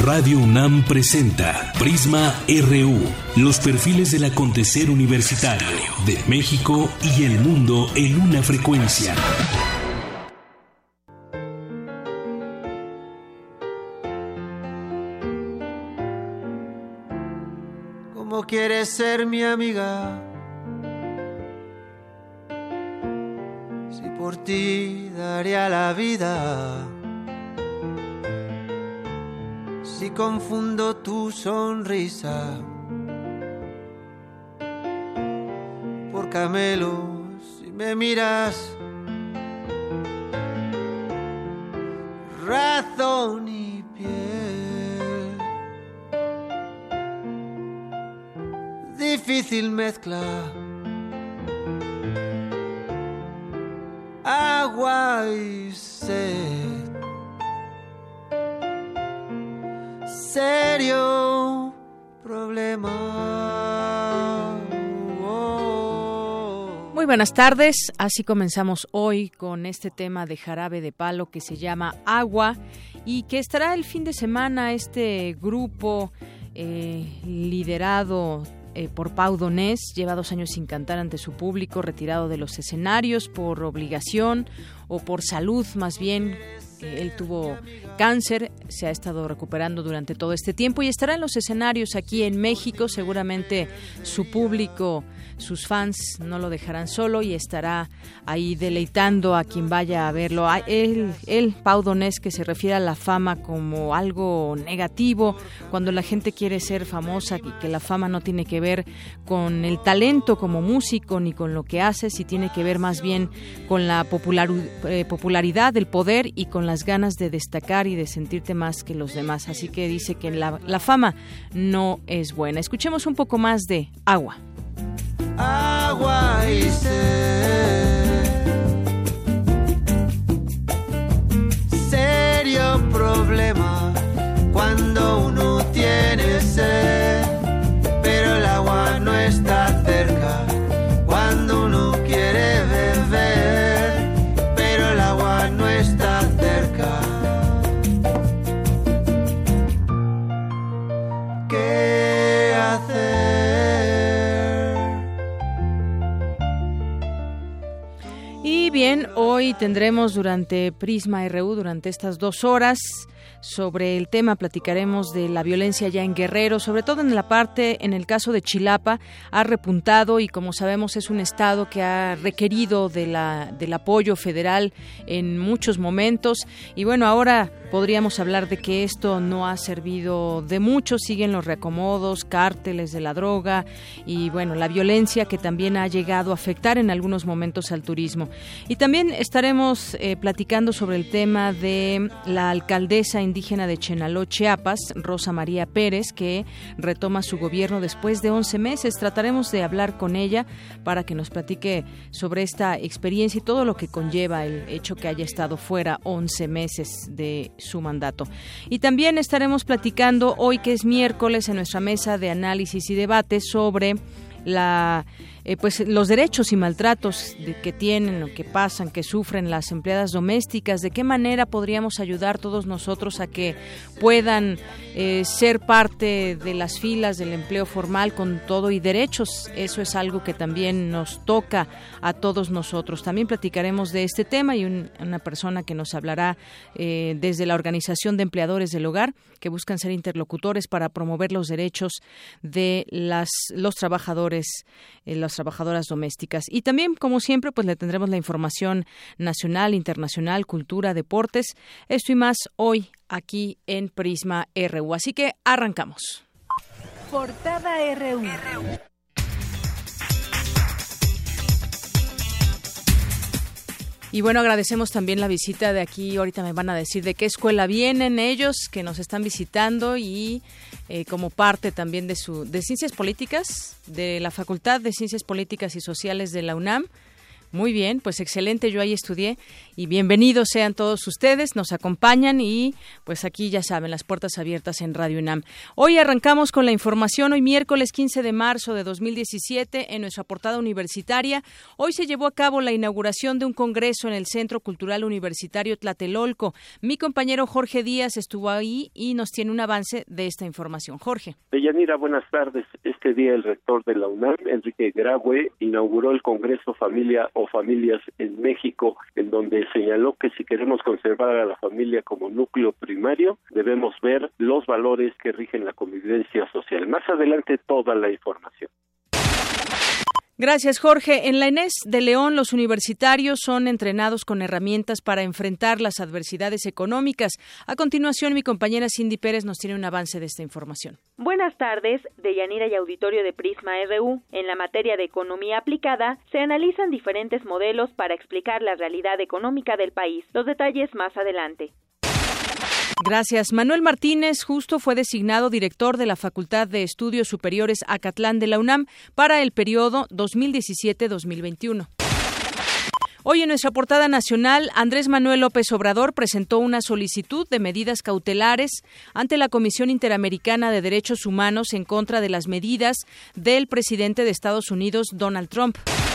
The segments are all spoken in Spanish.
Radio UNAM presenta Prisma RU, los perfiles del acontecer universitario de México y el mundo en una frecuencia. ¿Cómo quieres ser mi amiga? Si por ti daría la vida. Si confundo tu sonrisa por camelos, si me miras, razón y piel, difícil mezcla, agua y sed. Serio problema. Muy buenas tardes, así comenzamos hoy con este tema de Jarabe de Palo que se llama Agua y que estará el fin de semana este grupo liderado por Pau Donés. Lleva 2 años sin cantar ante su público, retirado de los escenarios por obligación o por salud más bien. Él tuvo cáncer, se ha estado recuperando durante todo este tiempo y estará en los escenarios aquí en México. Seguramente su público, sus fans no lo dejarán solo y estará ahí deleitando a quien vaya a verlo. Él, Pau Donés, que se refiere a la fama como algo negativo, cuando la gente quiere ser famosa y que la fama no tiene que ver con el talento como músico ni con lo que haces, y tiene que ver más bien con la popularidad, el poder y con las ganas de destacar y de sentirte más que los demás. Así que dice que la fama no es buena. Escuchemos un poco más de Agua. Agua y sed, serio problema cuando uno tiene sed, pero el agua no está cerca cuando uno quiere beber, pero el agua no está cerca. ¿Qué hacer? Y bien, hoy tendremos durante Prisma RU, durante estas 2 horas, sobre el tema platicaremos de la violencia ya en Guerrero, sobre todo en el caso de Chilapa, ha repuntado y como sabemos es un estado que ha requerido del apoyo federal en muchos momentos y bueno, ahora podríamos hablar de que esto no ha servido de mucho, siguen los reacomodos, cárteles de la droga y bueno, la violencia que también ha llegado a afectar en algunos momentos al turismo. Y también estaremos platicando sobre el tema de la alcaldesa indígena de Chenaló, Chiapas, Rosa María Pérez, que retoma su gobierno después de 11 meses. Trataremos de hablar con ella para que nos platique sobre esta experiencia y todo lo que conlleva el hecho que haya estado fuera 11 meses de su mandato. Y también estaremos platicando hoy, que es miércoles, en nuestra mesa de análisis y debate sobre los derechos y maltratos que tienen o que pasan, que sufren las empleadas domésticas. ¿De qué manera podríamos ayudar todos nosotros a que puedan ser parte de las filas del empleo formal con todo y derechos? Eso es algo que también nos toca a todos nosotros. También platicaremos de este tema y una persona que nos hablará desde la Organización de Empleadores del Hogar, que buscan ser interlocutores para promover los derechos de los trabajadores, las trabajadoras domésticas. Y también, como siempre, pues le tendremos la información nacional, internacional, cultura, deportes, esto y más hoy aquí en Prisma RU. Así que arrancamos. Portada RU. Y bueno, agradecemos también la visita de aquí. Ahorita me van a decir de qué escuela vienen ellos que nos están visitando y como parte también de Ciencias Políticas, de la Facultad de Ciencias Políticas y Sociales de la UNAM. Muy bien, pues excelente, yo ahí estudié y bienvenidos sean todos ustedes, nos acompañan y pues aquí ya saben, las puertas abiertas en Radio UNAM. Hoy arrancamos con la información, hoy miércoles 15 de marzo de 2017 en nuestra portada universitaria. Hoy se llevó a cabo la inauguración de un congreso en el Centro Cultural Universitario Tlatelolco. Mi compañero Jorge Díaz estuvo ahí y nos tiene un avance de esta información. Jorge. Deyanira, buenas tardes. Este día el rector de la UNAM, Enrique Graue, inauguró el Congreso Familia o Familias en México, en donde señaló que si queremos conservar a la familia como núcleo primario, debemos ver los valores que rigen la convivencia social. Más adelante toda la información. Gracias, Jorge. En la ENES de León, los universitarios son entrenados con herramientas para enfrentar las adversidades económicas. A continuación, mi compañera Cindy Pérez nos tiene un avance de esta información. Buenas tardes, Deyanira y auditorio de Prisma RU. En la materia de economía aplicada, se analizan diferentes modelos para explicar la realidad económica del país. Los detalles más adelante. Gracias. Manuel Martínez Justo fue designado director de la Facultad de Estudios Superiores Acatlán de la UNAM para el periodo 2017-2021. Hoy en nuestra portada nacional, Andrés Manuel López Obrador presentó una solicitud de medidas cautelares ante la Comisión Interamericana de Derechos Humanos en contra de las medidas del presidente de Estados Unidos, Donald Trump.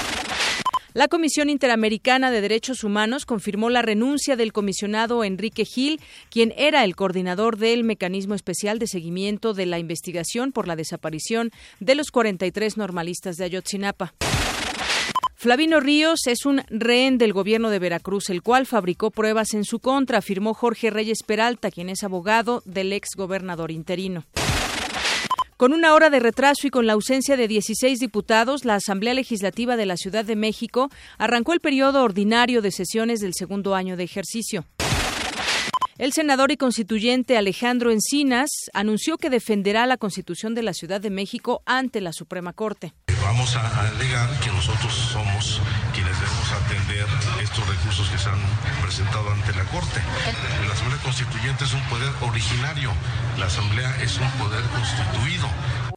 La Comisión Interamericana de Derechos Humanos confirmó la renuncia del comisionado Enrique Gil, quien era el coordinador del Mecanismo Especial de Seguimiento de la Investigación por la desaparición de los 43 normalistas de Ayotzinapa. Flavino Ríos es un rehén del gobierno de Veracruz, el cual fabricó pruebas en su contra, afirmó Jorge Reyes Peralta, quien es abogado del ex gobernador interino. Con una hora de retraso y con la ausencia de 16 diputados, la Asamblea Legislativa de la Ciudad de México arrancó el periodo ordinario de sesiones del segundo año de ejercicio. El senador y constituyente Alejandro Encinas anunció que defenderá la Constitución de la Ciudad de México ante la Suprema Corte. Vamos a alegar que nosotros somos quienes debemos atender estos recursos que se han presentado ante la Corte. La Asamblea Constituyente es un poder originario, la Asamblea es un poder constituido.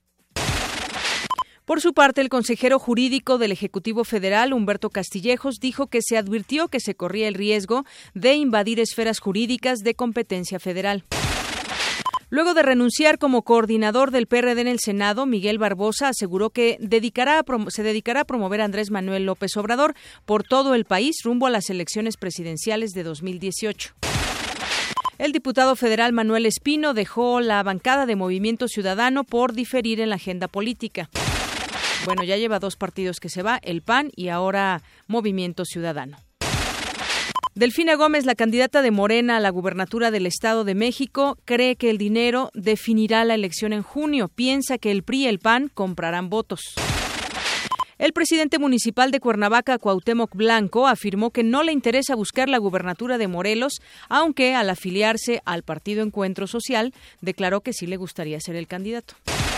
Por su parte, el consejero jurídico del Ejecutivo Federal, Humberto Castillejos, dijo que se advirtió que se corría el riesgo de invadir esferas jurídicas de competencia federal. Luego de renunciar como coordinador del PRD en el Senado, Miguel Barbosa aseguró que se dedicará a promover a Andrés Manuel López Obrador por todo el país rumbo a las elecciones presidenciales de 2018. El diputado federal Manuel Espino dejó la bancada de Movimiento Ciudadano por diferir en la agenda política. Bueno, ya lleva 2 partidos que se va, el PAN y ahora Movimiento Ciudadano. Delfina Gómez, la candidata de Morena a la gubernatura del Estado de México, cree que el dinero definirá la elección en junio. Piensa que el PRI y el PAN comprarán votos. El presidente municipal de Cuernavaca, Cuauhtémoc Blanco, afirmó que no le interesa buscar la gubernatura de Morelos, aunque al afiliarse al Partido Encuentro Social, declaró que sí le gustaría ser el candidato.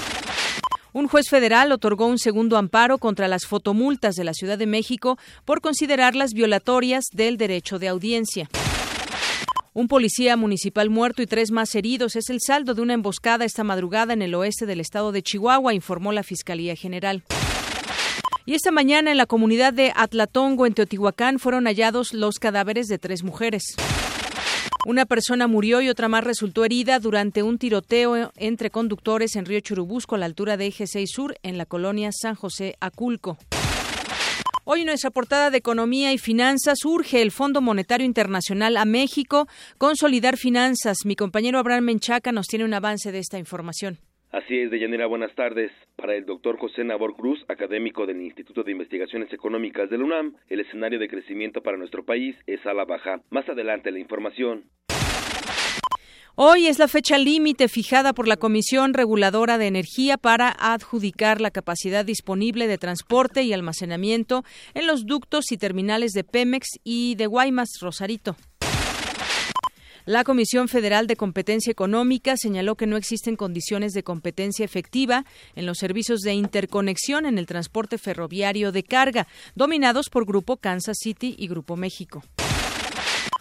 Un juez federal otorgó un segundo amparo contra las fotomultas de la Ciudad de México por considerarlas violatorias del derecho de audiencia. Un policía municipal muerto y 3 más heridos es el saldo de una emboscada esta madrugada en el oeste del estado de Chihuahua, informó la Fiscalía General. Y esta mañana en la comunidad de Atlatongo, en Teotihuacán, fueron hallados los cadáveres de 3 mujeres. Una persona murió y otra más resultó herida durante un tiroteo entre conductores en Río Churubusco, a la altura de Eje 6 Sur, en la colonia San José Aculco. Hoy en nuestra portada de Economía y Finanzas urge el Fondo Monetario Internacional a México consolidar finanzas. Mi compañero Abraham Menchaca nos tiene un avance de esta información. Así es, Deyanira, buenas tardes. Para el doctor José Nabor Cruz, académico del Instituto de Investigaciones Económicas de la UNAM, el escenario de crecimiento para nuestro país es a la baja. Más adelante la información. Hoy es la fecha límite fijada por la Comisión Reguladora de Energía para adjudicar la capacidad disponible de transporte y almacenamiento en los ductos y terminales de Pemex y de Guaymas, Rosarito. La Comisión Federal de Competencia Económica señaló que no existen condiciones de competencia efectiva en los servicios de interconexión en el transporte ferroviario de carga, dominados por Grupo Kansas City y Grupo México.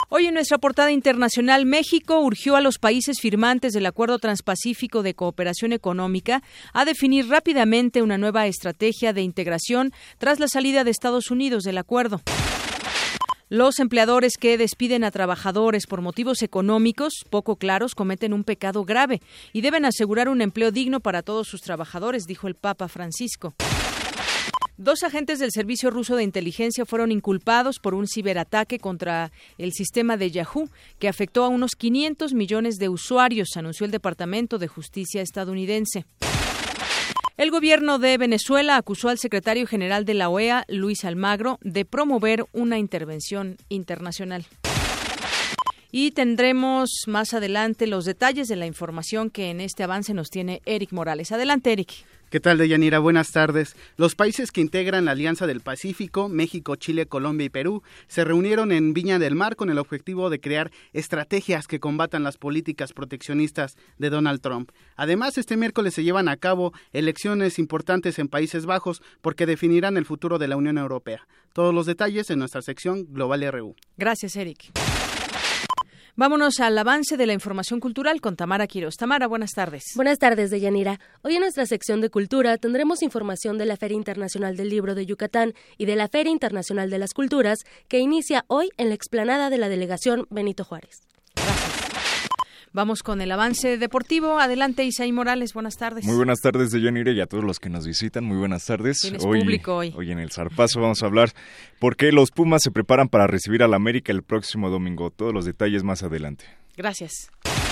Hoy en nuestra portada internacional, México urgió a los países firmantes del Acuerdo Transpacífico de Cooperación Económica a definir rápidamente una nueva estrategia de integración tras la salida de Estados Unidos del acuerdo. Los empleadores que despiden a trabajadores por motivos económicos poco claros cometen un pecado grave y deben asegurar un empleo digno para todos sus trabajadores, dijo el Papa Francisco. 2 agentes del Servicio Ruso de Inteligencia fueron inculpados por un ciberataque contra el sistema de Yahoo, que afectó a unos 500 millones de usuarios, anunció el Departamento de Justicia estadounidense. El gobierno de Venezuela acusó al secretario general de la OEA, Luis Almagro, de promover una intervención internacional. Y tendremos más adelante los detalles de la información que en este avance nos tiene Eric Morales. Adelante, Eric. ¿Qué tal, Deyanira? Buenas tardes. Los países que integran la Alianza del Pacífico, México, Chile, Colombia y Perú, se reunieron en Viña del Mar con el objetivo de crear estrategias que combatan las políticas proteccionistas de Donald Trump. Además, este miércoles se llevan a cabo elecciones importantes en Países Bajos porque definirán el futuro de la Unión Europea. Todos los detalles en nuestra sección Global RU. Gracias, Eric. Vámonos al avance de la información cultural con Tamara Quiroz. Tamara, buenas tardes. Buenas tardes, Deyanira. Hoy en nuestra sección de Cultura tendremos información de la Feria Internacional del Libro de Yucatán y de la Feria Internacional de las Culturas, que inicia hoy en la explanada de la Delegación Benito Juárez. Gracias. Vamos con el avance deportivo. Adelante, Isaí Morales, buenas tardes. Muy buenas tardes, Deyanira, y a todos los que nos visitan, muy buenas tardes. Tienes público hoy. Hoy en el Zarpazo vamos a hablar por qué los Pumas se preparan para recibir al América el próximo domingo. Todos los detalles más adelante. Gracias.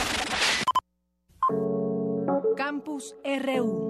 Campus RU.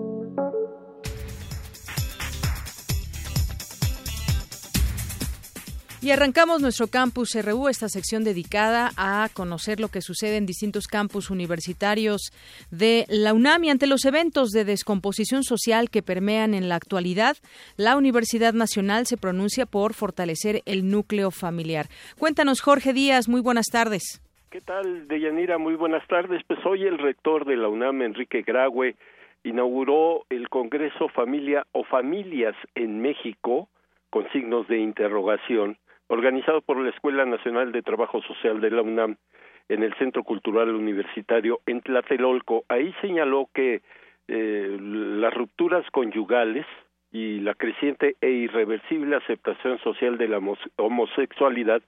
Y arrancamos nuestro Campus RU, esta sección dedicada a conocer lo que sucede en distintos campus universitarios de la UNAM. Y ante los eventos de descomposición social que permean en la actualidad, la Universidad Nacional se pronuncia por fortalecer el núcleo familiar. Cuéntanos, Jorge Díaz, muy buenas tardes. ¿Qué tal, Deyanira? Muy buenas tardes. Pues hoy el rector de la UNAM, Enrique Graue, inauguró el Congreso Familia o Familias en México, con signos de interrogación, organizado por la Escuela Nacional de Trabajo Social de la UNAM en el Centro Cultural Universitario en Tlatelolco. Ahí señaló que las rupturas conyugales y la creciente e irreversible aceptación social de la homosexualidad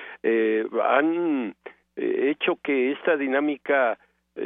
han hecho que esta dinámica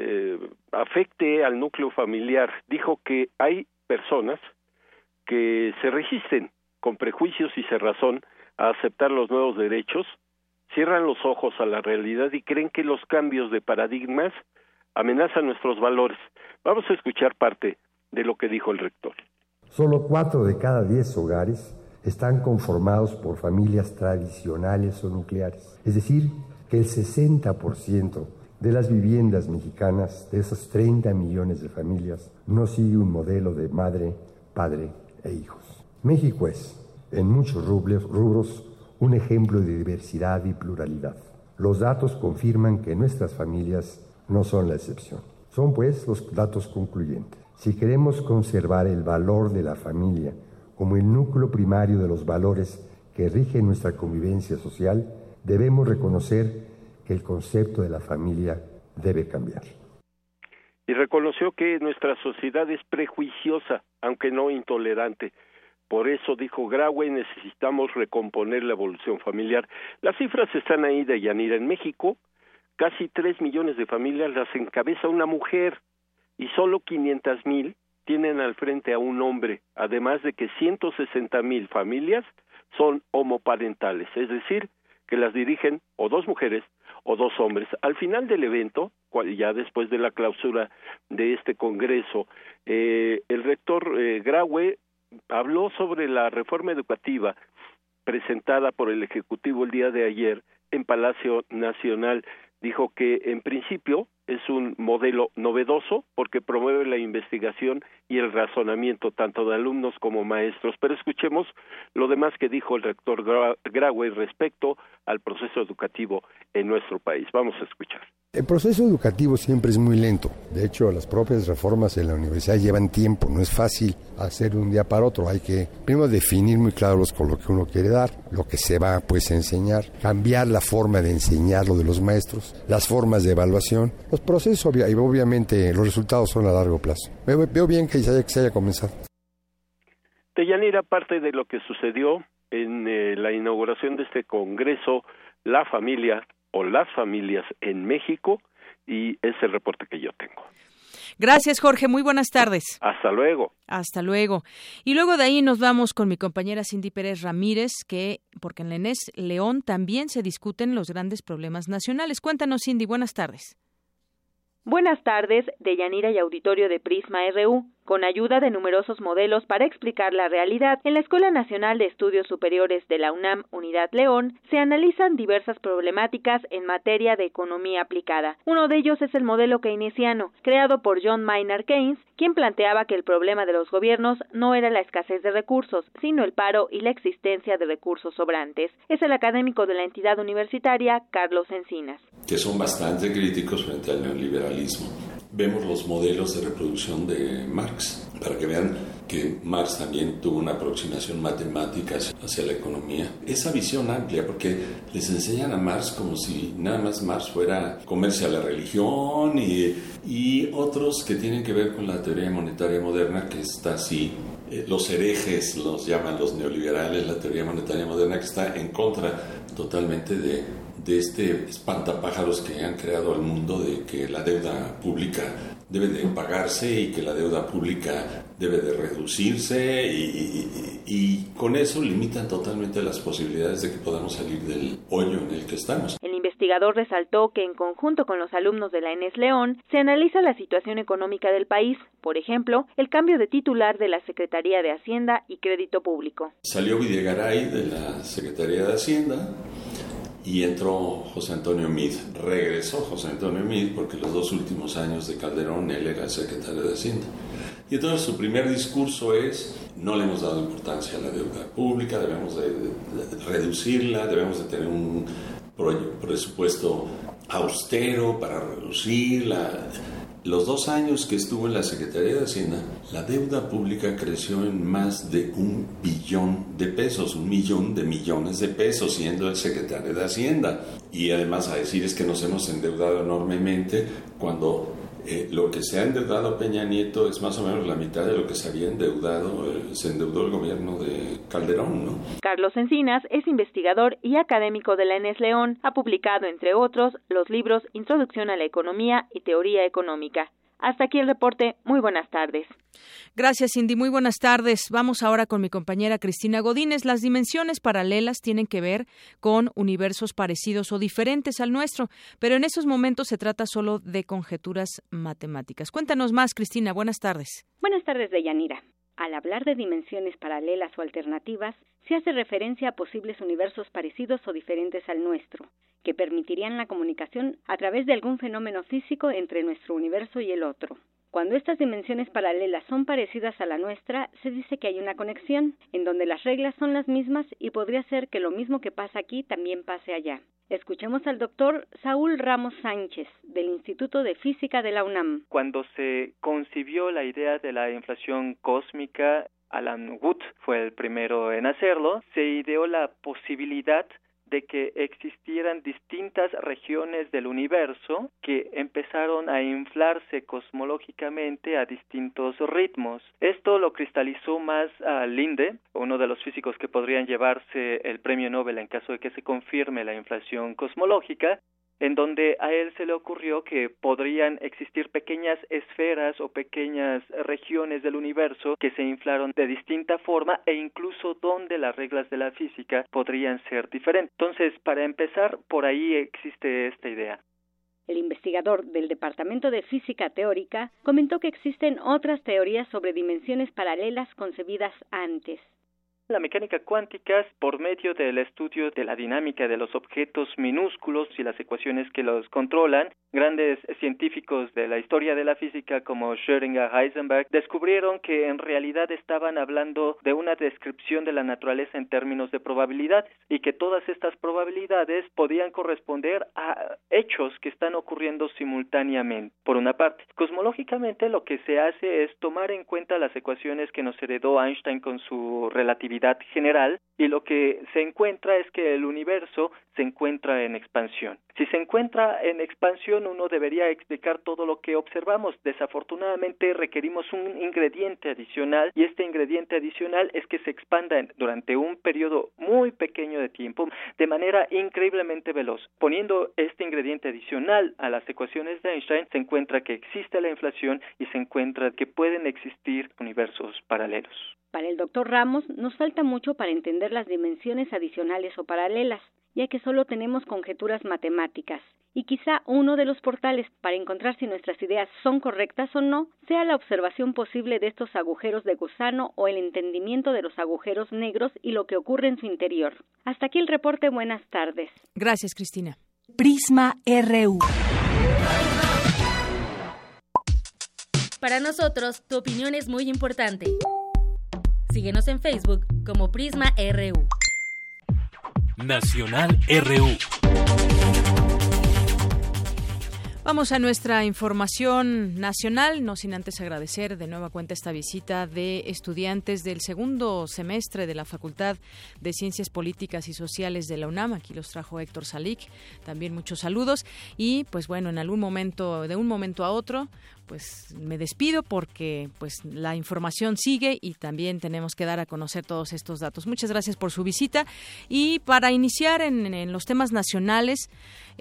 afecte al núcleo familiar. Dijo que hay personas que se resisten con prejuicios y cerrazón a aceptar los nuevos derechos, cierran los ojos a la realidad y creen que los cambios de paradigmas amenazan nuestros valores. Vamos a escuchar parte de lo que dijo el rector. Solo 4 de cada 10 hogares están conformados por familias tradicionales o nucleares. Es decir, que el 60% de las viviendas mexicanas, de esos 30 millones de familias, no sigue un modelo de madre, padre e hijos. México es, en muchos rubros, un ejemplo de diversidad y pluralidad. Los datos confirman que nuestras familias no son la excepción. Son, pues, los datos concluyentes. Si queremos conservar el valor de la familia como el núcleo primario de los valores que rigen nuestra convivencia social, debemos reconocer que el concepto de la familia debe cambiar. Y reconoció que nuestra sociedad es prejuiciosa, aunque no intolerante. Por eso, dijo Graue, necesitamos recomponer la evolución familiar. Las cifras están ahí, Deyanira. En México, casi 3 millones de familias las encabeza una mujer y solo 500,000 tienen al frente a un hombre, además de que 160,000 familias son homoparentales, es decir, que las dirigen o 2 mujeres o 2 hombres. Al final del evento, ya después de la clausura de este congreso, el rector Graue habló sobre la reforma educativa presentada por el Ejecutivo el día de ayer en Palacio Nacional. Dijo que en principio es un modelo novedoso porque promueve la investigación y el razonamiento tanto de alumnos como maestros. Pero escuchemos lo demás que dijo el rector Graue respecto al proceso educativo en nuestro país. Vamos a escuchar. El proceso educativo siempre es muy lento. De hecho, las propias reformas en la universidad llevan tiempo. No es fácil hacer de un día para otro. Hay que primero definir muy claro con lo que uno quiere dar, lo que se va pues a enseñar, cambiar la forma de enseñarlo de los maestros, las formas de evaluación, los procesos y obviamente los resultados son a largo plazo. Veo bien que se haya comenzado. Deyanira, parte de lo que sucedió en la inauguración de este congreso, la familia o las familias en México, y es el reporte que yo tengo. Gracias, Jorge. Muy buenas tardes. Hasta luego. Hasta luego. Y luego de ahí nos vamos con mi compañera Cindy Pérez Ramírez, porque en la ENES León también se discuten los grandes problemas nacionales. Cuéntanos, Cindy. Buenas tardes. Buenas tardes, Deyanira y auditorio de Prisma RU. Con ayuda de numerosos modelos para explicar la realidad, en la Escuela Nacional de Estudios Superiores de la UNAM, Unidad León, se analizan diversas problemáticas en materia de economía aplicada. Uno de ellos es el modelo keynesiano, creado por John Maynard Keynes, quien planteaba que el problema de los gobiernos no era la escasez de recursos, sino el paro y la existencia de recursos sobrantes. Es el académico de la entidad universitaria, Carlos Encinas. Que son bastante críticos frente al neoliberalismo. Vemos los modelos de reproducción de Marx, para que vean que Marx también tuvo una aproximación matemática hacia la economía. Esa visión amplia, porque les enseñan a Marx como si nada más Marx fuera comerse a la religión y otros que tienen que ver con la teoría monetaria moderna, que está así. Los herejes los llaman los neoliberales, la teoría monetaria moderna, que está en contra totalmente de este espantapájaros que han creado al mundo de que la deuda pública debe de pagarse y que la deuda pública debe de reducirse y con eso limitan totalmente las posibilidades de que podamos salir del hoyo en el que estamos. El investigador resaltó que en conjunto con los alumnos de la ENES León se analiza la situación económica del país, por ejemplo, el cambio de titular de la Secretaría de Hacienda y Crédito Público. Salió Videgaray de la Secretaría de Hacienda y entró José Antonio Meade. Regresó José Antonio Meade porque los 2 últimos años de Calderón él era el secretario de Hacienda. Y entonces su primer discurso es: no le hemos dado importancia a la deuda pública, debemos de reducirla, debemos de tener un presupuesto austero para reducirla. Los 2 años que estuvo en la Secretaría de Hacienda, la deuda pública creció en más de 1 billón de pesos, 1 millón de millones de pesos, siendo el secretario de Hacienda. Y además a decir es que nos hemos endeudado enormemente, cuando lo que se ha endeudado Peña Nieto es más o menos la mitad de lo que se había endeudado, se endeudó el gobierno de Calderón, ¿no? Carlos Encinas es investigador y académico de la ENES León. Ha publicado, entre otros, los libros Introducción a la Economía y Teoría Económica. Hasta aquí el reporte. Muy buenas tardes. Gracias, Cindy. Muy buenas tardes. Vamos ahora con mi compañera Cristina Godínez. Las dimensiones paralelas tienen que ver con universos parecidos o diferentes al nuestro, pero en esos momentos se trata solo de conjeturas matemáticas. Cuéntanos más, Cristina. Buenas tardes. Buenas tardes, Deyanira. Al hablar de dimensiones paralelas o alternativas, se hace referencia a posibles universos parecidos o diferentes al nuestro, que permitirían la comunicación a través de algún fenómeno físico entre nuestro universo y el otro. Cuando estas dimensiones paralelas son parecidas a la nuestra, se dice que hay una conexión, en donde las reglas son las mismas y podría ser que lo mismo que pasa aquí también pase allá. Escuchemos al doctor Saúl Ramos Sánchez, del Instituto de Física de la UNAM. Cuando se concibió la idea de la inflación cósmica, Alan Wood fue el primero en hacerlo, se ideó la posibilidad de que existieran distintas regiones del universo que empezaron a inflarse cosmológicamente a distintos ritmos. Esto lo cristalizó más a Linde, uno de los físicos que podrían llevarse el premio Nobel en caso de que se confirme la inflación cosmológica, en donde a él se le ocurrió que podrían existir pequeñas esferas o pequeñas regiones del universo que se inflaron de distinta forma e incluso donde las reglas de la física podrían ser diferentes. Entonces, para empezar, por ahí existe esta idea. El investigador del Departamento de Física Teórica comentó que existen otras teorías sobre dimensiones paralelas concebidas antes. La mecánica cuántica, por medio del estudio de la dinámica de los objetos minúsculos y las ecuaciones que los controlan, grandes científicos de la historia de la física como Schrödinger, Heisenberg, descubrieron que en realidad estaban hablando de una descripción de la naturaleza en términos de probabilidades y que todas estas probabilidades podían corresponder a hechos que están ocurriendo simultáneamente. Por una parte, cosmológicamente lo que se hace es tomar en cuenta las ecuaciones que nos heredó Einstein con su relatividad general, y lo que se encuentra es que el universo se encuentra en expansión. Si se encuentra en expansión, uno debería explicar todo lo que observamos. Desafortunadamente requerimos un ingrediente adicional, y este ingrediente adicional es que se expanda durante un periodo muy pequeño de tiempo de manera increíblemente veloz. Poniendo este ingrediente adicional a las ecuaciones de Einstein, se encuentra que existe la inflación y se encuentra que pueden existir universos paralelos. Para el doctor Ramos, nos falta mucho para entender las dimensiones adicionales o paralelas, ya que solo tenemos conjeturas matemáticas. Y quizá uno de los portales para encontrar si nuestras ideas son correctas o no, sea la observación posible de estos agujeros de gusano o el entendimiento de los agujeros negros y lo que ocurre en su interior. Hasta aquí el reporte. Buenas tardes. Gracias, Cristina. Prisma RU. Para nosotros, tu opinión es muy importante. Síguenos en Facebook como Prisma RU. Nacional RU. Vamos a nuestra información nacional, no sin antes agradecer de nueva cuenta esta visita de estudiantes del segundo semestre de la Facultad de Ciencias Políticas y Sociales de la UNAM. Aquí los trajo Héctor Salic. También muchos saludos. Y pues bueno, en algún momento, de un momento a otro, pues me despido porque pues la información sigue y también tenemos que dar a conocer todos estos datos. Muchas gracias por su visita. Y para iniciar en los temas nacionales,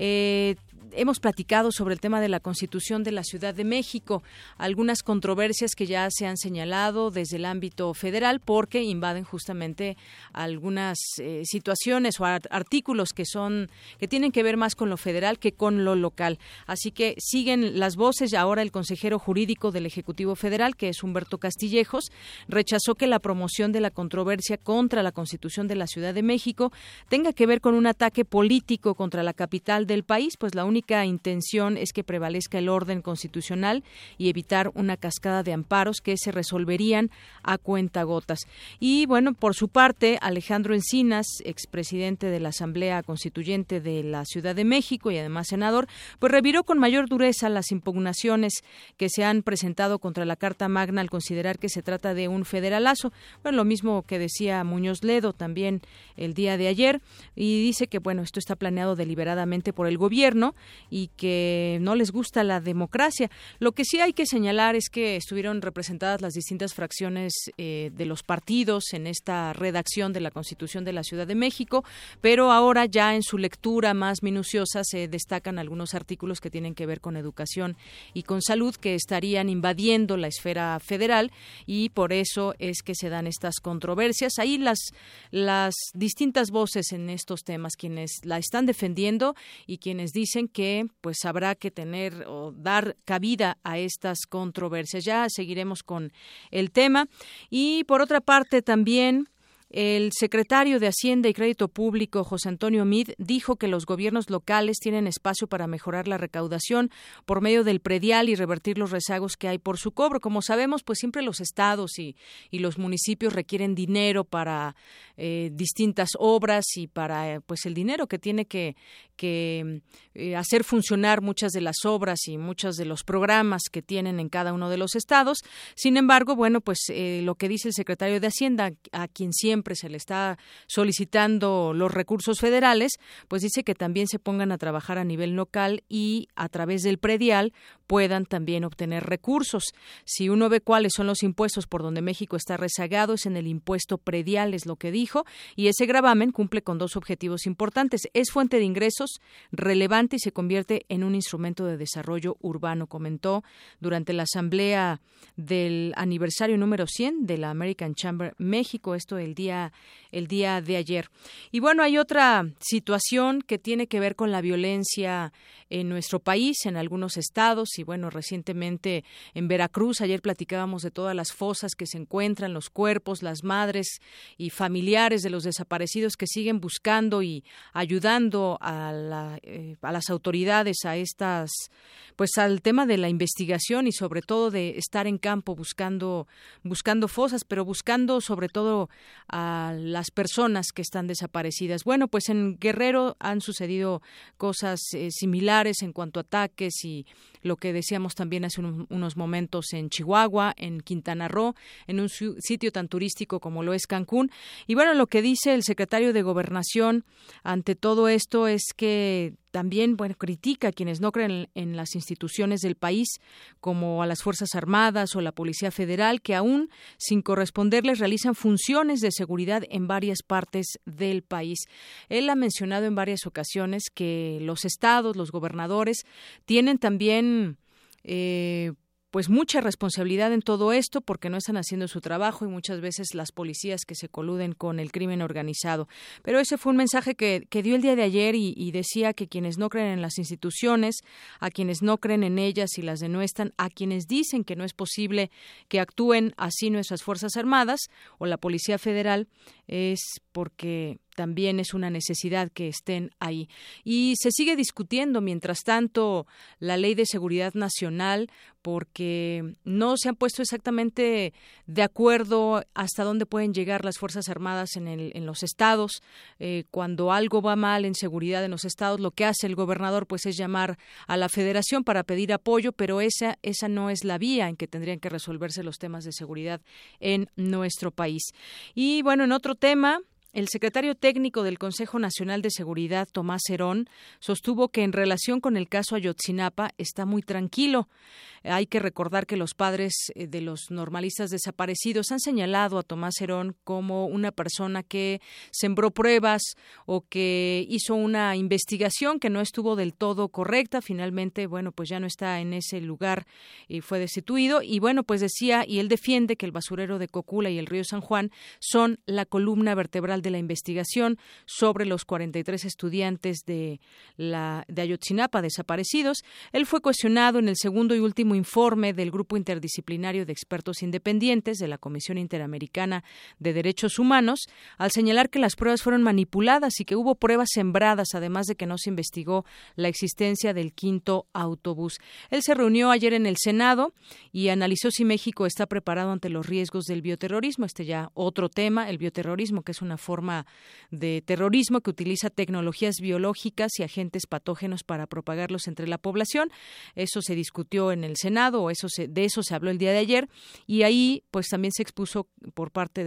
hemos platicado sobre el tema de la Constitución de la Ciudad de México, algunas controversias que ya se han señalado desde el ámbito federal porque invaden justamente algunas situaciones o artículos que tienen que ver más con lo federal que con lo local. Así que siguen las voces y ahora el consejero jurídico del Ejecutivo Federal, que es Humberto Castillejos, rechazó que la promoción de la controversia contra la Constitución de la Ciudad de México tenga que ver con un ataque político contra la capital del país, pues la única intención es que prevalezca el orden constitucional y evitar una cascada de amparos que se resolverían a cuentagotas. Y bueno, por su parte, Alejandro Encinas, expresidente de la Asamblea Constituyente de la Ciudad de México y además senador, pues reviró con mayor dureza las impugnaciones que se han presentado contra la Carta Magna al considerar que se trata de un federalazo. Bueno, lo mismo que decía Muñoz Ledo también el día de ayer, y dice que bueno, esto está planeado deliberadamente por el gobierno y que no les gusta la democracia. Lo que sí hay que señalar es que estuvieron representadas las distintas fracciones de los partidos en esta redacción de la Constitución de la Ciudad de México, pero ahora ya en su lectura más minuciosa se destacan algunos artículos que tienen que ver con educación y con salud que estarían invadiendo la esfera federal y por eso es que se dan estas controversias. Ahí las distintas voces en estos temas, quienes la están defendiendo y quienes dicen que pues habrá que tener o dar cabida a estas controversias. Ya seguiremos con el tema. Y por otra parte también el secretario de Hacienda y Crédito Público, José Antonio Meade, dijo que los gobiernos locales tienen espacio para mejorar la recaudación por medio del predial y revertir los rezagos que hay por su cobro. Como sabemos, pues siempre los estados y los municipios requieren dinero para distintas obras y para pues el dinero que tiene que hacer funcionar muchas de las obras y muchos de los programas que tienen en cada uno de los estados. Sin embargo, bueno, pues lo que dice el secretario de Hacienda, a quien siempre se le está solicitando los recursos federales, pues dice que también se pongan a trabajar a nivel local y a través del predial puedan también obtener recursos. Si uno ve cuáles son los impuestos por donde México está rezagado, es en el impuesto predial, es lo que dijo, y ese gravamen cumple con dos objetivos importantes. Es fuente de ingresos relevante y se convierte en un instrumento de desarrollo urbano, comentó durante la asamblea del aniversario número 100 de la American Chamber México, esto el día el día de ayer. Y bueno, hay otra situación que tiene que ver con la violencia en nuestro país, en algunos estados, y bueno, recientemente en Veracruz. Ayer platicábamos de todas las fosas que se encuentran, los cuerpos, las madres y familiares de los desaparecidos que siguen buscando y ayudando a las autoridades a estas, pues al tema de la investigación y sobre todo de estar en campo buscando fosas, pero buscando sobre todo a las personas que están desaparecidas. Bueno, pues en Guerrero han sucedido cosas similares en cuanto a ataques y lo que decíamos también hace unos momentos en Chihuahua, en Quintana Roo, en un sitio tan turístico como lo es Cancún. Y bueno, lo que dice el secretario de Gobernación ante todo esto es que también, bueno, critica a quienes no creen en las instituciones del país, como a las Fuerzas Armadas o la Policía Federal, que aún sin corresponderles realizan funciones de seguridad en varias partes del país. Él ha mencionado en varias ocasiones que los estados, los gobernadores, tienen también pues mucha responsabilidad en todo esto porque no están haciendo su trabajo y muchas veces las policías que se coluden con el crimen organizado. Pero ese fue un mensaje que dio el día de ayer y decía que quienes no creen en las instituciones, a quienes no creen en ellas y las denuestran, a quienes dicen que no es posible que actúen así nuestras Fuerzas Armadas o la Policía Federal, es porque también es una necesidad que estén ahí. Y se sigue discutiendo, mientras tanto, la Ley de Seguridad Nacional, porque no se han puesto exactamente de acuerdo hasta dónde pueden llegar las Fuerzas Armadas en los estados. Cuando algo va mal en seguridad en los estados, lo que hace el gobernador pues es llamar a la Federación para pedir apoyo, pero esa no es la vía en que tendrían que resolverse los temas de seguridad en nuestro país. Y bueno, en otro tema, el secretario técnico del Consejo Nacional de Seguridad, Tomás Herón, sostuvo que en relación con el caso Ayotzinapa está muy tranquilo. Hay que recordar que los padres de los normalistas desaparecidos han señalado a Tomás Herón como una persona que sembró pruebas o que hizo una investigación que no estuvo del todo correcta. Finalmente, bueno, pues ya no está en ese lugar y fue destituido. Y bueno, pues decía, y él defiende que el basurero de Cocula y el río San Juan son la columna vertebral de la investigación sobre los 43 estudiantes de Ayotzinapa desaparecidos. Él fue cuestionado en el segundo y último informe del Grupo Interdisciplinario de Expertos Independientes de la Comisión Interamericana de Derechos Humanos, al señalar que las pruebas fueron manipuladas y que hubo pruebas sembradas, además de que no se investigó la existencia del quinto autobús. Él se reunió ayer en el Senado y analizó si México está preparado ante los riesgos del bioterrorismo. Ya otro tema, el bioterrorismo, que es una forma de terrorismo que utiliza tecnologías biológicas y agentes patógenos para propagarlos entre la población. Eso se discutió en el Senado, o de eso se habló el día de ayer, y ahí pues también se expuso por parte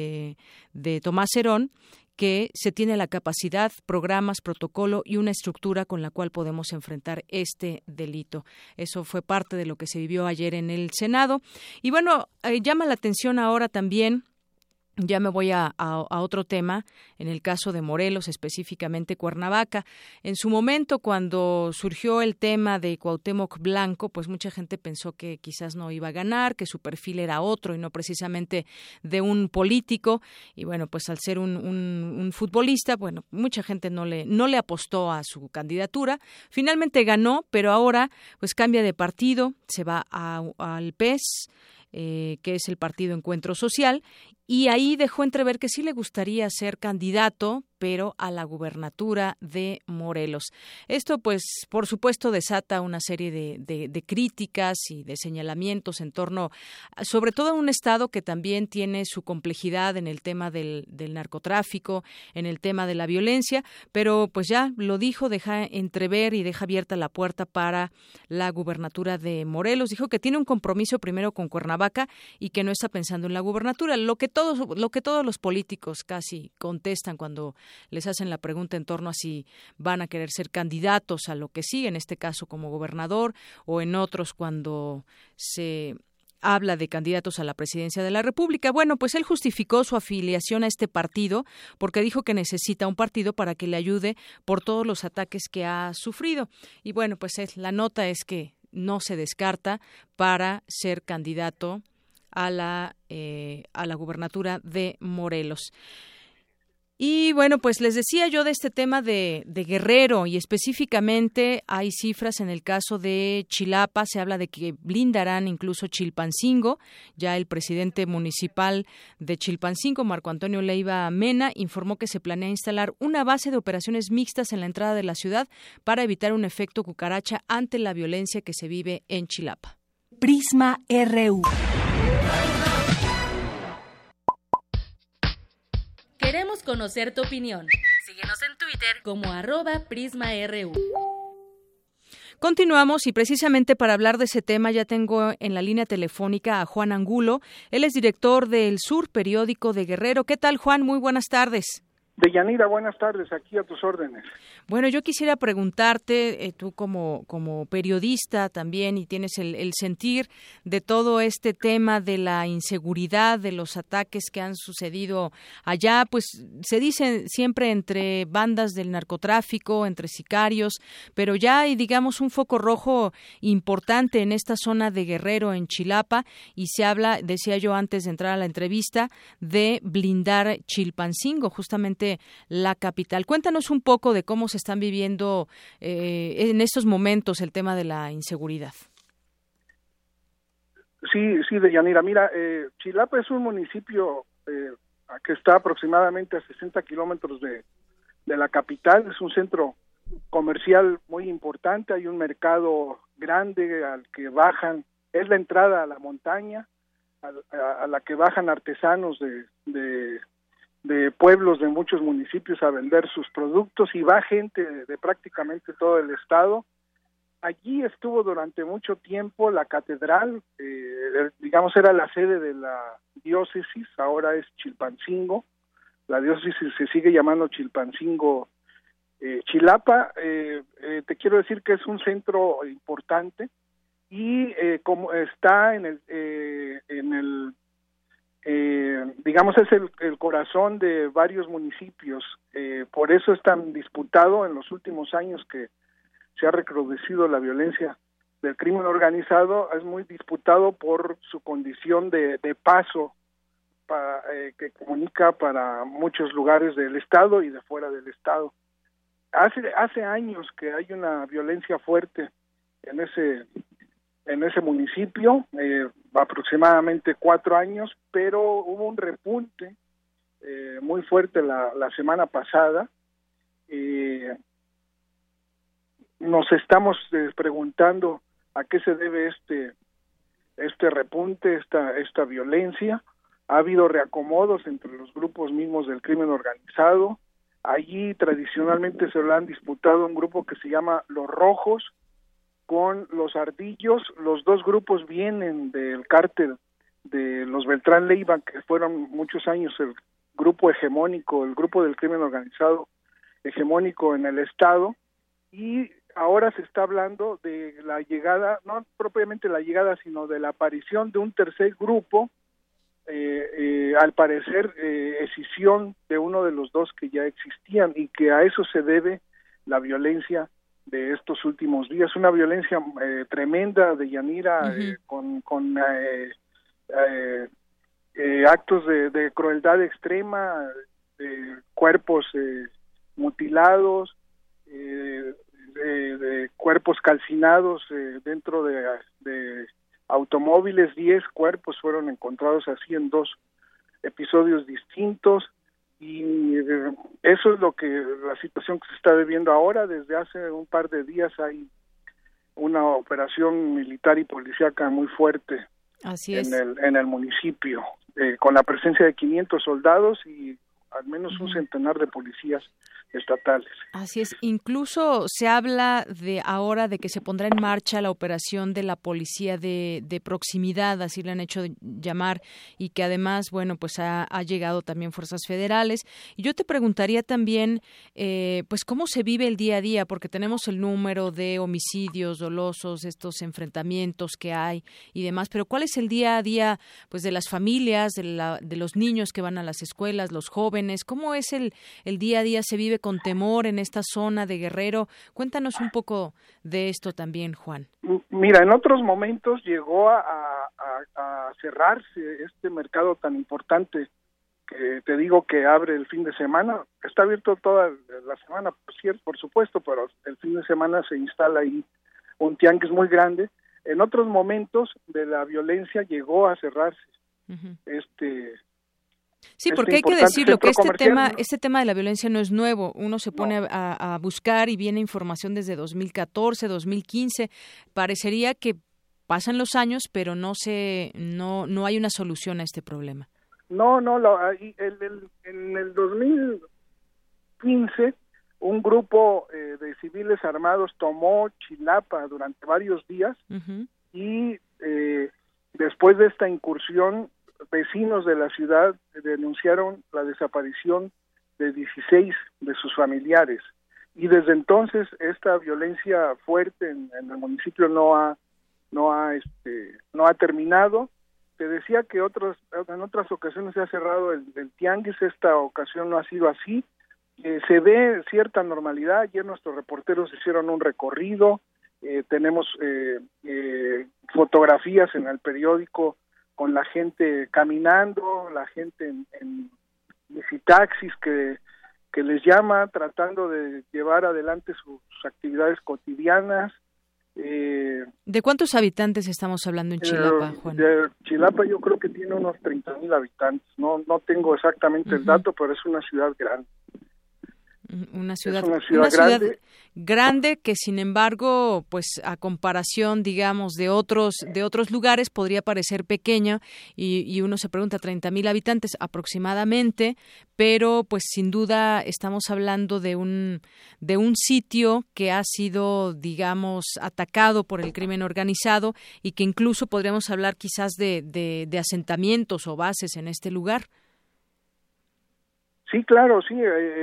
de Tomás Herón que se tiene la capacidad, programas, protocolo y una estructura con la cual podemos enfrentar este delito. Eso fue parte de lo que se vivió ayer en el Senado. Y bueno, llama la atención ahora también. Ya me voy a otro tema, en el caso de Morelos, específicamente Cuernavaca. En su momento, cuando surgió el tema de Cuauhtémoc Blanco, pues mucha gente pensó que quizás no iba a ganar, que su perfil era otro y no precisamente de un político. Y bueno, pues al ser un futbolista, bueno, mucha gente no le apostó a su candidatura. Finalmente ganó, pero ahora pues cambia de partido, se va al PES, que es el Partido Encuentro Social, y ahí dejó entrever que sí le gustaría ser candidato, pero a la gubernatura de Morelos. Esto, pues, por supuesto, desata una serie de críticas y de señalamientos en torno, sobre todo a un estado que también tiene su complejidad en el tema del narcotráfico, en el tema de la violencia, pero pues ya lo dijo, deja entrever y deja abierta la puerta para la gubernatura de Morelos. Dijo que tiene un compromiso primero con Cuernavaca y que no está pensando en la gubernatura, lo que todos los políticos casi contestan cuando les hacen la pregunta en torno a si van a querer ser candidatos a lo que sigue, en este caso como gobernador, o en otros cuando se habla de candidatos a la presidencia de la República. Bueno, pues él justificó su afiliación a este partido porque dijo que necesita un partido para que le ayude por todos los ataques que ha sufrido. Y bueno, pues la nota es que no se descarta para ser candidato a la gubernatura de Morelos. Y bueno, pues les decía yo de este tema de Guerrero, y específicamente hay cifras en el caso de Chilapa. Se habla de que blindarán incluso Chilpancingo. Ya el presidente municipal de Chilpancingo, Marco Antonio Leiva Mena, informó que se planea instalar una base de operaciones mixtas en la entrada de la ciudad para evitar un efecto cucaracha ante la violencia que se vive en Chilapa. Prisma RU. Queremos conocer tu opinión. Síguenos en Twitter como @PrismaRU. Continuamos y precisamente para hablar de ese tema ya tengo en la línea telefónica a Juan Angulo. Él es director del Sur, periódico de Guerrero. ¿Qué tal, Juan? Muy buenas tardes. Deyanira, buenas tardes, aquí a tus órdenes. Bueno, yo quisiera preguntarte, tú como periodista también y tienes el sentir de todo este tema de la inseguridad, de los ataques que han sucedido allá, pues se dice siempre entre bandas del narcotráfico, entre sicarios, pero ya hay, digamos, un foco rojo importante en esta zona de Guerrero, en Chilapa, y se habla, decía yo antes de entrar a la entrevista, de blindar Chilpancingo, justamente la capital. Cuéntanos un poco de cómo se están viviendo en estos momentos el tema de la inseguridad. Sí, Deyanira. Mira, Chilapa es un municipio que está aproximadamente a 60 kilómetros de la capital. Es un centro comercial muy importante. Hay un mercado grande al que bajan, es la entrada a la montaña, a la que bajan artesanos de pueblos de muchos municipios a vender sus productos, y va gente de prácticamente todo el estado. Allí estuvo durante mucho tiempo la catedral, digamos era la sede de la diócesis, ahora es Chilpancingo. La diócesis se sigue llamando Chilpancingo. Chilapa, te quiero decir que es un centro importante, y como está en el digamos es el corazón de varios municipios, por eso es tan disputado en los últimos años que se ha recrudecido la violencia del crimen organizado. Es muy disputado por su condición de paso que comunica para muchos lugares del estado y de fuera del estado. Hace años que hay una violencia fuerte en ese municipio, aproximadamente 4 años, pero hubo un repunte muy fuerte la semana pasada. Nos estamos preguntando a qué se debe este repunte, esta violencia. Ha habido reacomodos entre los grupos mismos del crimen organizado. Allí tradicionalmente se lo han disputado un grupo que se llama Los Rojos con los Ardillos. Los dos grupos vienen del cártel de los Beltrán Leiva, que fueron muchos años el grupo hegemónico, el grupo del crimen organizado hegemónico en el estado, y ahora se está hablando de la llegada, no propiamente la llegada, sino de la aparición de un tercer grupo, al parecer escisión de uno de los dos que ya existían, y que a eso se debe la violencia de estos últimos días, una violencia tremenda, Deyanira, con actos de crueldad extrema, cuerpos mutilados, de cuerpos calcinados dentro de automóviles. 10 cuerpos fueron encontrados así en 2 episodios distintos, y eso es la situación que se está viviendo ahora. Desde hace un par de días hay una operación militar y policíaca muy fuerte. Así es. En el municipio, con la presencia de 500 soldados y al menos un centenar de policías estatales. Así es. Incluso se habla ahora de que se pondrá en marcha la operación de la policía de proximidad, así le han hecho llamar, y que además, bueno, pues ha llegado también fuerzas federales. Y yo te preguntaría también, pues cómo se vive el día a día, porque tenemos el número de homicidios dolosos, estos enfrentamientos que hay y demás, pero ¿cuál es el día a día, pues, de las familias, de los niños que van a las escuelas, los jóvenes? ¿Cómo es el día a día? ¿Se vive con temor en esta zona de Guerrero? Cuéntanos un poco de esto también, Juan. Mira, en otros momentos llegó a cerrarse este mercado tan importante que te digo que abre el fin de semana, está abierto toda la semana, por supuesto, pero el fin de semana se instala ahí un tianguis muy grande. En otros momentos de la violencia llegó a cerrarse Sí, porque hay que decirlo que este tema de la violencia no es nuevo. Uno se pone a buscar y viene información desde 2014, 2015. Parecería que pasan los años, pero no hay una solución a este problema. No, en el 2015 un grupo de civiles armados tomó Chilapa durante varios días y después de esta incursión, vecinos de la ciudad denunciaron la desaparición de 16 de sus familiares y desde entonces esta violencia fuerte en el municipio no ha terminado. Te decía que en otras ocasiones se ha cerrado el tianguis, esta ocasión no ha sido así. Se ve cierta normalidad. Ayer nuestros reporteros hicieron un recorrido, tenemos fotografías en el periódico con la gente caminando, la gente en bicitaxis que les llama, tratando de llevar adelante sus actividades cotidianas. ¿De cuántos habitantes estamos hablando en Chilapa, Juan? Chilapa yo creo que tiene unos 30,000 habitantes. No tengo exactamente el dato, pero es una ciudad grande. Una ciudad grande que sin embargo, pues a comparación, digamos, de otros lugares podría parecer pequeña y uno se pregunta 30,000 habitantes aproximadamente, pero pues sin duda estamos hablando de un sitio que ha sido, digamos, atacado por el crimen organizado y que incluso podríamos hablar quizás de asentamientos o bases en este lugar. Sí, claro, sí.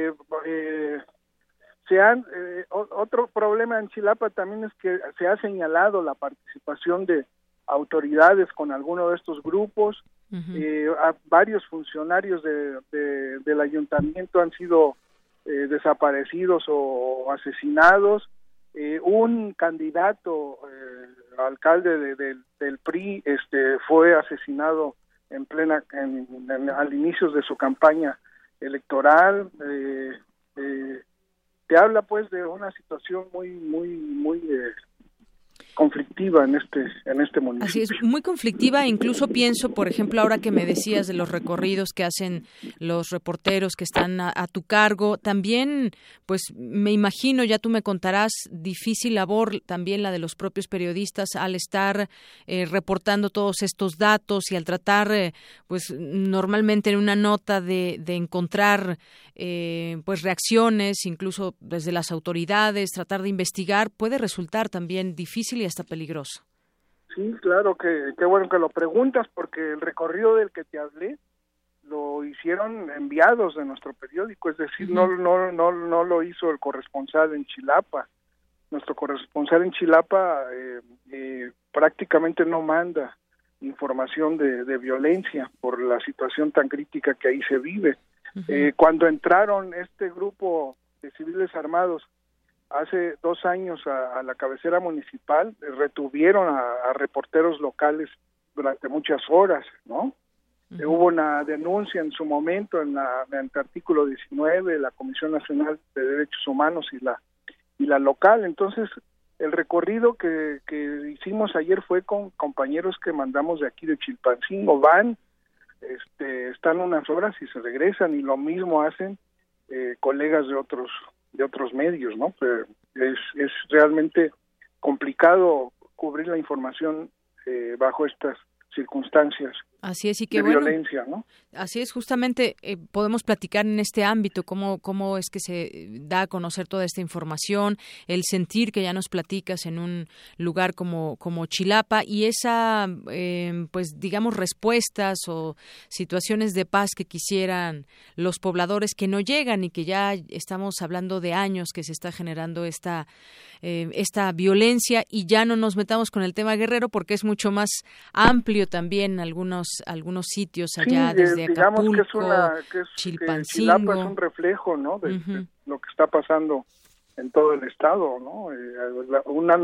Otro problema en Chilapa también es que se ha señalado la participación de autoridades con alguno de estos grupos. Varios funcionarios del ayuntamiento han sido desaparecidos o asesinados. Un candidato alcalde del PRI fue asesinado al inicio de su campaña electoral. Te habla pues de una situación muy conflictiva en este municipio. Así es, muy conflictiva. Incluso pienso, por ejemplo, ahora que me decías de los recorridos que hacen los reporteros que están a tu cargo, también, pues me imagino, ya tú me contarás, difícil labor también la de los propios periodistas al estar reportando todos estos datos y al tratar, pues normalmente en una nota de encontrar pues reacciones, incluso desde las autoridades, tratar de investigar, puede resultar también difícil y hasta peligroso. Sí, claro, qué bueno que lo preguntas, porque el recorrido del que te hablé lo hicieron enviados de nuestro periódico, es decir, no lo hizo el corresponsal en Chilapa. Nuestro corresponsal en Chilapa prácticamente no manda información de violencia por la situación tan crítica que ahí se vive. Cuando entraron este grupo de civiles armados hace 2 años a la cabecera municipal, retuvieron a reporteros locales durante muchas horas, ¿no? Hubo una denuncia en su momento en el artículo 19 de la Comisión Nacional de Derechos Humanos y la local. Entonces, el recorrido que hicimos ayer fue con compañeros que mandamos de aquí de Chilpancingo. Van, están unas horas y se regresan, y lo mismo hacen colegas de otros medios, ¿no? Pero es realmente complicado cubrir la información bajo estas circunstancias. Así es, y qué de bueno, violencia, ¿no? Así es, justamente podemos platicar en este ámbito cómo es que se da a conocer toda esta información, el sentir que ya nos platicas en un lugar como Chilapa, y esa, pues digamos, respuestas o situaciones de paz que quisieran los pobladores que no llegan, y que ya estamos hablando de años que se está generando esta violencia, y ya no nos metamos con el tema Guerrero porque es mucho más amplio también algunos sitios allá, sí, desde digamos Acapulco, Chilpancingo. Chilapa es un reflejo, ¿no? De lo que está pasando en todo el estado, ¿no? Una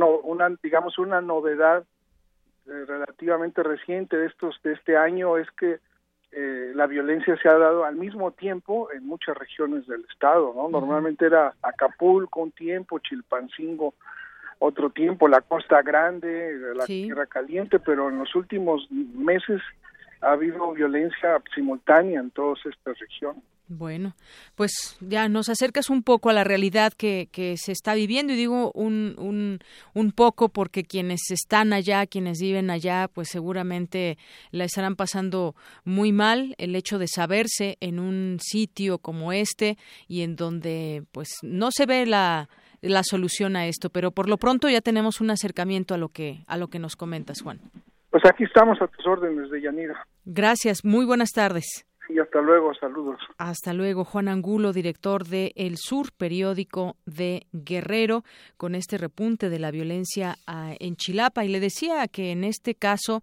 novedad relativamente reciente de este año es que la violencia se ha dado al mismo tiempo en muchas regiones del estado, ¿no? Normalmente era Acapulco un tiempo, Chilpancingo otro tiempo, la Costa Grande, la Tierra Caliente, pero en los últimos meses ha habido violencia simultánea en todas estas regiones. Bueno, pues ya nos acercas un poco a la realidad que se está viviendo, y digo un poco porque quienes están allá, quienes viven allá, pues seguramente la estarán pasando muy mal. El hecho de saberse en un sitio como este y en donde pues no se ve la solución a esto, pero por lo pronto ya tenemos un acercamiento a lo que nos comentas, Juan. Pues aquí estamos a tus órdenes, Deyanira. Gracias, muy buenas tardes. Y hasta luego, saludos. Hasta luego, Juan Angulo, director de El Sur, periódico de Guerrero, con este repunte de la violencia en Chilapa. Y le decía que en este caso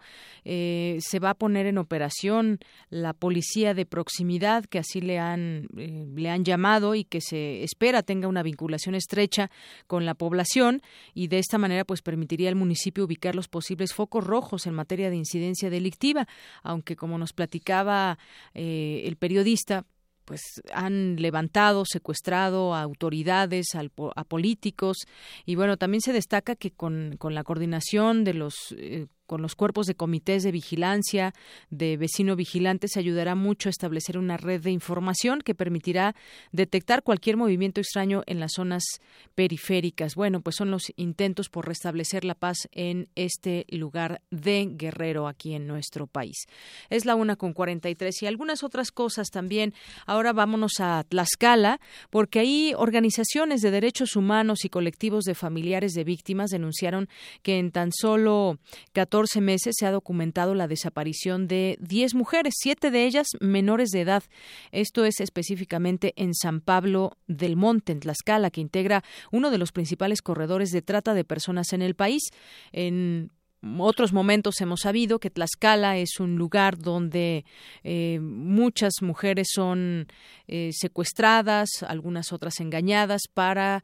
se va a poner en operación la policía de proximidad, que así le han llamado, y que se espera tenga una vinculación estrecha con la población, y de esta manera pues permitiría al municipio ubicar los posibles focos rojos en materia de incidencia delictiva, aunque como nos platicaba el periodista, pues han levantado, secuestrado a autoridades, a políticos, y bueno, también se destaca que con la coordinación de con los cuerpos de comités de vigilancia, de vecino vigilante, se ayudará mucho a establecer una red de información que permitirá detectar cualquier movimiento extraño en las zonas periféricas. Bueno, pues son los intentos por restablecer la paz en este lugar de Guerrero, aquí en nuestro país. Es la 1:43 y algunas otras cosas también. Ahora vámonos a Tlaxcala, porque ahí organizaciones de derechos humanos y colectivos de familiares de víctimas denunciaron que en tan solo 14 meses se ha documentado la desaparición de 10 mujeres, 7 de ellas menores de edad. Esto es específicamente en San Pablo del Monte, en Tlaxcala, que integra uno de los principales corredores de trata de personas en el país. En otros momentos hemos sabido que Tlaxcala es un lugar donde muchas mujeres son secuestradas, algunas otras engañadas para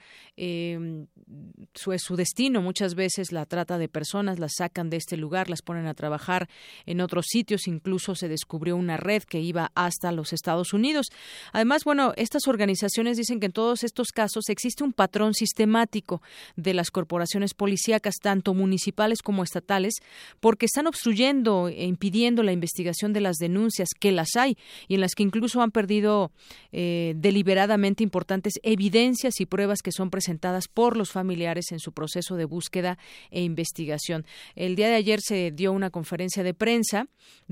su destino. Muchas veces la trata de personas las sacan de este lugar, las ponen a trabajar en otros sitios. Incluso se descubrió una red que iba hasta los Estados Unidos. Además, bueno, estas organizaciones dicen que en todos estos casos existe un patrón sistemático de las corporaciones policíacas, tanto municipales como estatales, porque están obstruyendo e impidiendo la investigación de las denuncias, que las hay, y en las que incluso han perdido deliberadamente importantes evidencias y pruebas que son presentadas por los familiares en su proceso de búsqueda e investigación. El día de ayer se dio una conferencia de prensa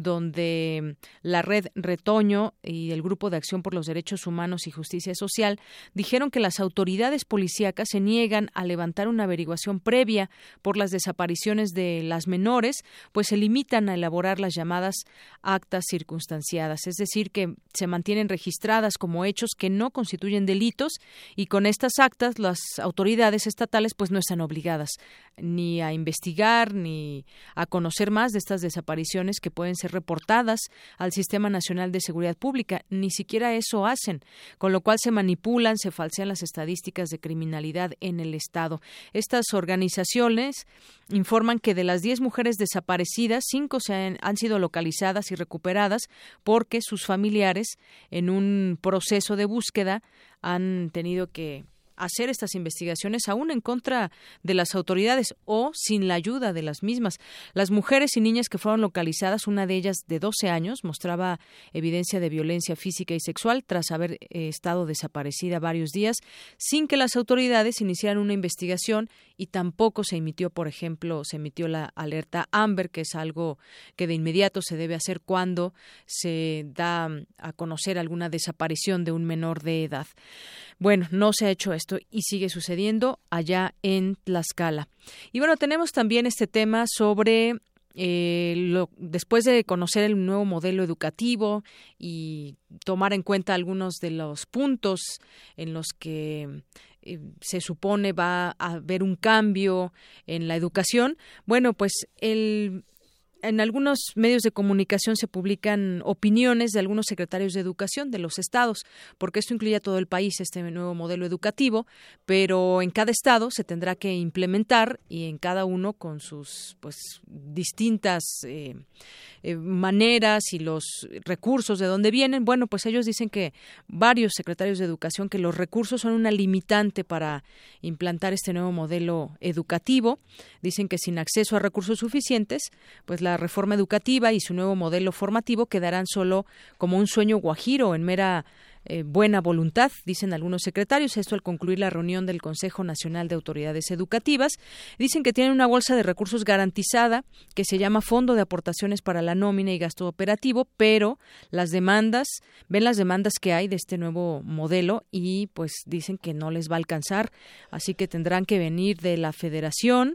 donde la Red Retoño y el Grupo de Acción por los Derechos Humanos y Justicia Social dijeron que las autoridades policíacas se niegan a levantar una averiguación previa por las desapariciones de las menores, pues se limitan a elaborar las llamadas actas circunstanciadas, es decir, que se mantienen registradas como hechos que no constituyen delitos, y con estas actas las autoridades estatales pues no están obligadas ni a investigar ni a conocer más de estas desapariciones que pueden ser reportadas al Sistema Nacional de Seguridad Pública. Ni siquiera eso hacen, con lo cual se manipulan, se falsean las estadísticas de criminalidad en el Estado. Estas organizaciones informan que de las 10 mujeres desaparecidas, 5 han sido localizadas y recuperadas porque sus familiares, en un proceso de búsqueda, han tenido que hacer estas investigaciones aún en contra de las autoridades o sin la ayuda de las mismas. Las mujeres y niñas que fueron localizadas, una de ellas de 12 años, mostraba evidencia de violencia física y sexual tras haber estado desaparecida varios días sin que las autoridades iniciaran una investigación, y tampoco se emitió, por ejemplo, la alerta Amber, que es algo que de inmediato se debe hacer cuando se da a conocer alguna desaparición de un menor de edad. Bueno, no se ha hecho esto y sigue sucediendo allá en Tlaxcala. Y bueno, tenemos también este tema sobre después de conocer el nuevo modelo educativo y tomar en cuenta algunos de los puntos en los que se supone va a haber un cambio en la educación. Bueno, pues en algunos medios de comunicación se publican opiniones de algunos secretarios de educación de los estados, porque esto incluye a todo el país, este nuevo modelo educativo, pero en cada estado se tendrá que implementar y en cada uno con sus distintas maneras y los recursos de dónde vienen. Bueno, pues ellos dicen que varios secretarios de educación que los recursos son una limitante para implantar este nuevo modelo educativo. Dicen que sin acceso a recursos suficientes, pues la reforma educativa y su nuevo modelo formativo quedarán solo como un sueño guajiro en mera buena voluntad, dicen algunos secretarios, esto al concluir la reunión del Consejo Nacional de Autoridades Educativas. Dicen que tienen una bolsa de recursos garantizada que se llama Fondo de Aportaciones para la Nómina y Gasto Operativo, pero ven las demandas que hay de este nuevo modelo y pues dicen que no les va a alcanzar, así que tendrán que venir de la Federación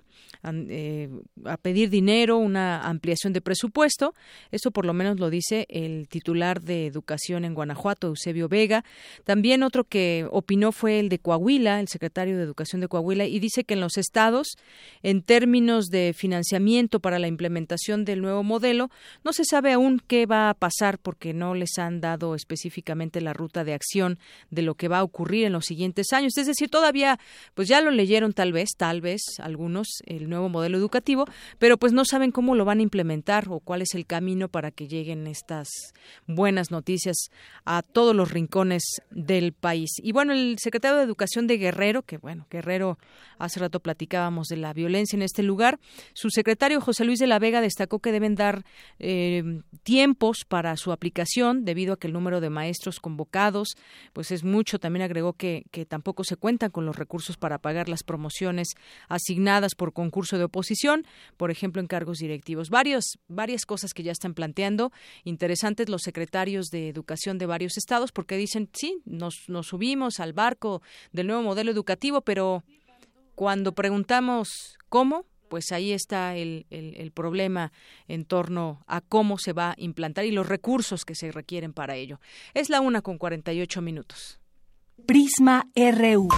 a pedir dinero, una ampliación de presupuesto. Esto por lo menos lo dice el titular de Educación en Guanajuato, Eusebio Vega. También otro que opinó fue el de Coahuila, el secretario de Educación de Coahuila, y dice que en los estados, en términos de financiamiento para la implementación del nuevo modelo, no se sabe aún qué va a pasar porque no les han dado específicamente la ruta de acción de lo que va a ocurrir en los siguientes años. Es decir, todavía, pues ya lo leyeron tal vez algunos, el nuevo modelo educativo, pero pues no saben cómo lo van a implementar o cuál es el camino para que lleguen estas buenas noticias a todos los rincones del país. Y bueno, el secretario de Educación de Guerrero, Guerrero, hace rato platicábamos de la violencia en este lugar, su secretario José Luis de la Vega destacó que deben dar tiempos para su aplicación debido a que el número de maestros convocados pues es mucho. También agregó que tampoco se cuentan con los recursos para pagar las promociones asignadas por concurso de oposición, por ejemplo en cargos directivos. Varias cosas que ya están planteando, interesantes los secretarios de Educación de varios estados, porque dicen, sí, nos subimos al barco del nuevo modelo educativo, pero cuando preguntamos cómo, pues ahí está el problema en torno a cómo se va a implantar y los recursos que se requieren para ello. Es la 1:48. Prisma RU.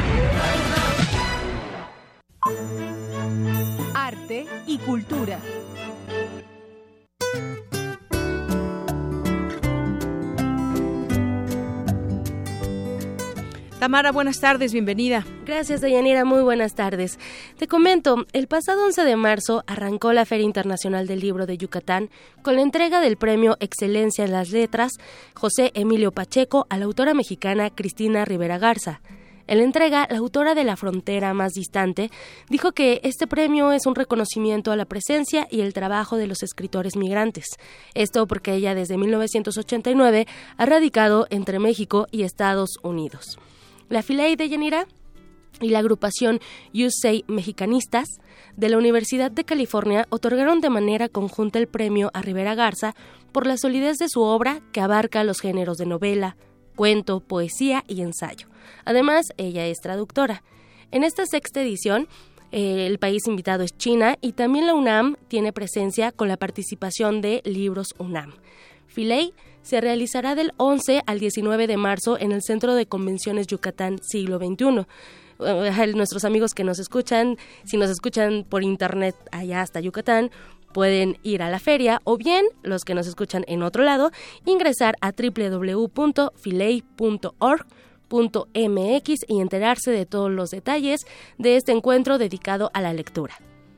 Arte y cultura. Tamara, buenas tardes, bienvenida. Gracias, Deyanira, muy buenas tardes. Te comento, el pasado 11 de marzo arrancó la Feria Internacional del Libro de Yucatán con la entrega del Premio Excelencia en las Letras José Emilio Pacheco a la autora mexicana Cristina Rivera Garza. En la entrega, la autora de La Frontera Más Distante dijo que este premio es un reconocimiento a la presencia y el trabajo de los escritores migrantes. Esto porque ella desde 1989 ha radicado entre México y Estados Unidos. La Filey de Yanira y la agrupación USA Mexicanistas de la Universidad de California otorgaron de manera conjunta el premio a Rivera Garza por la solidez de su obra que abarca los géneros de novela, cuento, poesía y ensayo. Además, ella es traductora. En esta sexta edición, el país invitado es China y también la UNAM tiene presencia con la participación de Libros UNAM. Filey se realizará del 11 al 19 de marzo en el Centro de Convenciones Yucatán Siglo XXI. Nuestros amigos que nos escuchan, si nos escuchan por internet allá hasta Yucatán, pueden ir a la feria o bien, los que nos escuchan en otro lado, ingresar a www.filey.org.mx y enterarse de todos los detalles de este encuentro dedicado a la lectura.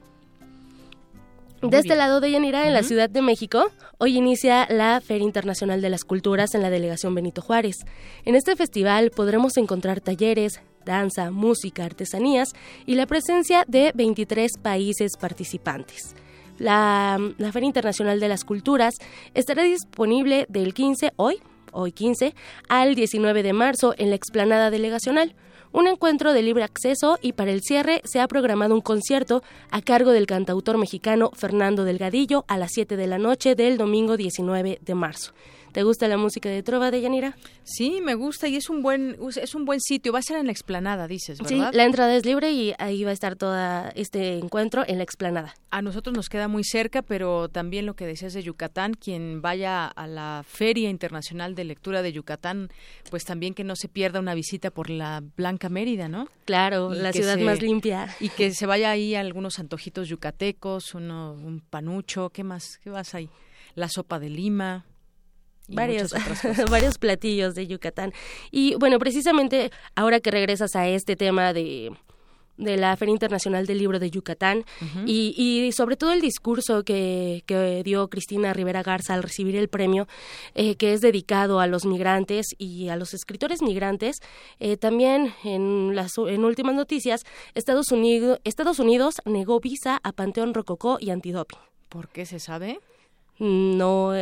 De este lado de Yanira, en la Ciudad de México, hoy inicia la Feria Internacional de las Culturas en la Delegación Benito Juárez. En este festival podremos encontrar talleres, danza, música, artesanías y la presencia de 23 países participantes. La Feria Internacional de las Culturas estará disponible del 15, hoy 15, al 19 de marzo en la explanada delegacional. Un encuentro de libre acceso y para el cierre se ha programado un concierto a cargo del cantautor mexicano Fernando Delgadillo a las 7 de la noche del domingo 19 de marzo. ¿Te gusta la música de trova, Deyanira? Sí, me gusta y es un buen sitio. Va a ser en la Explanada, dices, ¿verdad? Sí, la entrada es libre y ahí va a estar todo este encuentro en la Explanada. A nosotros nos queda muy cerca, pero también lo que decías de Yucatán, quien vaya a la Feria Internacional de Lectura de Yucatán, pues también que no se pierda una visita por la Blanca Mérida, ¿no? Claro, la ciudad más limpia. Y que se vaya ahí a algunos antojitos yucatecos, un panucho, ¿qué más? ¿Qué vas ahí? La sopa de lima. Varios platillos de Yucatán. Y bueno, precisamente ahora que regresas a este tema de la Feria Internacional del Libro de Yucatán, uh-huh, y sobre todo el discurso que dio Cristina Rivera Garza al recibir el premio, que es dedicado a los migrantes y a los escritores migrantes. También en últimas noticias, Estados Unidos negó visa a Panteón Rococó y Antidoping. ¿Por qué se sabe? No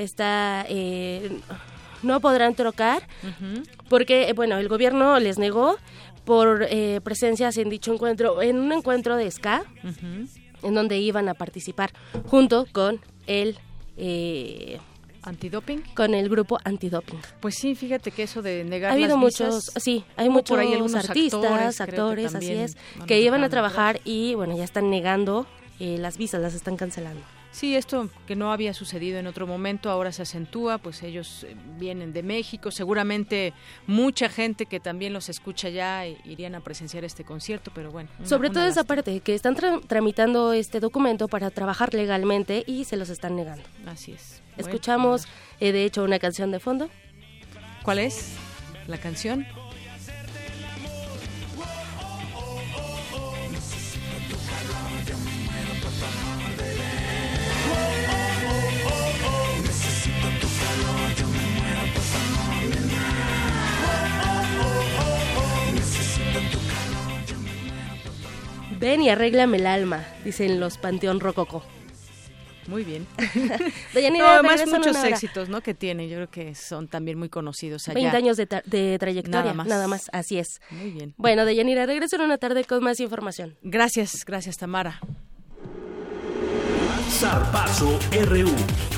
no podrán trocar, uh-huh, porque bueno, el gobierno les negó por presencias en dicho encuentro, en un encuentro de ska, uh-huh, en donde iban a participar junto con el ¿Antidoping? Con el grupo Antidoping. Pues sí, fíjate que eso de negar ha habido las visas, hay muchos por ahí algunos artistas, actores, así es, que iban a trabajar y bueno, ya están negando las visas, las están cancelando. Sí, esto que no había sucedido en otro momento, ahora se acentúa, pues ellos vienen de México, seguramente mucha gente que también los escucha ya irían a presenciar este concierto, pero bueno. Sobre todo esa parte, que están tramitando este documento para trabajar legalmente y se los están negando. Así es. Escuchamos, de hecho, una canción de fondo. ¿Cuál es la canción? Ven y arréglame el alma, dicen los Panteón Rococó. Muy bien. Deyanira, además muchos éxitos, ¿no?, que tiene, yo creo que son también muy conocidos allá. 20 años de trayectoria, nada más, así es. Muy bien. Bueno, Deyanira, regreso en una tarde con más información. Gracias, Tamara. Zarpazo RU.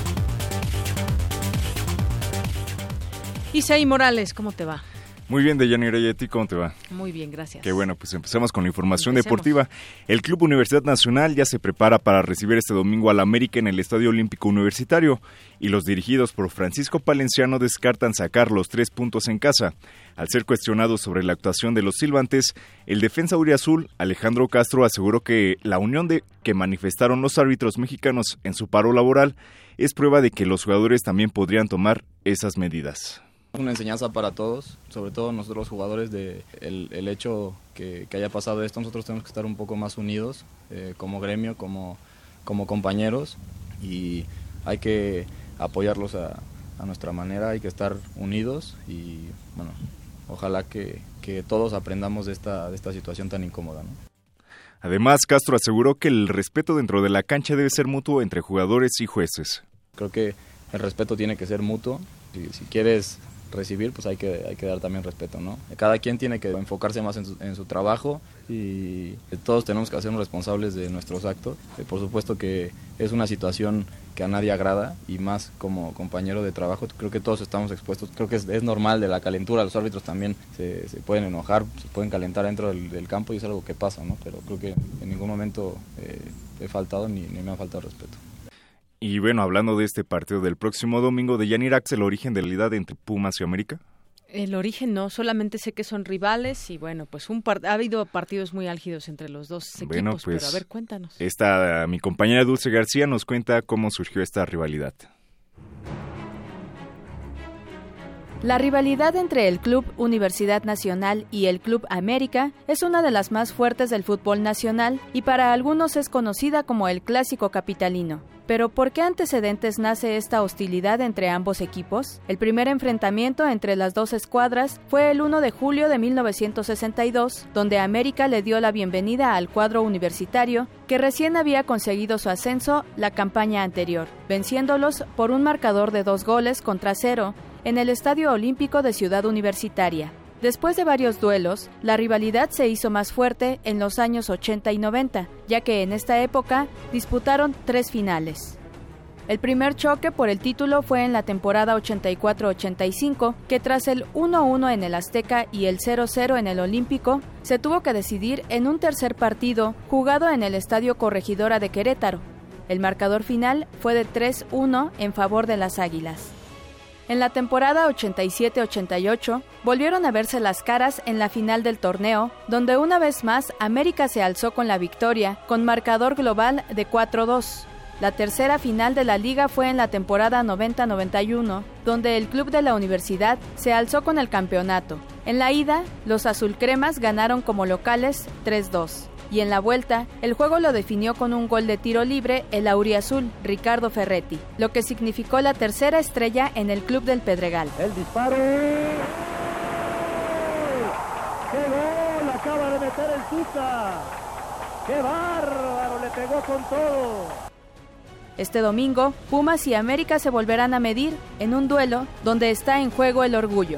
Isaí Morales, ¿cómo te va? Muy bien, Deyanira, ¿y a ti cómo te va? Muy bien, gracias. Qué bueno, pues empezamos con la información deportiva. El Club Universidad Nacional ya se prepara para recibir este domingo al América en el Estadio Olímpico Universitario y los dirigidos por Francisco Palenciano descartan sacar los 3 puntos en casa. Al ser cuestionado sobre la actuación de los silbantes, el defensa auriazul, Alejandro Castro, aseguró que la unión que manifestaron los árbitros mexicanos en su paro laboral es prueba de que los jugadores también podrían tomar esas medidas. Una enseñanza para todos, sobre todo nosotros los jugadores, de el hecho que haya pasado esto. Nosotros tenemos que estar un poco más unidos como gremio, como compañeros, y hay que apoyarlos a nuestra manera, hay que estar unidos y bueno, ojalá que todos aprendamos de esta situación tan incómoda, ¿no? Además, Castro aseguró que el respeto dentro de la cancha debe ser mutuo entre jugadores y jueces. Creo que el respeto tiene que ser mutuo. Si quieres recibir, pues hay que dar también respeto, ¿no? Cada quien tiene que enfocarse más en su trabajo y todos tenemos que hacernos responsables de nuestros actos. Por supuesto que es una situación que a nadie agrada y más como compañero de trabajo, creo que todos estamos expuestos. Creo que es normal de la calentura, los árbitros también se pueden enojar, se pueden calentar dentro del campo y es algo que pasa, ¿no? Pero creo que en ningún momento he faltado ni me ha faltado respeto. Y bueno, hablando de este partido del próximo domingo, ¿Deyanira, el origen de la realidad entre Pumas y América? El origen no, solamente sé que son rivales y bueno, pues ha habido partidos muy álgidos entre los dos equipos, bueno, pues, pero a ver, cuéntanos. Mi compañera Dulce García nos cuenta cómo surgió esta rivalidad. La rivalidad entre el Club Universidad Nacional y el Club América es una de las más fuertes del fútbol nacional y para algunos es conocida como el Clásico Capitalino. Pero ¿por qué antecedentes nace esta hostilidad entre ambos equipos? El primer enfrentamiento entre las dos escuadras fue el 1 de julio de 1962, donde América le dio la bienvenida al cuadro universitario, que recién había conseguido su ascenso la campaña anterior, venciéndolos por un marcador de 2-0 en el Estadio Olímpico de Ciudad Universitaria. Después de varios duelos, la rivalidad se hizo más fuerte en los años 80 y 90, ya que en esta época disputaron 3 finales. El primer choque por el título fue en la temporada 84-85, que tras el 1-1 en el Azteca y el 0-0 en el Olímpico, se tuvo que decidir en un tercer partido jugado en el Estadio Corregidora de Querétaro. El marcador final fue de 3-1 en favor de las Águilas. En la temporada 87-88 volvieron a verse las caras en la final del torneo, donde una vez más América se alzó con la victoria, con marcador global de 4-2. La tercera final de la liga fue en la temporada 90-91, donde el club de la Universidad se alzó con el campeonato. En la ida, los azulcremas ganaron como locales 3-2. Y en la vuelta, el juego lo definió con un gol de tiro libre el auriazul, Ricardo Ferretti, lo que significó la tercera estrella en el club del Pedregal. El disparo. ¡Qué gol acaba de meter el Tuca! ¡Qué bárbaro! Le pegó con todo. Este domingo, Pumas y América se volverán a medir en un duelo donde está en juego el orgullo.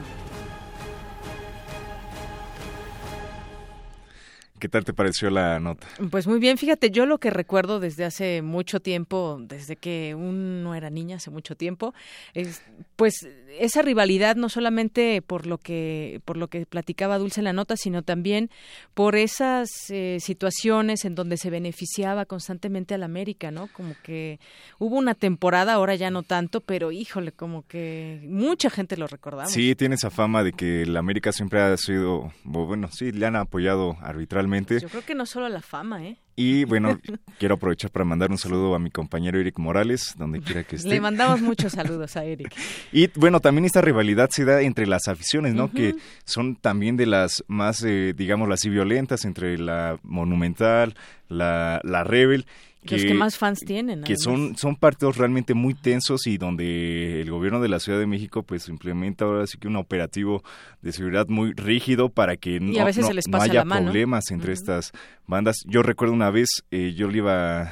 ¿Qué tal te pareció la nota? Pues muy bien, fíjate, yo lo que recuerdo desde hace mucho tiempo, desde que uno era niña, hace mucho tiempo, es pues esa rivalidad no solamente por lo que platicaba Dulce en la nota, sino también por esas situaciones en donde se beneficiaba constantemente al América, ¿no? Como que hubo una temporada, ahora ya no tanto, pero híjole, como que mucha gente lo recordamos. Sí, tiene esa fama de que el América siempre ha sido, bueno, sí, le han apoyado arbitralmente. Yo creo que no solo la fama, ¿eh? Y bueno, quiero aprovechar para mandar un saludo a mi compañero Eric Morales, donde quiera que esté. Le mandamos muchos saludos a Eric. Y bueno, también esta rivalidad se da entre las aficiones, ¿no? Que son también de las más, digámoslo así, violentas, entre la Monumental, la Rebel. Los que más fans tienen. Que son partidos realmente muy tensos y donde el gobierno de la Ciudad de México pues implementa ahora sí que un operativo de seguridad muy rígido para que no haya problemas entre estas bandas. Yo recuerdo una vez, iba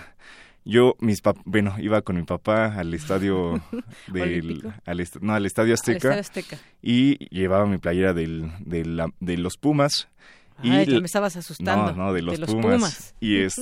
con mi papá al estadio al Estadio Azteca, y llevaba mi playera de los Pumas. Ay, que me estabas asustando. No, de los Pumas.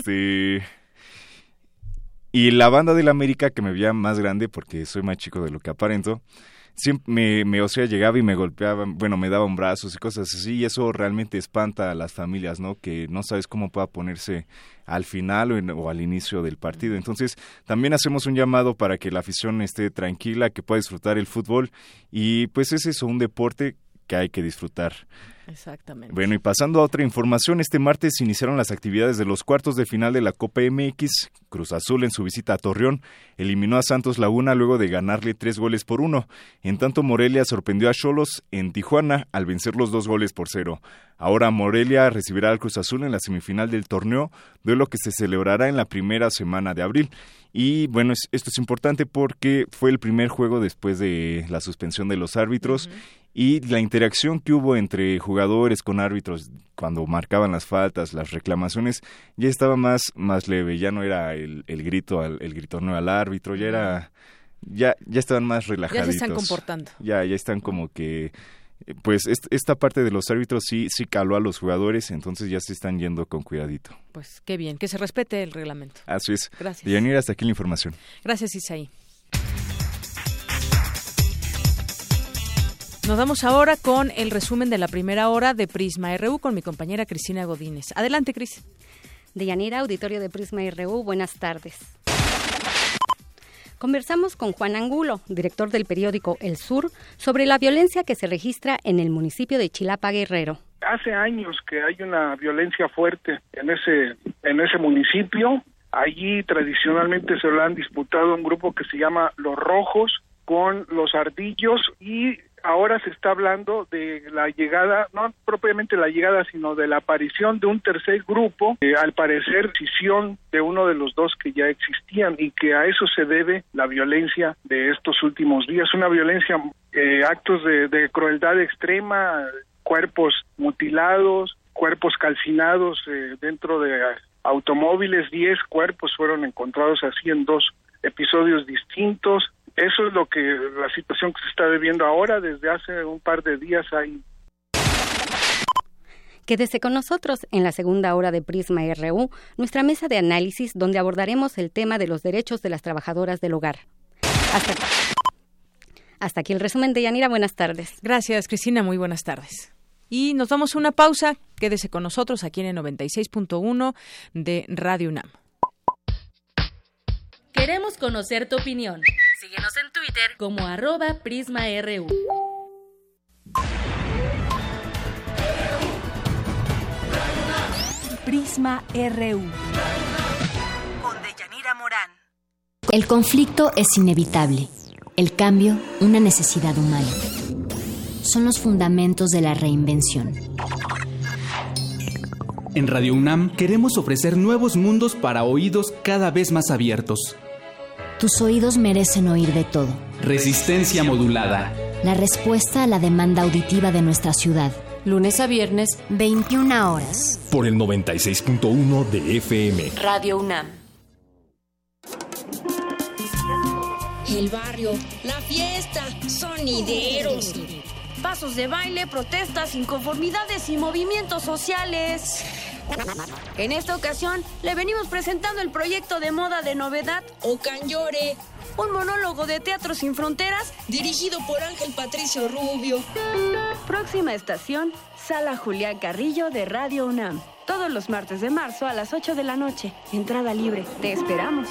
Y la banda del América, que me veía más grande porque soy más chico de lo que aparento, siempre llegaba y me golpeaba, bueno, me daban brazos y cosas así, y eso realmente espanta a las familias, ¿no? Que no sabes cómo pueda ponerse al final o al inicio del partido. Entonces, también hacemos un llamado para que la afición esté tranquila, que pueda disfrutar el fútbol, y pues es eso, un deporte que hay que disfrutar. Exactamente. Bueno, y pasando a otra información, este martes iniciaron las actividades de los cuartos de final de la Copa MX. Cruz Azul, en su visita a Torreón, eliminó a Santos Laguna luego de ganarle 3-1. En tanto, Morelia sorprendió a Xolos en Tijuana al vencer los 2-0. Ahora Morelia recibirá al Cruz Azul en la semifinal del torneo, duelo que se celebrará en la primera semana de abril. Y bueno, esto es importante porque fue el primer juego después de la suspensión de los árbitros. Y la interacción que hubo entre jugadores con árbitros cuando marcaban las faltas, las reclamaciones, ya estaba más leve, ya no era el gritoneo al árbitro, ya estaban más relajaditos. Ya se están comportando. Ya están como que, pues esta parte de los árbitros sí caló a los jugadores, entonces ya se están yendo con cuidadito. Pues qué bien, que se respete el reglamento. Así es. Gracias. Yanira, hasta aquí la información. Gracias, Isaí. Nos vamos ahora con el resumen de la primera hora de Prisma RU con mi compañera Cristina Godínez. Adelante, Cris. Deyanira, auditorio de Prisma RU, buenas tardes. Conversamos con Juan Angulo, director del periódico El Sur, sobre la violencia que se registra en el municipio de Chilapa, Guerrero. Hace años que hay una violencia fuerte en ese municipio. Allí tradicionalmente se lo han disputado un grupo que se llama Los Rojos con los Ardillos, y ahora se está hablando de la llegada, no propiamente la llegada, sino de la aparición de un tercer grupo, al parecer escisión de uno de los dos que ya existían, y que a eso se debe la violencia de estos últimos días, una violencia, actos de crueldad extrema, cuerpos mutilados, cuerpos calcinados dentro de automóviles, 10 cuerpos fueron encontrados así en 2 episodios distintos. Eso es la situación que se está viviendo ahora. Desde hace un par de días hay. Quédese con nosotros en la segunda hora de Prisma RU, nuestra mesa de análisis donde abordaremos el tema de los derechos de las trabajadoras del hogar. Hasta aquí el resumen de Yanira. Buenas tardes. Gracias, Cristina. Muy buenas tardes. Y nos damos una pausa. Quédese con nosotros aquí en el 96.1 de Radio UNAM. Queremos conocer tu opinión. Síguenos en Twitter como @PrismaRU. Prisma RU. Con Deyanira Morán. El conflicto es inevitable. El cambio, una necesidad humana. Son los fundamentos de la reinvención. En Radio UNAM queremos ofrecer nuevos mundos para oídos cada vez más abiertos. Tus oídos merecen oír de todo. Resistencia modulada. La respuesta a la demanda auditiva de nuestra ciudad. Lunes a viernes, 21 horas. Por el 96.1 de FM. Radio UNAM. El barrio, la fiesta, sonideros, pasos de baile, protestas, inconformidades y movimientos sociales. En esta ocasión le venimos presentando el proyecto de moda de novedad Ocanyore, un monólogo de Teatro Sin Fronteras dirigido por Ángel Patricio Rubio. Próxima estación, Sala Julián Carrillo de Radio UNAM. Todos los martes de marzo a las 8 de la noche. Entrada libre. Te esperamos.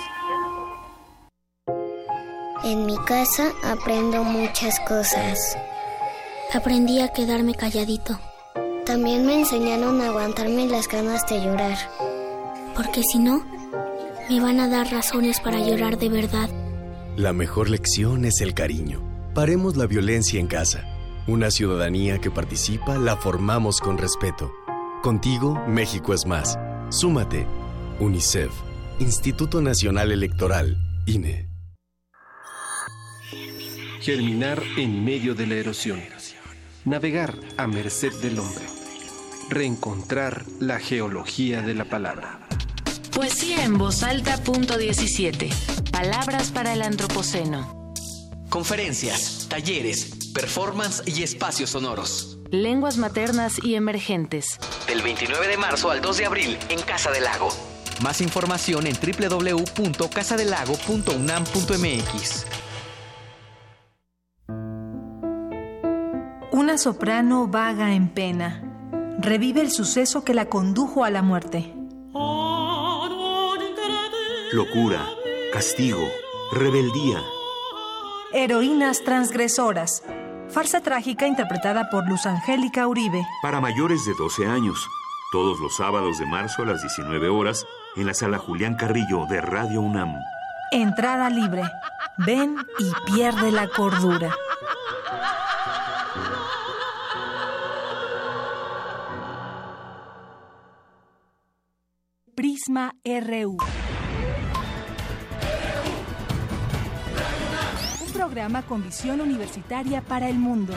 En mi casa aprendo muchas cosas. Aprendí a quedarme calladito. También me enseñaron a aguantarme las ganas de llorar. Porque si no, me van a dar razones para llorar de verdad. La mejor lección es el cariño. Paremos la violencia en casa. Una ciudadanía que participa la formamos con respeto. Contigo, México es más. Súmate. UNICEF, Instituto Nacional Electoral, INE. Germinar en medio de la erosión. Navegar a merced del hombre. Reencontrar la geología de la palabra. Poesía en voz alta, punto 17. Palabras para el antropoceno. Conferencias, talleres, performance y espacios sonoros. Lenguas maternas y emergentes. Del 29 de marzo al 2 de abril en Casa del Lago. Más información en www.casadelago.unam.mx. Una soprano vaga en pena. Revive el suceso que la condujo a la muerte. Locura, castigo, rebeldía. Heroínas transgresoras. Farsa trágica interpretada por Luz Angélica Uribe. Para mayores de 12 años. Todos los sábados de marzo a las 19 horas en la Sala Julián Carrillo de Radio UNAM. Entrada libre. Ven y pierde la cordura. Prisma RU. Un programa con visión universitaria para el mundo.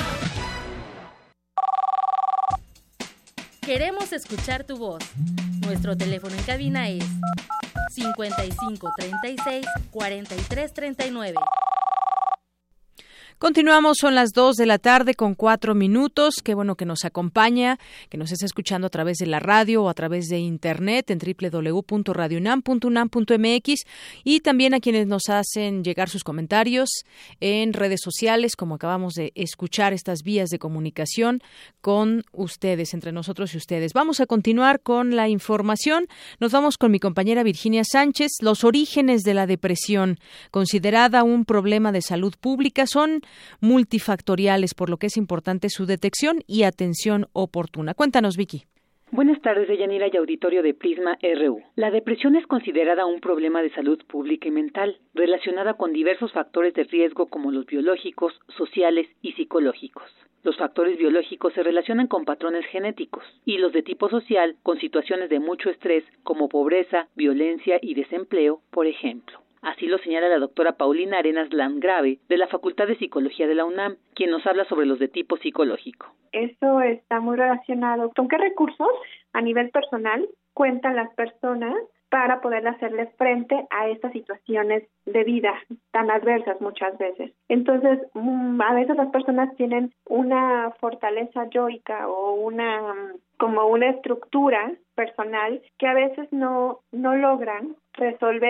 Queremos escuchar tu voz. Nuestro teléfono en cabina es 55 36 43 39. Continuamos, son las 2 de la tarde con 4 minutos. Qué bueno que nos acompaña, que nos esté escuchando a través de la radio o a través de internet en www.radiounam.unam.mx y también a quienes nos hacen llegar sus comentarios en redes sociales, como acabamos de escuchar, estas vías de comunicación con ustedes, entre nosotros y ustedes. Vamos a continuar con la información. Nos vamos con mi compañera Virginia Sánchez. Los orígenes de la depresión, considerada un problema de salud pública, son multifactoriales, por lo que es importante su detección y atención oportuna. Cuéntanos, Vicky. Buenas tardes, Deyanira y auditorio de Prisma RU. La depresión es considerada un problema de salud pública y mental, relacionada con diversos factores de riesgo como los biológicos, sociales y psicológicos. Los factores biológicos se relacionan con patrones genéticos y los de tipo social con situaciones de mucho estrés como pobreza, violencia y desempleo, por ejemplo. Así lo señala la doctora Paulina Arenas Landgrave, de la Facultad de Psicología de la UNAM, quien nos habla sobre los de tipo psicológico. Esto está muy relacionado con qué recursos a nivel personal cuentan las personas para poder hacerle frente a estas situaciones de vida tan adversas muchas veces. Entonces, a veces las personas tienen una fortaleza yoica o como una estructura personal que a veces no logran resolver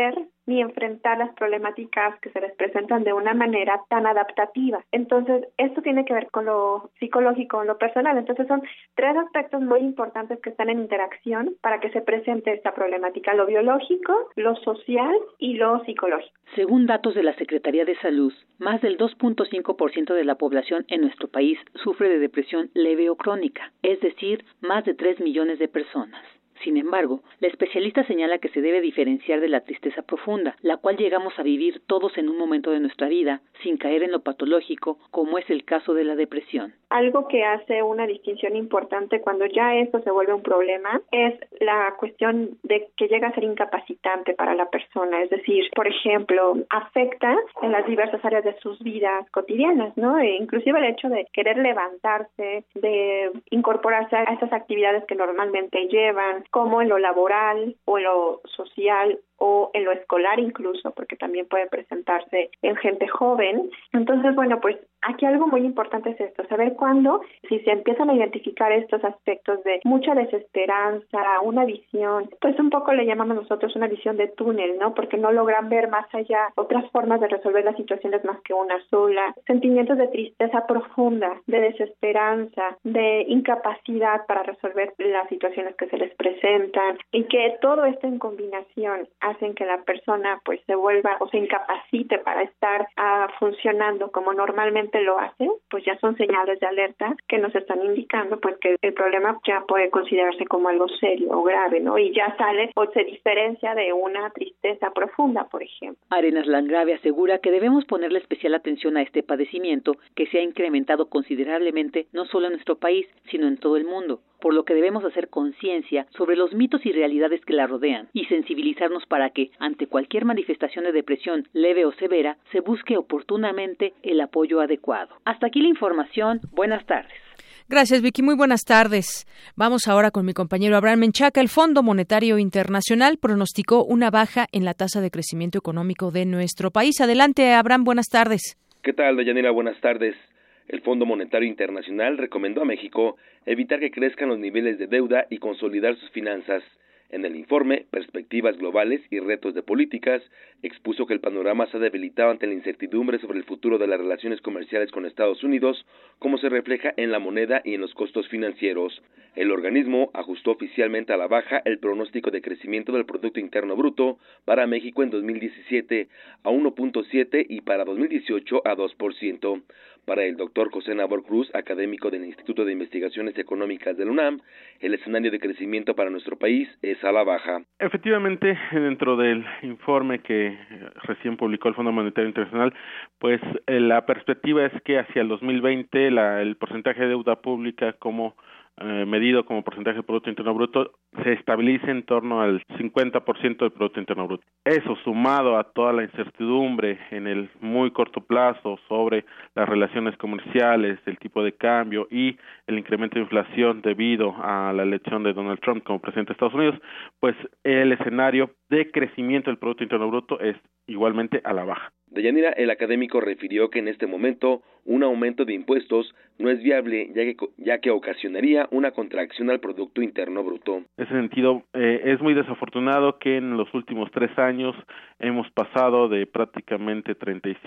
ni enfrentar las problemáticas que se les presentan de una manera tan adaptativa. Entonces, esto tiene que ver con lo psicológico, con lo personal. Entonces, son 3 aspectos muy importantes que están en interacción para que se presente esta problemática: lo biológico, lo social y lo psicológico. Según datos de la Secretaría de Salud, más del 2.5% de la población en nuestro país sufre de depresión leve o crónica, es decir, más de 3 millones de personas. Sin embargo, la especialista señala que se debe diferenciar de la tristeza profunda, la cual llegamos a vivir todos en un momento de nuestra vida, sin caer en lo patológico, como es el caso de la depresión. Algo que hace una distinción importante cuando ya esto se vuelve un problema es la cuestión de que llega a ser incapacitante para la persona. Es decir, por ejemplo, afecta en las diversas áreas de sus vidas cotidianas, ¿no? E inclusive el hecho de querer levantarse, de incorporarse a esas actividades que normalmente llevan, como en lo laboral o en lo social o en lo escolar incluso, porque también puede presentarse en gente joven. Entonces, bueno, pues aquí algo muy importante es esto, saber cuándo, si se empiezan a identificar estos aspectos de mucha desesperanza, una visión, pues un poco le llamamos nosotros una visión de túnel, ¿no? Porque no logran ver más allá otras formas de resolver las situaciones más que una sola, sentimientos de tristeza profunda, de desesperanza, de incapacidad para resolver las situaciones que se les presentan, y que todo esto en combinación hacen que la persona pues se vuelva o se incapacite para estar funcionando como normalmente lo hace, pues ya son señales de alerta que nos están indicando pues que el problema ya puede considerarse como algo serio o grave, ¿no? Y ya sale o se diferencia de una tristeza profunda, por ejemplo. Arenas Landgrave asegura que debemos ponerle especial atención a este padecimiento que se ha incrementado considerablemente no solo en nuestro país, sino en todo el mundo, por lo que debemos hacer conciencia sobre los mitos y realidades que la rodean y sensibilizarnos para que, ante cualquier manifestación de depresión leve o severa, se busque oportunamente el apoyo adecuado. Hasta aquí la información. Buenas tardes. Gracias, Vicky. Muy buenas tardes. Vamos ahora con mi compañero Abraham Menchaca. El Fondo Monetario Internacional pronosticó una baja en la tasa de crecimiento económico de nuestro país. Adelante, Abraham. Buenas tardes. ¿Qué tal, Deyanira? Buenas tardes. El Fondo Monetario Internacional recomendó a México evitar que crezcan los niveles de deuda y consolidar sus finanzas. En el informe Perspectivas Globales y Retos de Políticas, expuso que el panorama se ha debilitado ante la incertidumbre sobre el futuro de las relaciones comerciales con Estados Unidos, como se refleja en la moneda y en los costos financieros. El organismo ajustó oficialmente a la baja el pronóstico de crecimiento del Producto Interno Bruto para México en 2017 a 1.7 y para 2018 a 2%. Para el doctor José Nabor Cruz, académico del Instituto de Investigaciones Económicas de la UNAM, el escenario de crecimiento para nuestro país es a la baja. Efectivamente, dentro del informe que recién publicó el Fondo Monetario Internacional, pues la perspectiva es que hacia el 2020 el porcentaje de deuda pública como medido como porcentaje del Producto Interno Bruto se estabilice en torno al 50% del Producto Interno Bruto. Eso sumado a toda la incertidumbre en el muy corto plazo sobre las relaciones comerciales, el tipo de cambio y el incremento de inflación debido a la elección de Donald Trump como presidente de Estados Unidos, pues el escenario de crecimiento del Producto Interno Bruto es igualmente a la baja. Deyanira, el académico refirió que en este momento un aumento de impuestos no es viable ya que ocasionaría una contracción al Producto Interno Bruto. En ese sentido, es muy desafortunado que en los últimos 3 años hemos pasado de prácticamente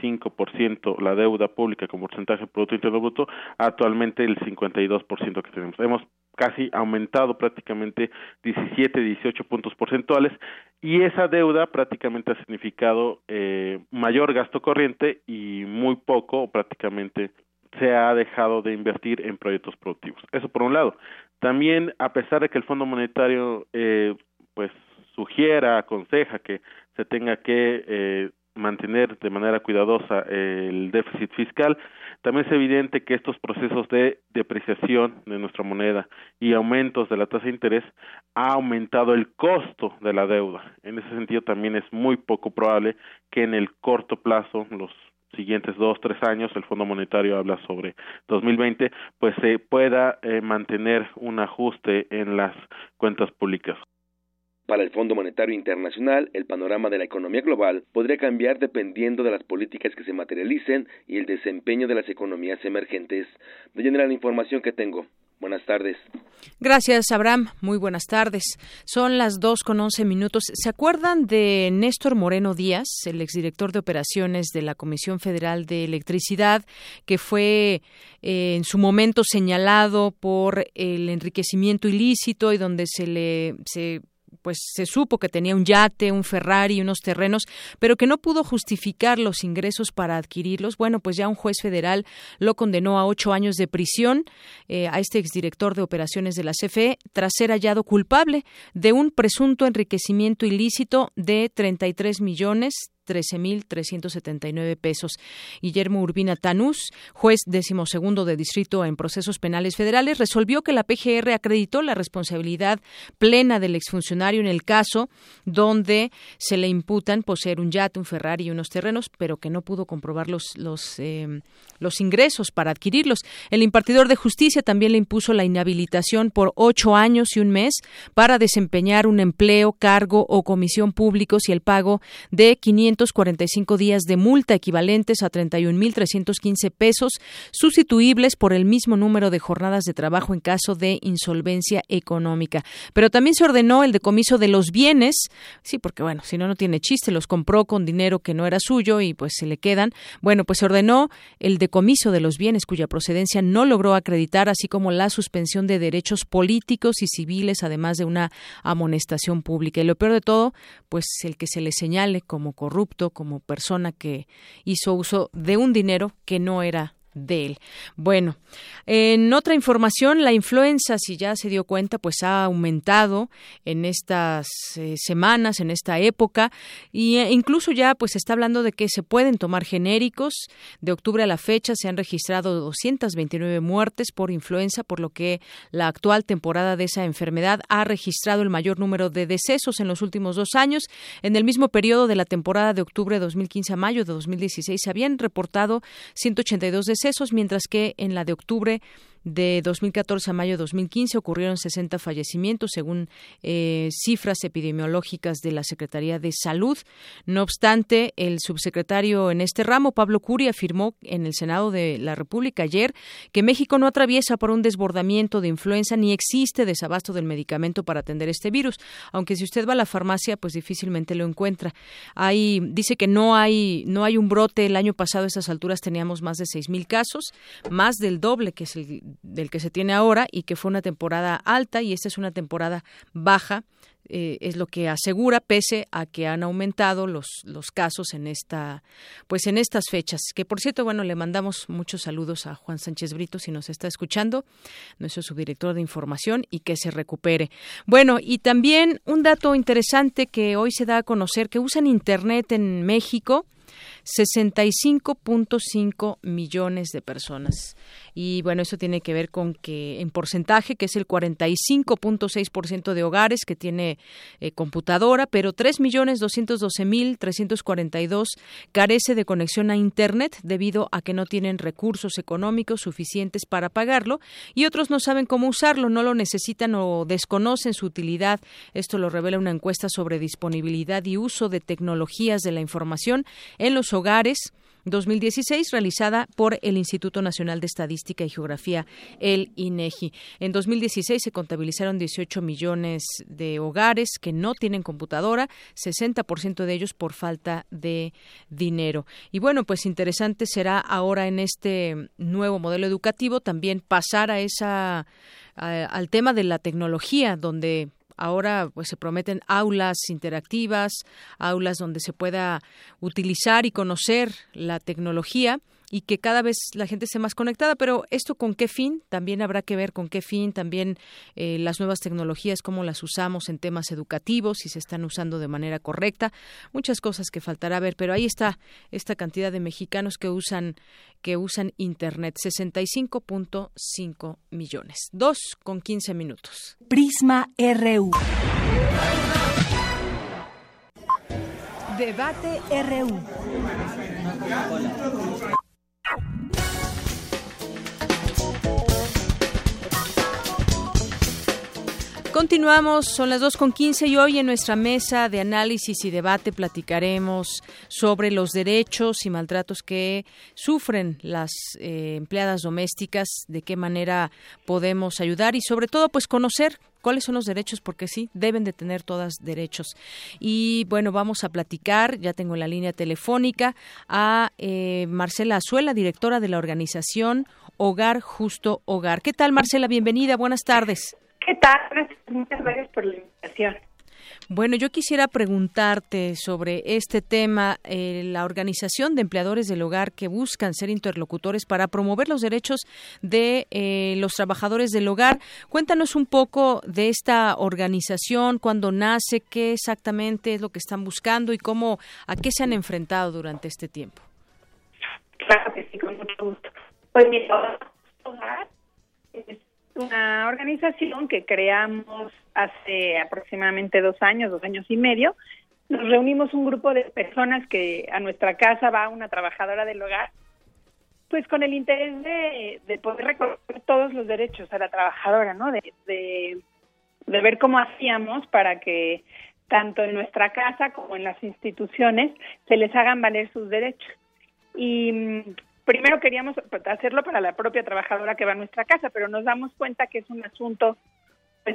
35% la deuda pública como porcentaje del Producto Interno Bruto a actualmente el 52% que tenemos. Hemos casi aumentado prácticamente 18 puntos porcentuales y esa deuda prácticamente ha significado mayor gasto corriente y muy poco o prácticamente se ha dejado de invertir en proyectos productivos. Eso por un lado. También, a pesar de que el Fondo Monetario pues sugiera, aconseja que se tenga que mantener de manera cuidadosa el déficit fiscal, también es evidente que estos procesos de depreciación de nuestra moneda y aumentos de la tasa de interés ha aumentado el costo de la deuda. En ese sentido también es muy poco probable que en el corto plazo, los siguientes 2-3 años, el Fondo Monetario habla sobre 2020, pues se pueda mantener un ajuste en las cuentas públicas. Para el Fondo Monetario Internacional, el panorama de la economía global podría cambiar dependiendo de las políticas que se materialicen y el desempeño de las economías emergentes. De general la información que tengo. Buenas tardes. Gracias, Abraham. Muy buenas tardes. Son las 2:11. ¿Se acuerdan de Néstor Moreno Díaz, el exdirector de operaciones de la Comisión Federal de Electricidad, que fue en su momento señalado por el enriquecimiento ilícito y donde se supo que tenía un yate, un Ferrari y unos terrenos, pero que no pudo justificar los ingresos para adquirirlos? Bueno, pues ya un juez federal lo condenó a 8 años de prisión a este exdirector de operaciones de la CFE tras ser hallado culpable de un presunto enriquecimiento ilícito de 33,13,379 pesos. Guillermo Urbina Tanús, juez 12º de distrito en procesos penales federales, resolvió que la PGR acreditó la responsabilidad plena del exfuncionario en el caso donde se le imputan poseer un yate, un Ferrari y unos terrenos, pero que no pudo comprobar los ingresos para adquirirlos. El impartidor de justicia también le impuso la inhabilitación por 8 años y un mes para desempeñar un empleo, cargo o comisión públicos y el pago de 545 días de multa equivalentes a 31,315 pesos, sustituibles por el mismo número de jornadas de trabajo en caso de insolvencia económica. Pero también se ordenó el decomiso de los bienes, sí, porque bueno, si no tiene chiste, los compró con dinero que no era suyo y pues se le quedan. Bueno, pues se ordenó el decomiso de los bienes cuya procedencia no logró acreditar, así como la suspensión de derechos políticos y civiles, además de una amonestación pública. Y lo peor de todo, pues el que se le señale como corrupto, como persona que hizo uso de un dinero que no era de él. Bueno, en otra información, la influenza, si ya se dio cuenta, pues ha aumentado en estas semanas, en esta época, y incluso ya pues se está hablando de que se pueden tomar genéricos. De octubre a la fecha se han registrado 229 muertes por influenza, por lo que la actual temporada de esa enfermedad ha registrado el mayor número de decesos en los últimos 2 años. En el mismo periodo de la temporada de octubre de 2015 a mayo de 2016 se habían reportado 182 decesos, mientras que en la de octubre de 2014 a mayo de 2015 ocurrieron 60 fallecimientos, según cifras epidemiológicas de la Secretaría de Salud. No obstante, el subsecretario en este ramo, Pablo Curi, afirmó en el Senado de la República ayer que México no atraviesa por un desbordamiento de influenza ni existe desabasto del medicamento para atender este virus, aunque si usted va a la farmacia, pues difícilmente lo encuentra. Dice que no hay un brote. El año pasado a estas alturas teníamos más de 6,000 casos, más del doble que es del que se tiene ahora, y que fue una temporada alta y esta es una temporada baja, es lo que asegura, pese a que han aumentado los casos en estas fechas. Que por cierto, bueno, le mandamos muchos saludos a Juan Sánchez Brito si nos está escuchando, nuestro subdirector de información, y que se recupere. Bueno, y también un dato interesante que hoy se da a conocer, que usan Internet en México 65.5 millones de personas. Y bueno, eso tiene que ver con que en porcentaje, que es el 45.6% de hogares que tiene computadora, pero 3.212.342 carece de conexión a Internet debido a que no tienen recursos económicos suficientes para pagarlo, y otros no saben cómo usarlo, no lo necesitan o desconocen su utilidad. Esto lo revela una encuesta sobre disponibilidad y uso de tecnologías de la información en los hogares 2016, realizada por el Instituto Nacional de Estadística y Geografía, el INEGI. En 2016 se contabilizaron 18 millones de hogares que no tienen computadora, 60% de ellos por falta de dinero. Y bueno, pues interesante será ahora en este nuevo modelo educativo también pasar al tema de la tecnología, donde ahora pues se prometen aulas interactivas, aulas donde se pueda utilizar y conocer la tecnología y que cada vez la gente esté más conectada. Pero ¿esto con qué fin? También habrá que ver con qué fin, también las nuevas tecnologías, cómo las usamos en temas educativos, si se están usando de manera correcta. Muchas cosas que faltará ver, pero ahí está esta cantidad de mexicanos que usan Internet, 65.5 millones. 2:15. Prisma RU. Debate RU. Continuamos, son las 2:15 y hoy en nuestra mesa de análisis y debate platicaremos sobre los derechos y maltratos que sufren las empleadas domésticas, de qué manera podemos ayudar y sobre todo pues conocer cuáles son los derechos, porque sí, deben de tener todas derechos. Y bueno, vamos a platicar, ya tengo en la línea telefónica a Marcela Azuela, directora de la organización Hogar Justo Hogar. ¿Qué tal, Marcela? Bienvenida, buenas tardes. ¿Qué tal? Muchas gracias por la invitación. Bueno, yo quisiera preguntarte sobre este tema, la Organización de Empleadores del Hogar, que buscan ser interlocutores para promover los derechos de los trabajadores del hogar. Cuéntanos un poco de esta organización, cuándo nace, qué exactamente es lo que están buscando y a qué se han enfrentado durante este tiempo. Claro que sí, con mucho gusto. Pues mira, Hogar es una organización que creamos hace aproximadamente 2 años y medio. Nos reunimos un grupo de personas que a nuestra casa va una trabajadora del hogar, pues con el interés de poder reconocer todos los derechos a la trabajadora, ¿no? De ver cómo hacíamos para que tanto en nuestra casa como en las instituciones se les hagan valer sus derechos. Y primero queríamos hacerlo para la propia trabajadora que va a nuestra casa, pero nos damos cuenta que es un asunto, pues,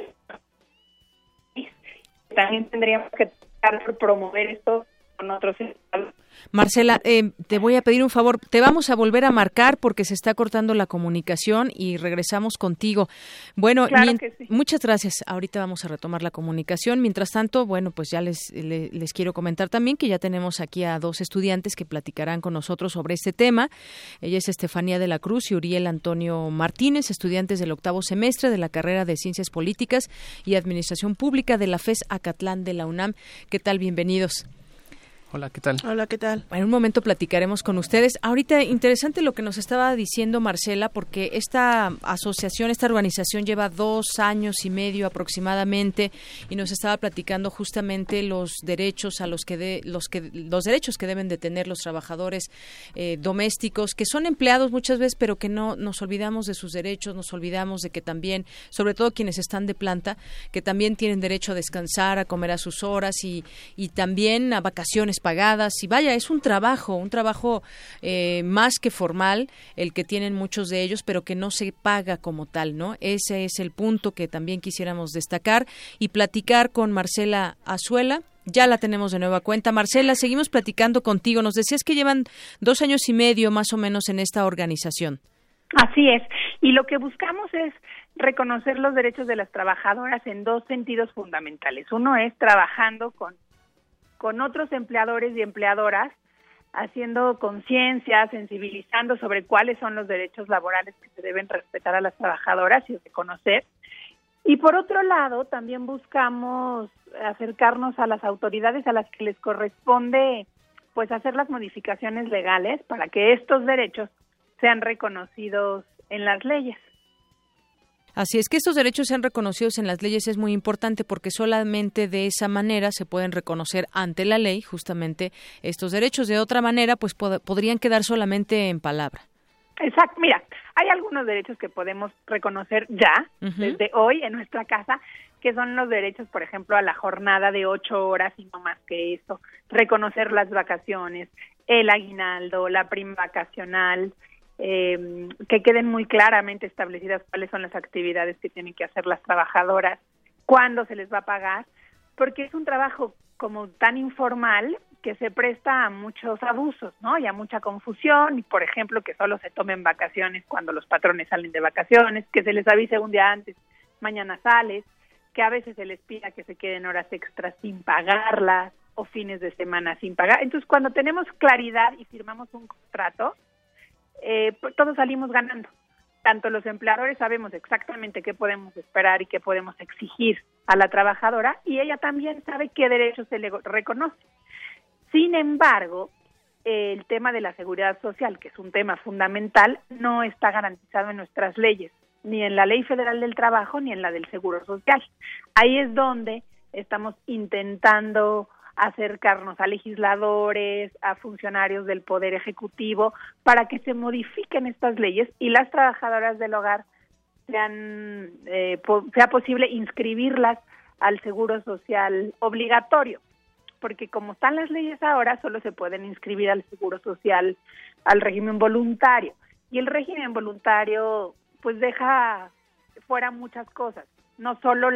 también tendríamos que tratar de promover esto con otros estados. Marcela, te voy a pedir un favor, te vamos a volver a marcar porque se está cortando la comunicación y regresamos contigo. Bueno, claro que sí. Muchas gracias. Ahorita vamos a retomar la comunicación. Mientras tanto, bueno, pues ya les quiero comentar también que ya tenemos aquí a 2 estudiantes que platicarán con nosotros sobre este tema. Ella es Estefanía de la Cruz y Uriel Antonio Martínez, estudiantes del 8º semestre de la carrera de Ciencias Políticas y Administración Pública de la FES Acatlán de la UNAM. ¿Qué tal? Bienvenidos. Hola, ¿qué tal? Hola, ¿qué tal? En un momento platicaremos con ustedes. Ahorita, interesante lo que nos estaba diciendo Marcela, porque esta asociación, esta organización lleva 2 años y medio aproximadamente y nos estaba platicando justamente los derechos a los derechos que deben de tener los trabajadores domésticos, que son empleados muchas veces, pero que no nos olvidamos de sus derechos, nos olvidamos de que también, sobre todo quienes están de planta, que también tienen derecho a descansar, a comer a sus horas y también a vacaciones pagadas, y vaya, es un trabajo más que formal el que tienen muchos de ellos, pero que no se paga como tal, ¿no? Ese es el punto que también quisiéramos destacar y platicar con Marcela Azuela. Ya la tenemos de nueva cuenta. Marcela, seguimos platicando contigo. Nos decías que llevan 2 años y medio más o menos en esta organización. Así es, y lo que buscamos es reconocer los derechos de las trabajadoras en 2 sentidos fundamentales. Uno es trabajando con otros empleadores y empleadoras, haciendo conciencia, sensibilizando sobre cuáles son los derechos laborales que se deben respetar a las trabajadoras y reconocer. Y por otro lado, también buscamos acercarnos a las autoridades a las que les corresponde pues hacer las modificaciones legales para que estos derechos sean reconocidos en las leyes. Así es, que estos derechos sean reconocidos en las leyes es muy importante porque solamente de esa manera se pueden reconocer ante la ley justamente estos derechos. De otra manera, pues podrían quedar solamente en palabra. Exacto. Mira, hay algunos derechos que podemos reconocer ya, desde hoy en nuestra casa, que son los derechos, por ejemplo, a la jornada de 8 horas y no más que eso, reconocer las vacaciones, el aguinaldo, la prima vacacional, que queden muy claramente establecidas cuáles son las actividades que tienen que hacer las trabajadoras, cuándo se les va a pagar, porque es un trabajo como tan informal que se presta a muchos abusos, ¿no? Y a mucha confusión, y por ejemplo que solo se tomen vacaciones cuando los patrones salen de vacaciones, que se les avise un día antes, mañana sales, que a veces se les pida que se queden horas extras sin pagarlas o fines de semana sin pagar. Entonces, cuando tenemos claridad y firmamos un contrato, todos salimos ganando. Tanto los empleadores sabemos exactamente qué podemos esperar y qué podemos exigir a la trabajadora, y ella también sabe qué derechos se le reconoce. Sin embargo, el tema de la seguridad social, que es un tema fundamental, no está garantizado en nuestras leyes, ni en la Ley Federal del Trabajo ni en la del Seguro Social. Ahí es donde estamos intentando acercarnos a legisladores, a funcionarios del Poder Ejecutivo, para que se modifiquen estas leyes y las trabajadoras del hogar sea posible inscribirlas al Seguro Social obligatorio, porque como están las leyes ahora, solo se pueden inscribir al Seguro Social, al régimen voluntario, y el régimen voluntario pues deja fuera muchas cosas, no solo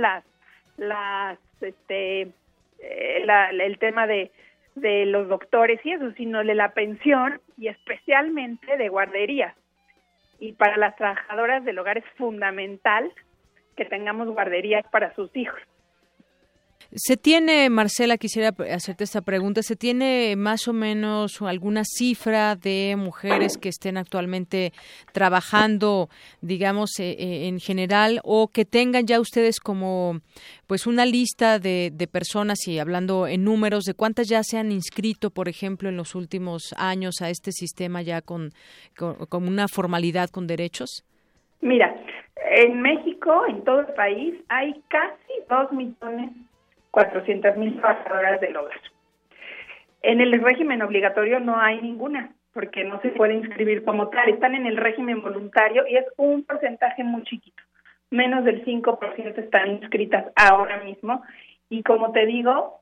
el tema de los doctores y eso, sino de la pensión y especialmente de guarderías. Y para las trabajadoras del hogar es fundamental que tengamos guarderías para sus hijos. ¿Se tiene, Marcela, quisiera hacerte esta pregunta, ¿se tiene más o menos alguna cifra de mujeres que estén actualmente trabajando, digamos, en general, o que tengan ya ustedes como pues una lista de personas, y hablando en números, de cuántas ya se han inscrito, por ejemplo, en los últimos años a este sistema ya con una formalidad con derechos? Mira, en México, en todo el país, hay casi 2.400.000 trabajadoras del hogar. En el régimen obligatorio no hay ninguna, porque no se puede inscribir como tal. Están en el régimen voluntario y es un porcentaje muy chiquito. Menos del 5% están inscritas ahora mismo. Y como te digo,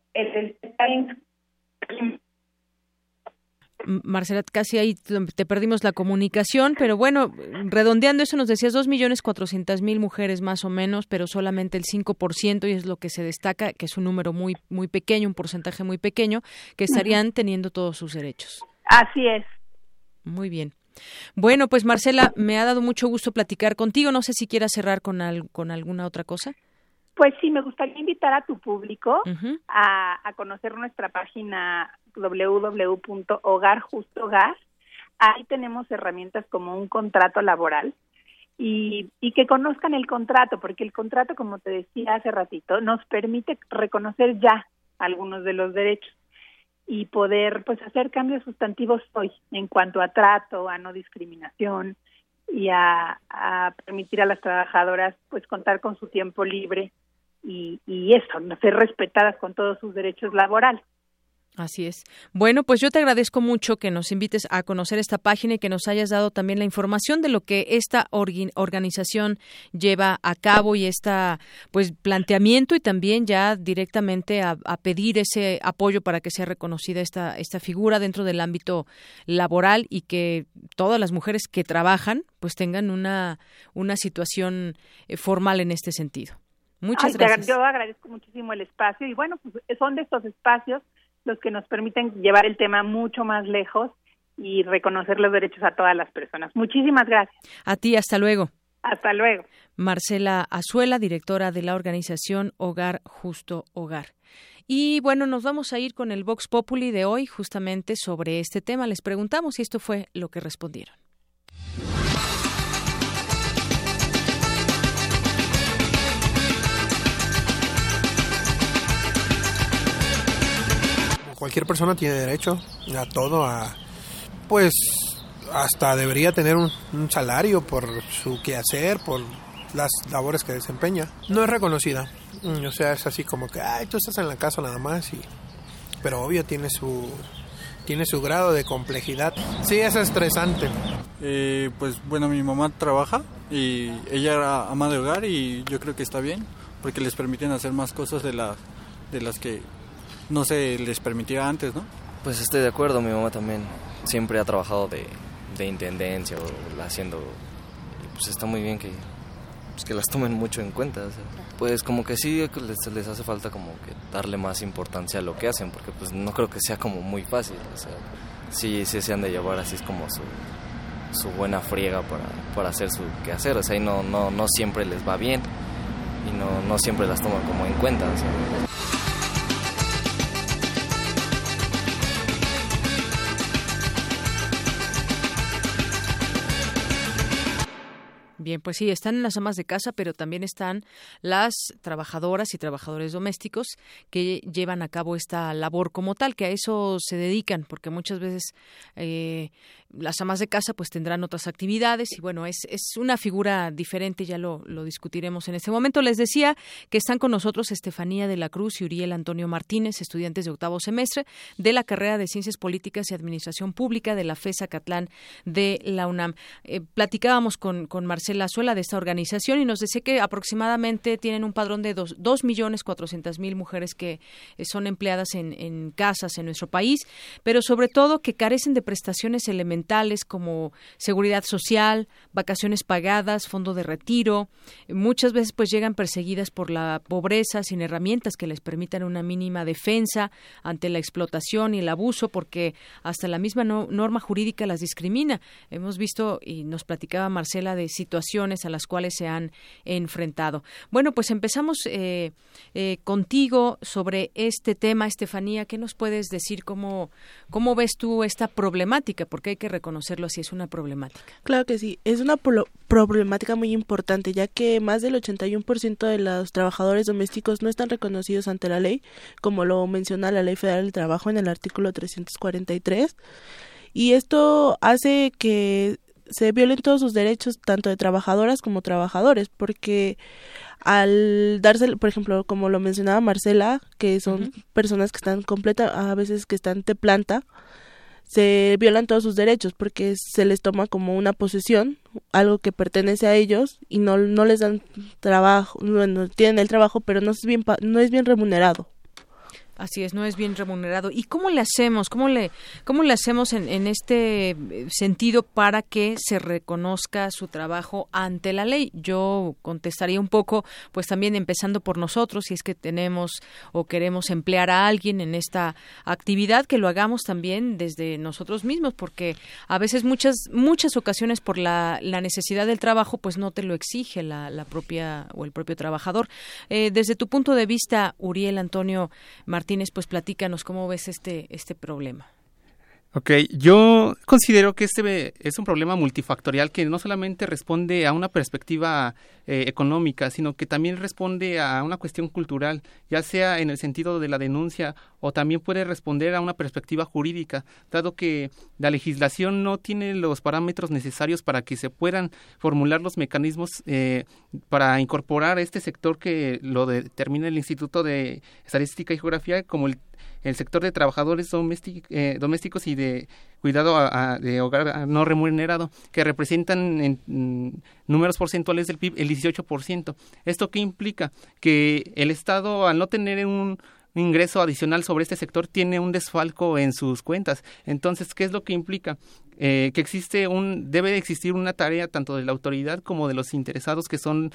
Marcela, casi ahí te perdimos la comunicación, pero bueno, redondeando eso, nos decías 2.400.000 mujeres más o menos, pero solamente el 5%, y es lo que se destaca, que es un número muy muy pequeño, un porcentaje muy pequeño, que estarían teniendo todos sus derechos. Así es. Muy bien. Bueno, pues Marcela, me ha dado mucho gusto platicar contigo. No sé si quieras cerrar con alguna otra cosa. Pues sí, me gustaría invitar a tu público a conocer nuestra página www.hogarjustohogar. Ahí tenemos herramientas como un contrato laboral y que conozcan el contrato, porque el contrato, como te decía hace ratito, nos permite reconocer ya algunos de los derechos y poder pues hacer cambios sustantivos hoy en cuanto a trato, a no discriminación y a permitir a las trabajadoras pues contar con su tiempo libre y eso, ser respetadas con todos sus derechos laborales. Así es. Bueno, pues yo te agradezco mucho que nos invites a conocer esta página y que nos hayas dado también la información de lo que esta organización lleva a cabo y esta pues planteamiento, y también ya directamente a pedir ese apoyo para que sea reconocida esta figura dentro del ámbito laboral y que todas las mujeres que trabajan pues tengan una situación formal en este sentido. Muchas gracias. Yo agradezco muchísimo el espacio y bueno, pues son de estos espacios los que nos permiten llevar el tema mucho más lejos y reconocer los derechos a todas las personas. Muchísimas gracias. A ti, hasta luego. Hasta luego. Marcela Azuela, directora de la organización Hogar Justo Hogar. Y bueno, nos vamos a ir con el Vox Populi de hoy, justamente sobre este tema. Les preguntamos y esto fue lo que respondieron. Cualquier persona tiene derecho a todo, pues hasta debería tener un salario por su quehacer, por las labores que desempeña. No es reconocida, o sea, es así como que, tú estás en la casa nada más, pero obvio tiene su grado de complejidad. Sí, es estresante. Pues bueno, mi mamá trabaja y ella era ama de hogar y yo creo que está bien, porque les permiten hacer más cosas de las que no se les permitía antes, ¿no? Pues estoy de acuerdo, mi mamá también siempre ha trabajado de intendencia o haciendo, pues está muy bien que las tomen mucho en cuenta, o sea, pues como que sí les hace falta como que darle más importancia a lo que hacen, porque pues no creo que sea como muy fácil, o sea, sí se han de llevar así, es como su buena friega para hacer su quehacer, o sea, y no siempre les va bien y no siempre las toman como en cuenta, o sea. Bien, pues sí, están las amas de casa, pero también están las trabajadoras y trabajadores domésticos que llevan a cabo esta labor como tal, que a eso se dedican, porque muchas veces las amas de casa pues tendrán otras actividades y bueno, es una figura diferente, ya lo discutiremos en este momento. Les decía que están con nosotros Estefanía de la Cruz y Uriel Antonio Martínez, estudiantes de octavo semestre de la carrera de Ciencias Políticas y Administración Pública de la FES Acatlán de la UNAM. Platicábamos con Marcela Plazuela de esta organización, y nos decía que aproximadamente tienen un padrón de 2.400.000 mujeres que son empleadas en casas en nuestro país, pero sobre todo que carecen de prestaciones elementales como seguridad social, vacaciones pagadas, fondo de retiro. Muchas veces pues llegan perseguidas por la pobreza, sin herramientas que les permitan una mínima defensa ante la explotación y el abuso, porque hasta la misma norma jurídica las discrimina. Hemos visto, y nos platicaba Marcela, de situaciones a las cuales se han enfrentado. Bueno, pues empezamos contigo sobre este tema, Estefanía. ¿Qué nos puedes decir? ¿Cómo ves tú esta problemática? Porque hay que reconocerlo así, es una problemática. Claro que sí, es una problemática muy importante, ya que más del 81% de los trabajadores domésticos no están reconocidos ante la ley, como lo menciona la Ley Federal del Trabajo en el artículo 343, y esto hace que se violen todos sus derechos, tanto de trabajadoras como trabajadores, porque al darse, por ejemplo, como lo mencionaba Marcela, que son personas que están a veces que están de planta, se violan todos sus derechos porque se les toma como una posesión, algo que pertenece a ellos, y no les dan trabajo, bueno, tienen el trabajo, pero no es bien remunerado. Así es, no es bien remunerado. ¿Y cómo le hacemos? ¿Cómo le hacemos en este sentido para que se reconozca su trabajo ante la ley? Yo contestaría un poco, pues también empezando por nosotros, si es que tenemos o queremos emplear a alguien en esta actividad, que lo hagamos también desde nosotros mismos, porque a veces muchas ocasiones por la necesidad del trabajo, pues no te lo exige la propia o el propio trabajador. Desde tu punto de vista, Uriel Antonio Martínez, pues platícanos cómo ves este problema. Ok, yo considero que este es un problema multifactorial que no solamente responde a una perspectiva económica, sino que también responde a una cuestión cultural, ya sea en el sentido de la denuncia o también puede responder a una perspectiva jurídica, dado que la legislación no tiene los parámetros necesarios para que se puedan formular los mecanismos para incorporar este sector que lo determina el Instituto de Estadística y Geografía como el sector de trabajadores domésticos y de cuidado de hogar no remunerado, que representan en números porcentuales del PIB el 18%. ¿Esto qué implica? Que el Estado, al no tener un ingreso adicional sobre este sector, tiene un desfalco en sus cuentas. Entonces, ¿qué es lo que implica? Que debe de existir una tarea tanto de la autoridad como de los interesados, que son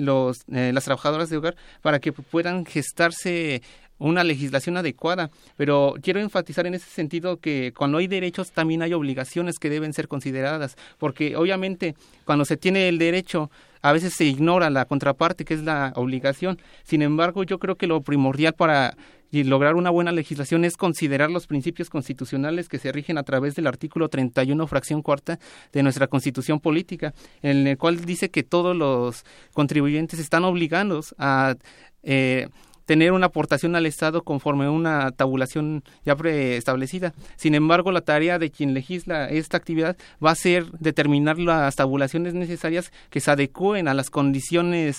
las trabajadoras de hogar, para que puedan gestarse una legislación adecuada, pero quiero enfatizar en ese sentido que cuando hay derechos también hay obligaciones que deben ser consideradas, porque obviamente cuando se tiene el derecho a veces se ignora la contraparte, que es la obligación. Sin embargo, yo creo que lo primordial para lograr una buena legislación es considerar los principios constitucionales que se rigen a través del artículo 31, fracción cuarta de nuestra Constitución Política, en el cual dice que todos los contribuyentes están obligados a tener una aportación al Estado conforme a una tabulación ya preestablecida. Sin embargo, la tarea de quien legisla esta actividad va a ser determinar las tabulaciones necesarias que se adecúen a las condiciones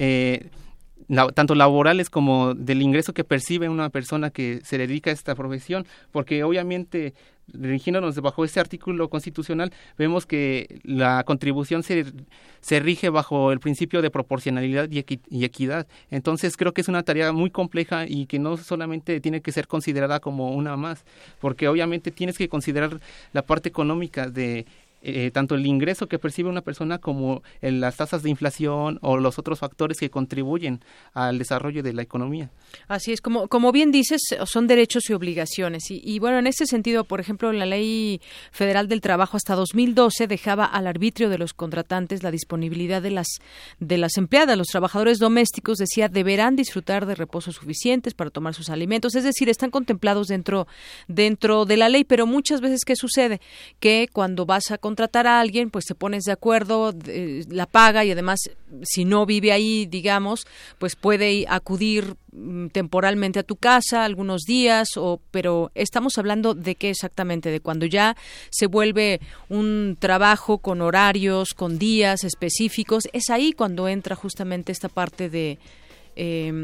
tanto laborales como del ingreso que percibe una persona que se dedica a esta profesión, porque obviamente rigiéndonos bajo este artículo constitucional, vemos que la contribución se rige bajo el principio de proporcionalidad y equidad. Entonces creo que es una tarea muy compleja y que no solamente tiene que ser considerada como una más, porque obviamente tienes que considerar la parte económica de tanto el ingreso que percibe una persona como las tasas de inflación o los otros factores que contribuyen al desarrollo de la economía. Así es, como bien dices, son derechos y obligaciones. Y bueno, en ese sentido, por ejemplo, la Ley Federal del Trabajo hasta 2012 dejaba al arbitrio de los contratantes la disponibilidad de las empleadas. Los trabajadores domésticos, decía, deberán disfrutar de reposos suficientes para tomar sus alimentos. Es decir, están contemplados dentro de la ley, pero muchas veces, ¿qué sucede? Que cuando vas a contratar a alguien, pues te pones de acuerdo, la paga, y además, si no vive ahí, digamos, pues puede acudir temporalmente a tu casa algunos días, pero estamos hablando de qué exactamente, de cuando ya se vuelve un trabajo con horarios, con días específicos. Es ahí cuando entra justamente esta parte de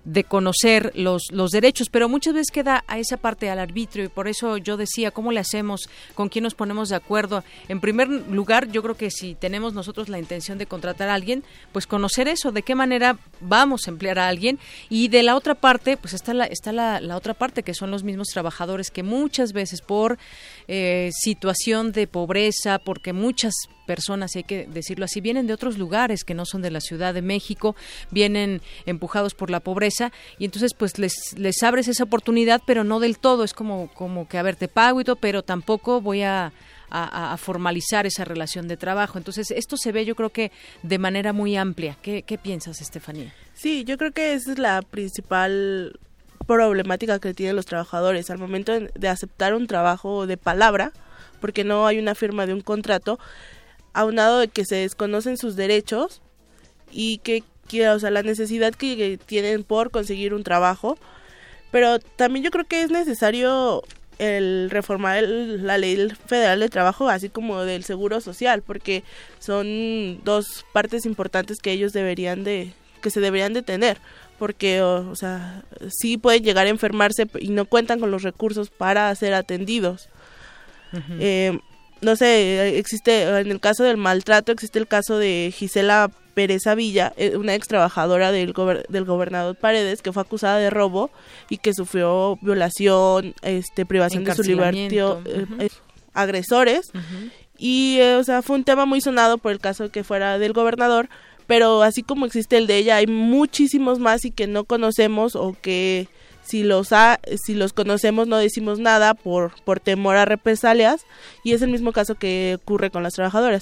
conocer los derechos, pero muchas veces queda a esa parte al arbitrio, y por eso yo decía, ¿cómo le hacemos? ¿Con quién nos ponemos de acuerdo? En primer lugar, yo creo que si tenemos nosotros la intención de contratar a alguien, pues conocer eso, de qué manera vamos a emplear a alguien, y de la otra parte, pues está la otra parte, que son los mismos trabajadores que muchas veces por situación de pobreza, porque muchas personas, hay que decirlo así, vienen de otros lugares que no son de la Ciudad de México, vienen empujados por la pobreza, y entonces pues les abres esa oportunidad, pero no del todo, es como que a ver, te pago y todo, pero tampoco voy a formalizar esa relación de trabajo. Entonces esto se ve, yo creo que de manera muy amplia. ¿Qué piensas, Estefanía? Sí, yo creo que esa es la principal problemática que tienen los trabajadores al momento de aceptar un trabajo de palabra, porque no hay una firma de un contrato, aunado de que se desconocen sus derechos y que o sea, la necesidad que tienen por conseguir un trabajo. Pero también yo creo que es necesario el reformar la ley federal del trabajo, así como del seguro social, porque son dos partes importantes que ellos se deberían de tener, porque o sea, sí pueden llegar a enfermarse y no cuentan con los recursos para ser atendidos. Uh-huh. No sé, existe, en el caso del maltrato, existe el caso de Gisela Pérez Villa, una ex trabajadora del gobernador Paredes, que fue acusada de robo y que sufrió violación, privación de su libertad, agresores, uh-huh. Y o sea, fue un tema muy sonado por el caso que fuera del gobernador, pero así como existe el de ella, hay muchísimos más y que no conocemos, o que si los conocemos no decimos nada por temor a represalias, y es el mismo caso que ocurre con las trabajadoras.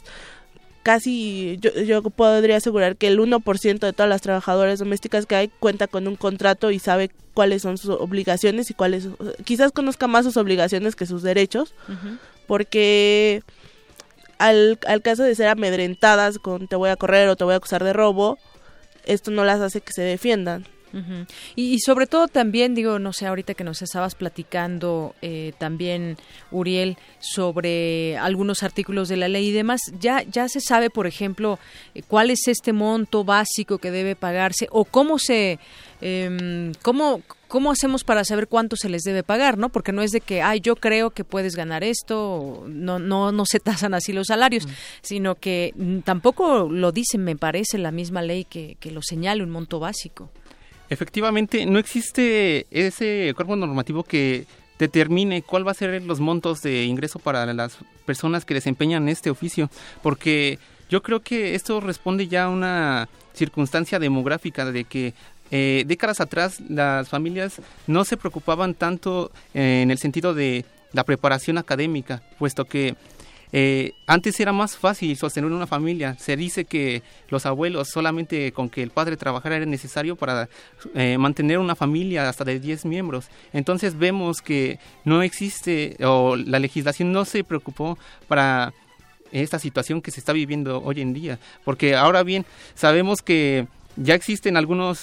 Casi yo podría asegurar que el 1% de todas las trabajadoras domésticas que hay cuenta con un contrato y sabe cuáles son sus obligaciones y quizás conozca más sus obligaciones que sus derechos, uh-huh. Porque al caso de ser amedrentadas con te voy a correr o te voy a acusar de robo, esto no las hace que se defiendan. Uh-huh. Y sobre todo también, digo, no sé, ahorita que nos estabas platicando también, Uriel, sobre algunos artículos de la ley y demás, ya se sabe, por ejemplo, cuál es este monto básico que debe pagarse, o cómo cómo hacemos para saber cuánto se les debe pagar, ¿no? Porque no es de que, yo creo que puedes ganar esto, no se tasan así los salarios, sino que tampoco lo dicen, me parece, la misma ley que lo señale un monto básico. Efectivamente, no existe ese cuerpo normativo que determine cuál va a ser los montos de ingreso para las personas que desempeñan este oficio, porque yo creo que esto responde ya a una circunstancia demográfica de que décadas atrás las familias no se preocupaban tanto en el sentido de la preparación académica, puesto que antes era más fácil sostener una familia. Se dice que los abuelos, solamente con que el padre trabajara era necesario para mantener una familia hasta de 10 miembros. Entonces vemos que no existe, o la legislación no se preocupó para esta situación que se está viviendo hoy en día. Porque ahora bien, sabemos que ya existen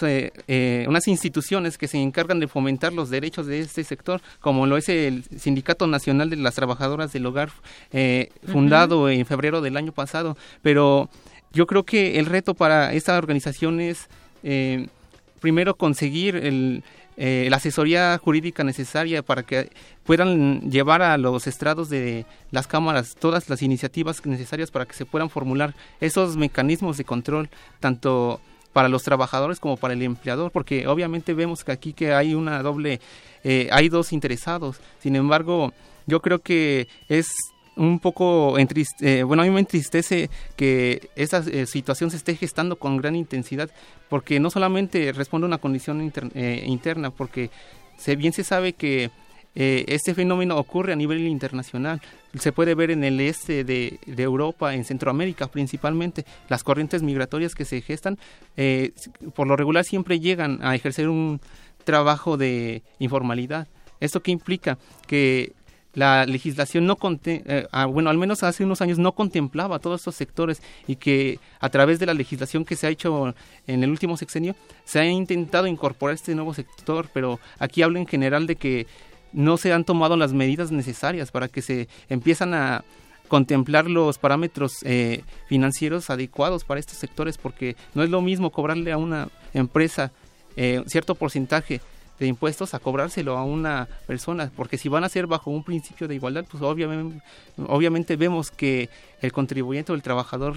unas instituciones que se encargan de fomentar los derechos de este sector, como lo es el Sindicato Nacional de las Trabajadoras del Hogar, fundado en febrero del año pasado. Pero yo creo que el reto para esta organización es primero conseguir la asesoría jurídica necesaria para que puedan llevar a los estrados de las cámaras todas las iniciativas necesarias para que se puedan formular esos mecanismos de control, tanto para los trabajadores como para el empleador, porque obviamente vemos que aquí que hay una hay dos interesados. Sin embargo, yo creo que es un poco a mí me entristece que esta situación se esté gestando con gran intensidad, porque no solamente responde a una condición interna, porque bien se sabe que este fenómeno ocurre a nivel internacional. Se puede ver en el este de Europa, en Centroamérica principalmente. Las corrientes migratorias que se gestan, por lo regular siempre llegan a ejercer un trabajo de informalidad. ¿Esto qué implica? Que la legislación al menos hace unos años no contemplaba todos estos sectores, y que a través de la legislación que se ha hecho en el último sexenio se ha intentado incorporar este nuevo sector, pero aquí hablo en general de que no se han tomado las medidas necesarias para que se empiezan a contemplar los parámetros financieros adecuados para estos sectores, porque no es lo mismo cobrarle a una empresa cierto porcentaje de impuestos a cobrárselo a una persona, porque si van a ser bajo un principio de igualdad, pues obviamente vemos que el contribuyente o el trabajador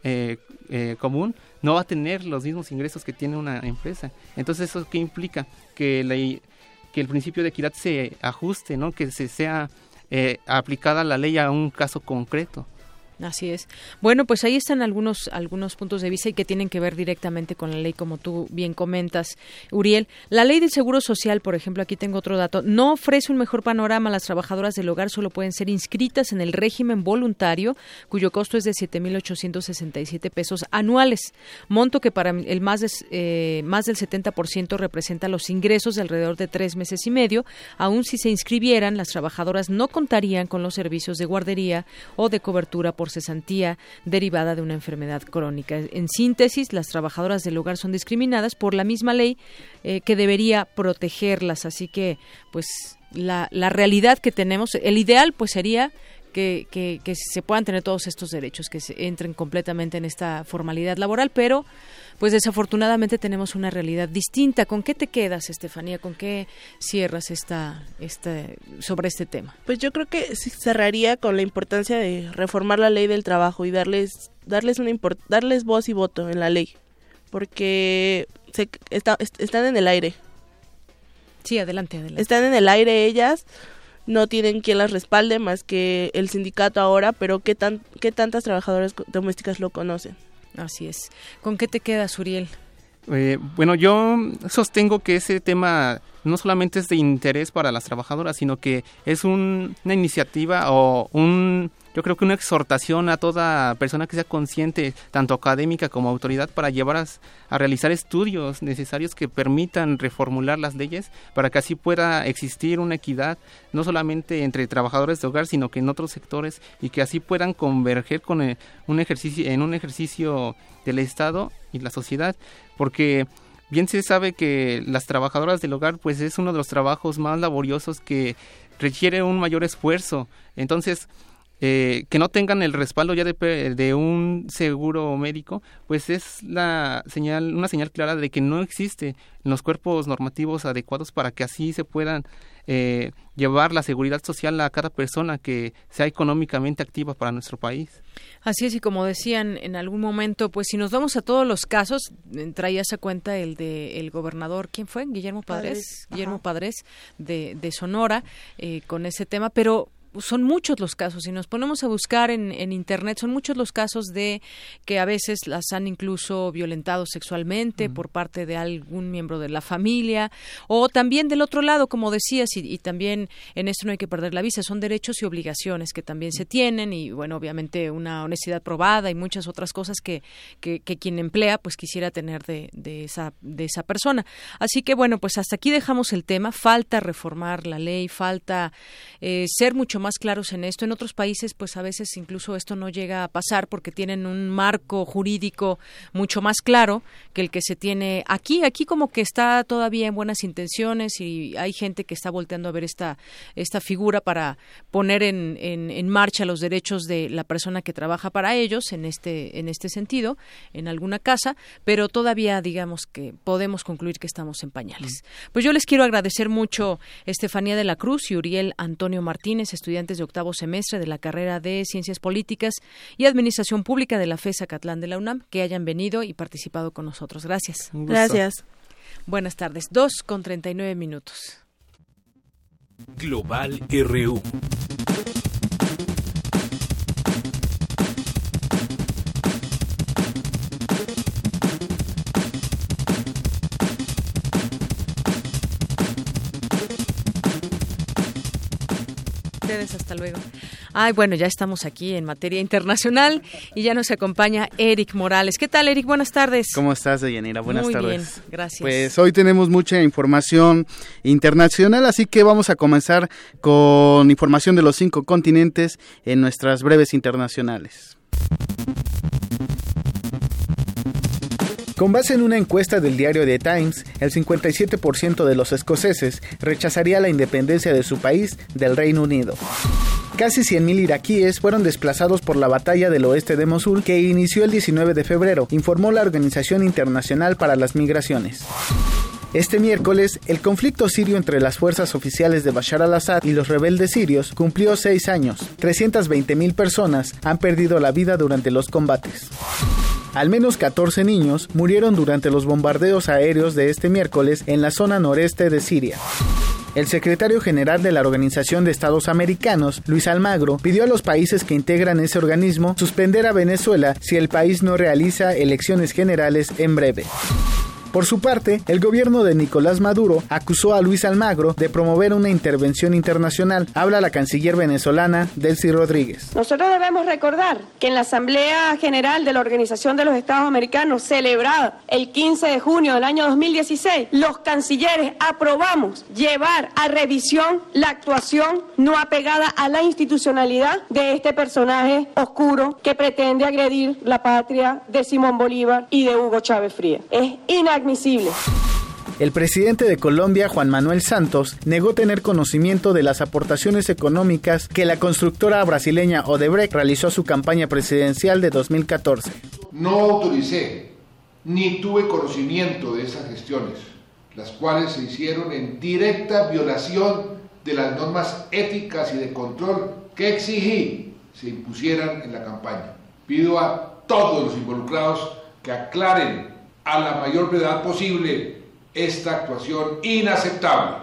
común no va a tener los mismos ingresos que tiene una empresa. Entonces, ¿eso qué implica? Que el principio de equidad se ajuste, ¿no? Que se sea aplicada la ley a un caso concreto. Así es. Bueno, pues ahí están algunos puntos de vista y que tienen que ver directamente con la ley, como tú bien comentas, Uriel. La ley del Seguro Social, por ejemplo, aquí tengo otro dato, no ofrece un mejor panorama. Las trabajadoras del hogar solo pueden ser inscritas en el régimen voluntario, cuyo costo es de 7,867 pesos anuales, monto que para el más del 70% representa los ingresos de alrededor de 3 meses y medio. Aún si se inscribieran, las trabajadoras no contarían con los servicios de guardería o de cobertura por cesantía derivada de una enfermedad crónica. En síntesis, las trabajadoras del hogar son discriminadas por la misma ley que debería protegerlas. Así que, pues, la realidad que tenemos, el ideal, pues, sería que se puedan tener todos estos derechos, que se entren completamente en esta formalidad laboral, pero pues desafortunadamente tenemos una realidad distinta. ¿Con qué te quedas, Estefanía? ¿Con qué cierras sobre este tema? Pues yo creo que cerraría con la importancia de reformar la ley del trabajo y darles voz y voto en la ley, porque están en el aire. Sí, adelante. Están en el aire ellas. No tienen quien las respalde más que el sindicato ahora, pero ¿qué tantas trabajadoras domésticas lo conocen? Así es. ¿Con qué te quedas, Uriel? Bueno, yo sostengo que ese tema no solamente es de interés para las trabajadoras, sino que es una iniciativa o yo creo que una exhortación a toda persona que sea consciente, tanto académica como autoridad, para llevar a realizar estudios necesarios que permitan reformular las leyes para que así pueda existir una equidad, no solamente entre trabajadores de hogar, sino que en otros sectores, y que así puedan converger con un ejercicio del Estado y la sociedad, porque bien se sabe que las trabajadoras del hogar pues es uno de los trabajos más laboriosos que requiere un mayor esfuerzo. Entonces, que no tengan el respaldo ya de un seguro médico, pues es una señal clara de que no existe los cuerpos normativos adecuados para que así se puedan llevar la seguridad social a cada persona que sea económicamente activa para nuestro país. Así es, y como decían en algún momento, pues si nos vamos a todos los casos, traías a cuenta el de el gobernador, ¿quién fue? Guillermo Padres de Sonora, con ese tema, pero son muchos los casos, si nos ponemos a buscar en internet, son muchos los casos de que a veces las han incluso violentado sexualmente por parte de algún miembro de la familia, o también del otro lado, como decías, y también en esto no hay que perder la vista, son derechos y obligaciones que también se tienen, y bueno, obviamente una honestidad probada y muchas otras cosas que quien emplea pues quisiera tener de esa persona. Así que bueno, pues hasta aquí dejamos el tema. Falta reformar la ley, falta ser mucho más claros en esto. En otros países pues a veces incluso esto no llega a pasar porque tienen un marco jurídico mucho más claro que el que se tiene aquí. Aquí como que está todavía en buenas intenciones y hay gente que está volteando a ver esta figura para poner en marcha los derechos de la persona que trabaja para ellos en este sentido, en alguna casa, pero todavía digamos que podemos concluir que estamos en pañales. Pues yo les quiero agradecer mucho Estefanía de la Cruz y Uriel Antonio Martínez, estudiantes de octavo semestre de la carrera de Ciencias Políticas y Administración Pública de la FES Zacatlán de la UNAM, que hayan venido y participado con nosotros. Gracias. Gracias. Buenas tardes. 2:39. Global RU. Hasta luego. Bueno, ya estamos aquí en materia internacional y ya nos acompaña Eric Morales. ¿Qué tal, Eric? Buenas tardes. ¿Cómo estás, Deyanira? Buenas tardes. Muy bien, gracias. Pues hoy tenemos mucha información internacional, así que vamos a comenzar con información de los 5 continentes en nuestras breves internacionales. Con base en una encuesta del diario The Times, el 57% de los escoceses rechazaría la independencia de su país del Reino Unido. Casi 100.000 iraquíes fueron desplazados por la batalla del oeste de Mosul, que inició el 19 de febrero, informó la Organización Internacional para las Migraciones. Este miércoles, el conflicto sirio entre las fuerzas oficiales de Bashar al-Assad y los rebeldes sirios cumplió 6 años. 320,000 personas han perdido la vida durante los combates. Al menos 14 niños murieron durante los bombardeos aéreos de este miércoles en la zona noreste de Siria. El secretario general de la Organización de Estados Americanos, Luis Almagro, pidió a los países que integran ese organismo suspender a Venezuela si el país no realiza elecciones generales en breve. Por su parte, el gobierno de Nicolás Maduro acusó a Luis Almagro de promover una intervención internacional. Habla la canciller venezolana, Delcy Rodríguez. Nosotros debemos recordar que en la Asamblea General de la Organización de los Estados Americanos, celebrada el 15 de junio del año 2016, los cancilleres aprobamos llevar a revisión la actuación no apegada a la institucionalidad de este personaje oscuro que pretende agredir la patria de Simón Bolívar y de Hugo Chávez Frías. Es inadmisible. El presidente de Colombia, Juan Manuel Santos, negó tener conocimiento de las aportaciones económicas que la constructora brasileña Odebrecht realizó a su campaña presidencial de 2014. No autoricé ni tuve conocimiento de esas gestiones, las cuales se hicieron en directa violación de las normas éticas y de control que exigí se impusieran en la campaña. Pido a todos los involucrados que aclaren a la mayor brevedad posible esta actuación inaceptable.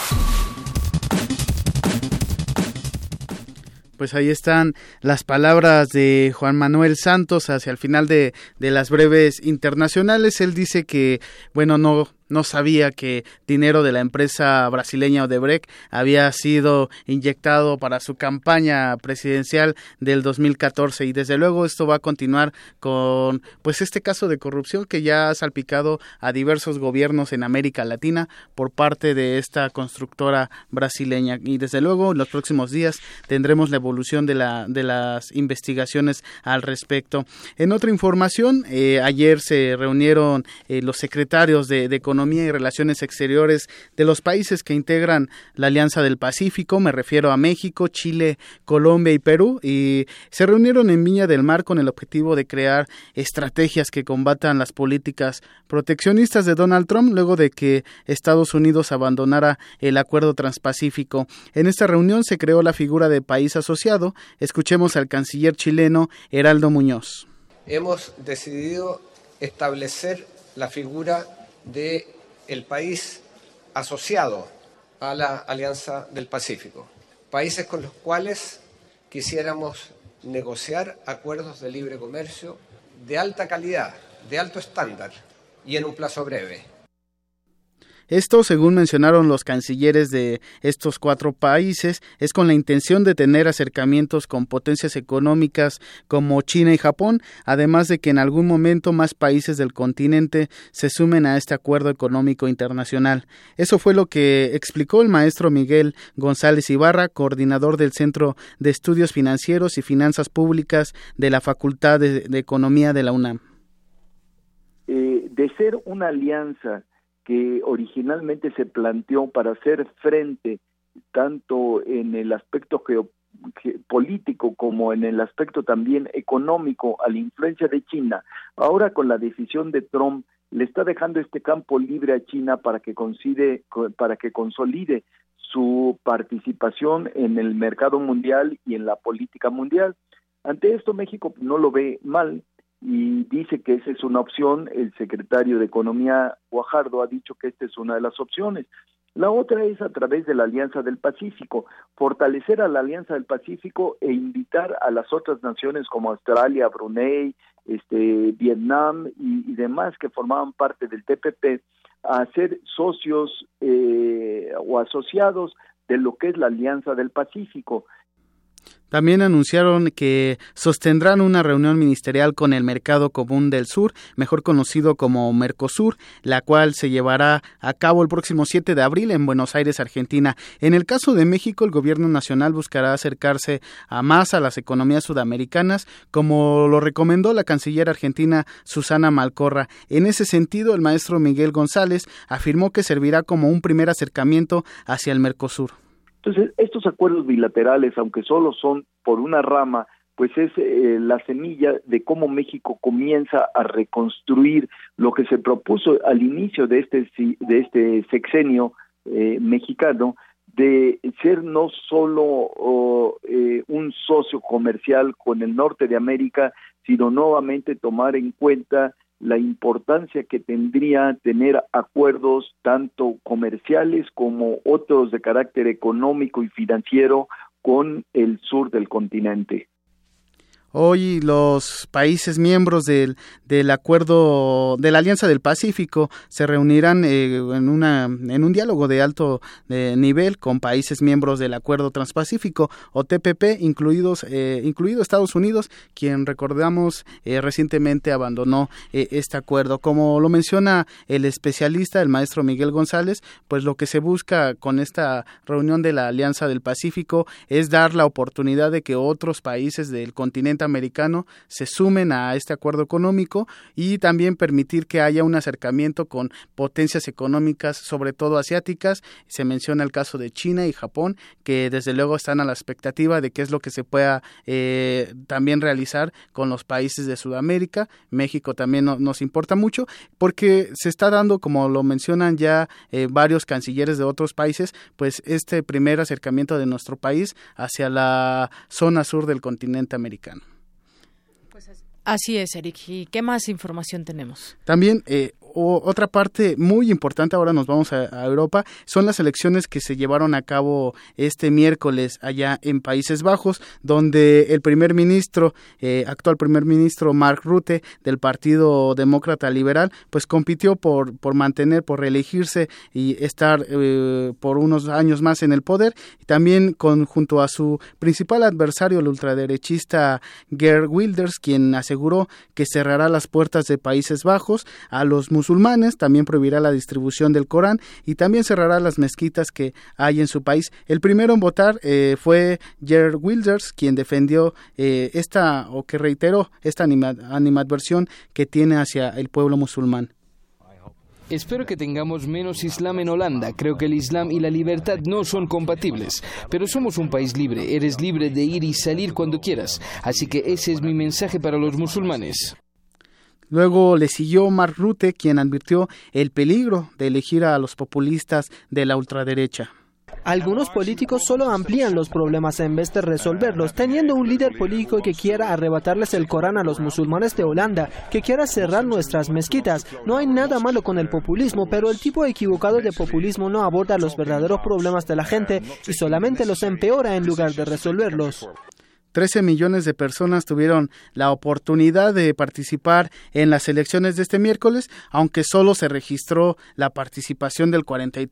Pues ahí están las palabras de Juan Manuel Santos hacia el final de las breves internacionales. Él dice que, bueno, no sabía que dinero de la empresa brasileña Odebrecht había sido inyectado para su campaña presidencial del 2014 y desde luego esto va a continuar con pues este caso de corrupción que ya ha salpicado a diversos gobiernos en América Latina por parte de esta constructora brasileña y desde luego en los próximos días tendremos la evolución de las investigaciones al respecto. En otra información, ayer se reunieron los secretarios de Economía y Relaciones Exteriores de los países que integran la Alianza del Pacífico, me refiero a México, Chile, Colombia y Perú, y se reunieron en Viña del Mar con el objetivo de crear estrategias que combatan las políticas proteccionistas de Donald Trump luego de que Estados Unidos abandonara el Acuerdo Transpacífico. En esta reunión se creó la figura de país asociado. Escuchemos al canciller chileno Heraldo Muñoz. Hemos decidido establecer la figura de el país asociado a la Alianza del Pacífico, países con los cuales quisiéramos negociar acuerdos de libre comercio de alta calidad, de alto estándar y en un plazo breve. Esto, según mencionaron los cancilleres de estos 4 países, es con la intención de tener acercamientos con potencias económicas como China y Japón, además de que en algún momento más países del continente se sumen a este acuerdo económico internacional. Eso fue lo que explicó el maestro Miguel González Ibarra, coordinador del Centro de Estudios Financieros y Finanzas Públicas de la Facultad de Economía de la UNAM. De ser una alianza que originalmente se planteó para hacer frente tanto en el aspecto político como en el aspecto también económico a la influencia de China, ahora con la decisión de Trump le está dejando este campo libre a China para que consolide su participación en el mercado mundial y en la política mundial. Ante esto México no lo ve mal y dice que esa es una opción. El secretario de Economía, Guajardo, ha dicho que esta es una de las opciones. La otra es a través de la Alianza del Pacífico, fortalecer a la Alianza del Pacífico e invitar a las otras naciones como Australia, Brunei, Vietnam y demás que formaban parte del TPP a ser socios o asociados de lo que es la Alianza del Pacífico. También anunciaron que sostendrán una reunión ministerial con el Mercado Común del Sur, mejor conocido como Mercosur, la cual se llevará a cabo el próximo 7 de abril en Buenos Aires, Argentina. En el caso de México, el gobierno nacional buscará acercarse a las economías sudamericanas, como lo recomendó la canciller argentina Susana Malcorra. En ese sentido, el maestro Miguel González afirmó que servirá como un primer acercamiento hacia el Mercosur. Entonces, estos acuerdos bilaterales, aunque solo son por una rama pues es la semilla de cómo México comienza a reconstruir lo que se propuso al inicio de este sexenio mexicano, de ser no solo un socio comercial con el norte de América, sino nuevamente tomar en cuenta la importancia que tendría tener acuerdos tanto comerciales como otros de carácter económico y financiero con el sur del continente. Hoy los países miembros del acuerdo de la Alianza del Pacífico se reunirán en un diálogo de alto nivel con países miembros del Acuerdo Transpacífico o TPP, incluido Estados Unidos, quien recordamos recientemente abandonó este acuerdo. Como lo menciona el especialista, el maestro Miguel González, pues lo que se busca con esta reunión de la Alianza del Pacífico es dar la oportunidad de que otros países del continente americano se sumen a este acuerdo económico y también permitir que haya un acercamiento con potencias económicas, sobre todo asiáticas. Se menciona el caso de China y Japón, que desde luego están a la expectativa de qué es lo que se pueda también realizar con los países de Sudamérica. México también nos importa mucho porque se está dando, como lo mencionan ya varios cancilleres de otros países, pues este primer acercamiento de nuestro país hacia la zona sur del continente americano. Así es, Eric. ¿Y qué más información tenemos? También otra parte muy importante, ahora nos vamos a Europa, son las elecciones que se llevaron a cabo este miércoles allá en Países Bajos, donde el actual primer ministro Mark Rutte del Partido Demócrata Liberal, pues compitió por reelegirse y estar por unos años más en el poder, y también junto a su principal adversario, el ultraderechista Geert Wilders, quien aseguró que cerrará las puertas de Países Bajos a los musulmanes, también prohibirá la distribución del Corán y también cerrará las mezquitas que hay en su país. El primero en votar fue Geert Wilders, quien defendió que reiteró esta animadversión que tiene hacia el pueblo musulmán. Espero que tengamos menos Islam en Holanda. Creo que el Islam y la libertad no son compatibles. Pero somos un país libre. Eres libre de ir y salir cuando quieras. Así que ese es mi mensaje para los musulmanes. Luego le siguió Mark Rutte, quien advirtió el peligro de elegir a los populistas de la ultraderecha. Algunos políticos solo amplían los problemas en vez de resolverlos, teniendo un líder político que quiera arrebatarles el Corán a los musulmanes de Holanda, que quiera cerrar nuestras mezquitas. No hay nada malo con el populismo, pero el tipo equivocado de populismo no aborda los verdaderos problemas de la gente y solamente los empeora en lugar de resolverlos. 13 millones de personas tuvieron la oportunidad de participar en las elecciones de este miércoles, aunque solo se registró la participación del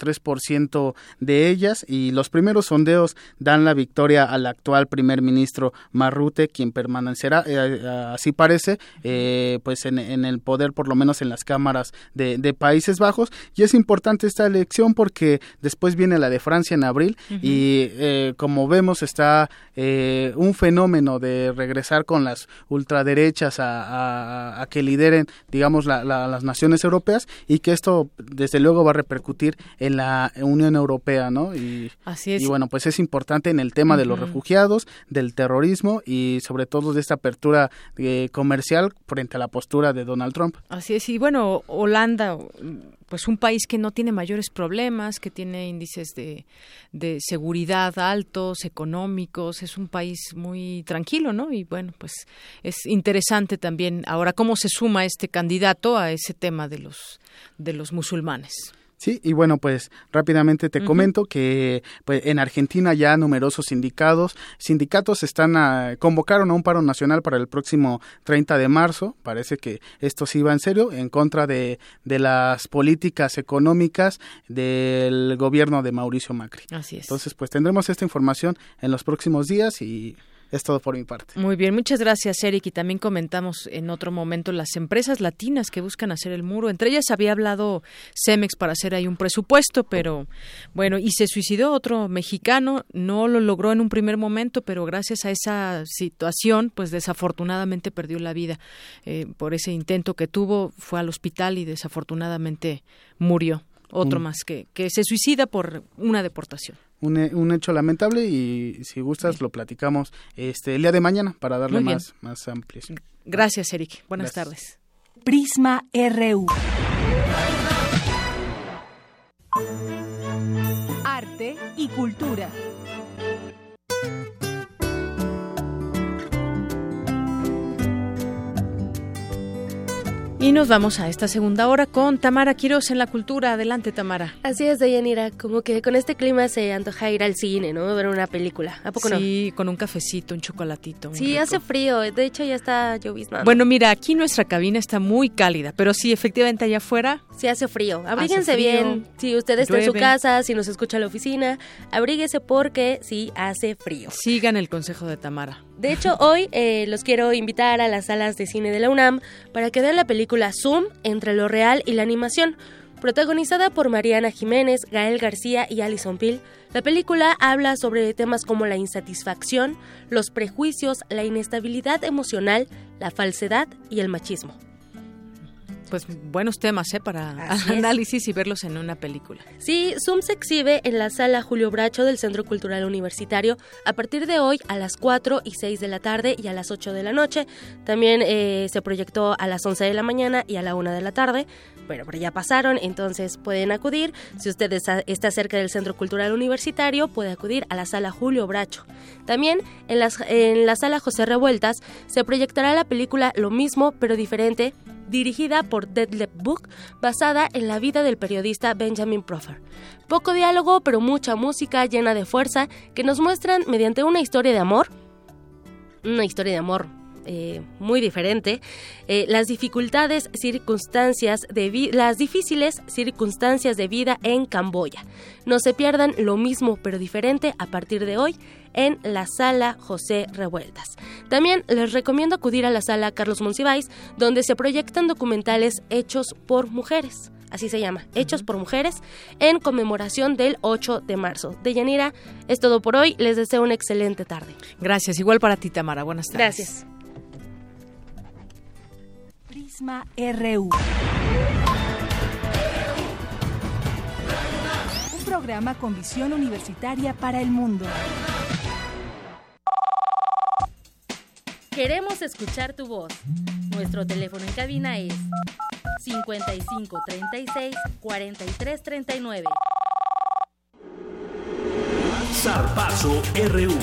43% de ellas, y los primeros sondeos dan la victoria al actual primer ministro Mark Rutte, quien permanecerá, así parece, pues en el poder, por lo menos en las cámaras de Países Bajos. Y es importante esta elección porque después viene la de Francia en abril, y como vemos está un fenómeno de regresar con las ultraderechas a que lideren, digamos, las naciones europeas, y que esto desde luego va a repercutir en la Unión Europea, ¿no? Así es. Y bueno, pues es importante en el tema de los refugiados, del terrorismo y sobre todo de esta apertura comercial frente a la postura de Donald Trump. Así es. Y bueno, Holanda, pues un país que no tiene mayores problemas, que tiene índices de seguridad altos, económicos, es un país muy tranquilo, ¿no? Y bueno, pues es interesante también ahora cómo se suma este candidato a ese tema de los musulmanes. Sí, y bueno, pues rápidamente te comento que pues en Argentina ya numerosos sindicatos convocaron a un paro nacional para el próximo 30 de marzo. Parece que esto sí va en serio, en contra de las políticas económicas del gobierno de Mauricio Macri. Así es. Entonces, pues tendremos esta información en los próximos días y es todo por mi parte. Muy bien, muchas gracias, Eric. Y también comentamos en otro momento las empresas latinas que buscan hacer el muro. Entre ellas había hablado Cemex para hacer ahí un presupuesto, pero bueno, y se suicidó otro mexicano. No lo logró en un primer momento, pero gracias a esa situación, pues desafortunadamente perdió la vida. Por ese intento que tuvo, fue al hospital y desafortunadamente murió. Otro más que se suicida por una deportación. Un hecho lamentable y si gustas lo platicamos el día de mañana para darle más ampliación. Gracias, Eric. Buenas tardes. Prisma RU. Arte y cultura. Y nos vamos a esta segunda hora con Tamara Quirós en la cultura. Adelante, Tamara. Así es, Deyanira, como que con este clima se antoja ir al cine, ¿no? Ver una película. ¿A poco no? Sí, con un cafecito, un chocolatito. Sí, hace frío, de hecho ya está lloviznando. Bueno, mira, aquí nuestra cabina está muy cálida, pero sí, efectivamente allá afuera... Sí, hace frío. Abríguense bien. Si usted está en su casa, si nos escucha en la oficina, abríguese porque sí hace frío. Sigan el consejo de Tamara. De hecho, hoy los quiero invitar a las salas de cine de la UNAM para que vean la película Zoom, entre lo real y la animación. Protagonizada por Mariana Jiménez, Gael García y Alison Pill, la película habla sobre temas como la insatisfacción, los prejuicios, la inestabilidad emocional, la falsedad y el machismo. Pues buenos temas para análisis y verlos en una película. Sí, Zoom se exhibe en la Sala Julio Bracho del Centro Cultural Universitario a partir de hoy a las 4 y 6 de la tarde y a las 8 de la noche. También se proyectó a las 11 de la mañana y a la 1 de la tarde. Bueno, pero ya pasaron, entonces pueden acudir. Si usted está cerca del Centro Cultural Universitario, puede acudir a la Sala Julio Bracho. También en la Sala José Revueltas se proyectará la película Lo mismo pero diferente, dirigida por Detlef Buck, basada en la vida del periodista Benjamin Proffer. Poco diálogo, pero mucha música llena de fuerza que nos muestran mediante una historia de amor muy diferente, las difíciles circunstancias de vida en Camboya. No se pierdan Lo mismo pero diferente a partir de hoy en la Sala José Revueltas. También les recomiendo acudir a la Sala Carlos Monsiváis, donde se proyectan documentales hechos por mujeres. Así se llama, Hechos por Mujeres, en conmemoración del 8 de marzo. Deyanira, es todo por hoy. Les deseo una excelente tarde. Gracias, igual para ti, Tamara. Buenas tardes. Gracias. Prisma RU. Un programa con visión universitaria para el mundo. Queremos escuchar tu voz. Nuestro teléfono en cabina es 55 36 43 39. Zarpazo RU.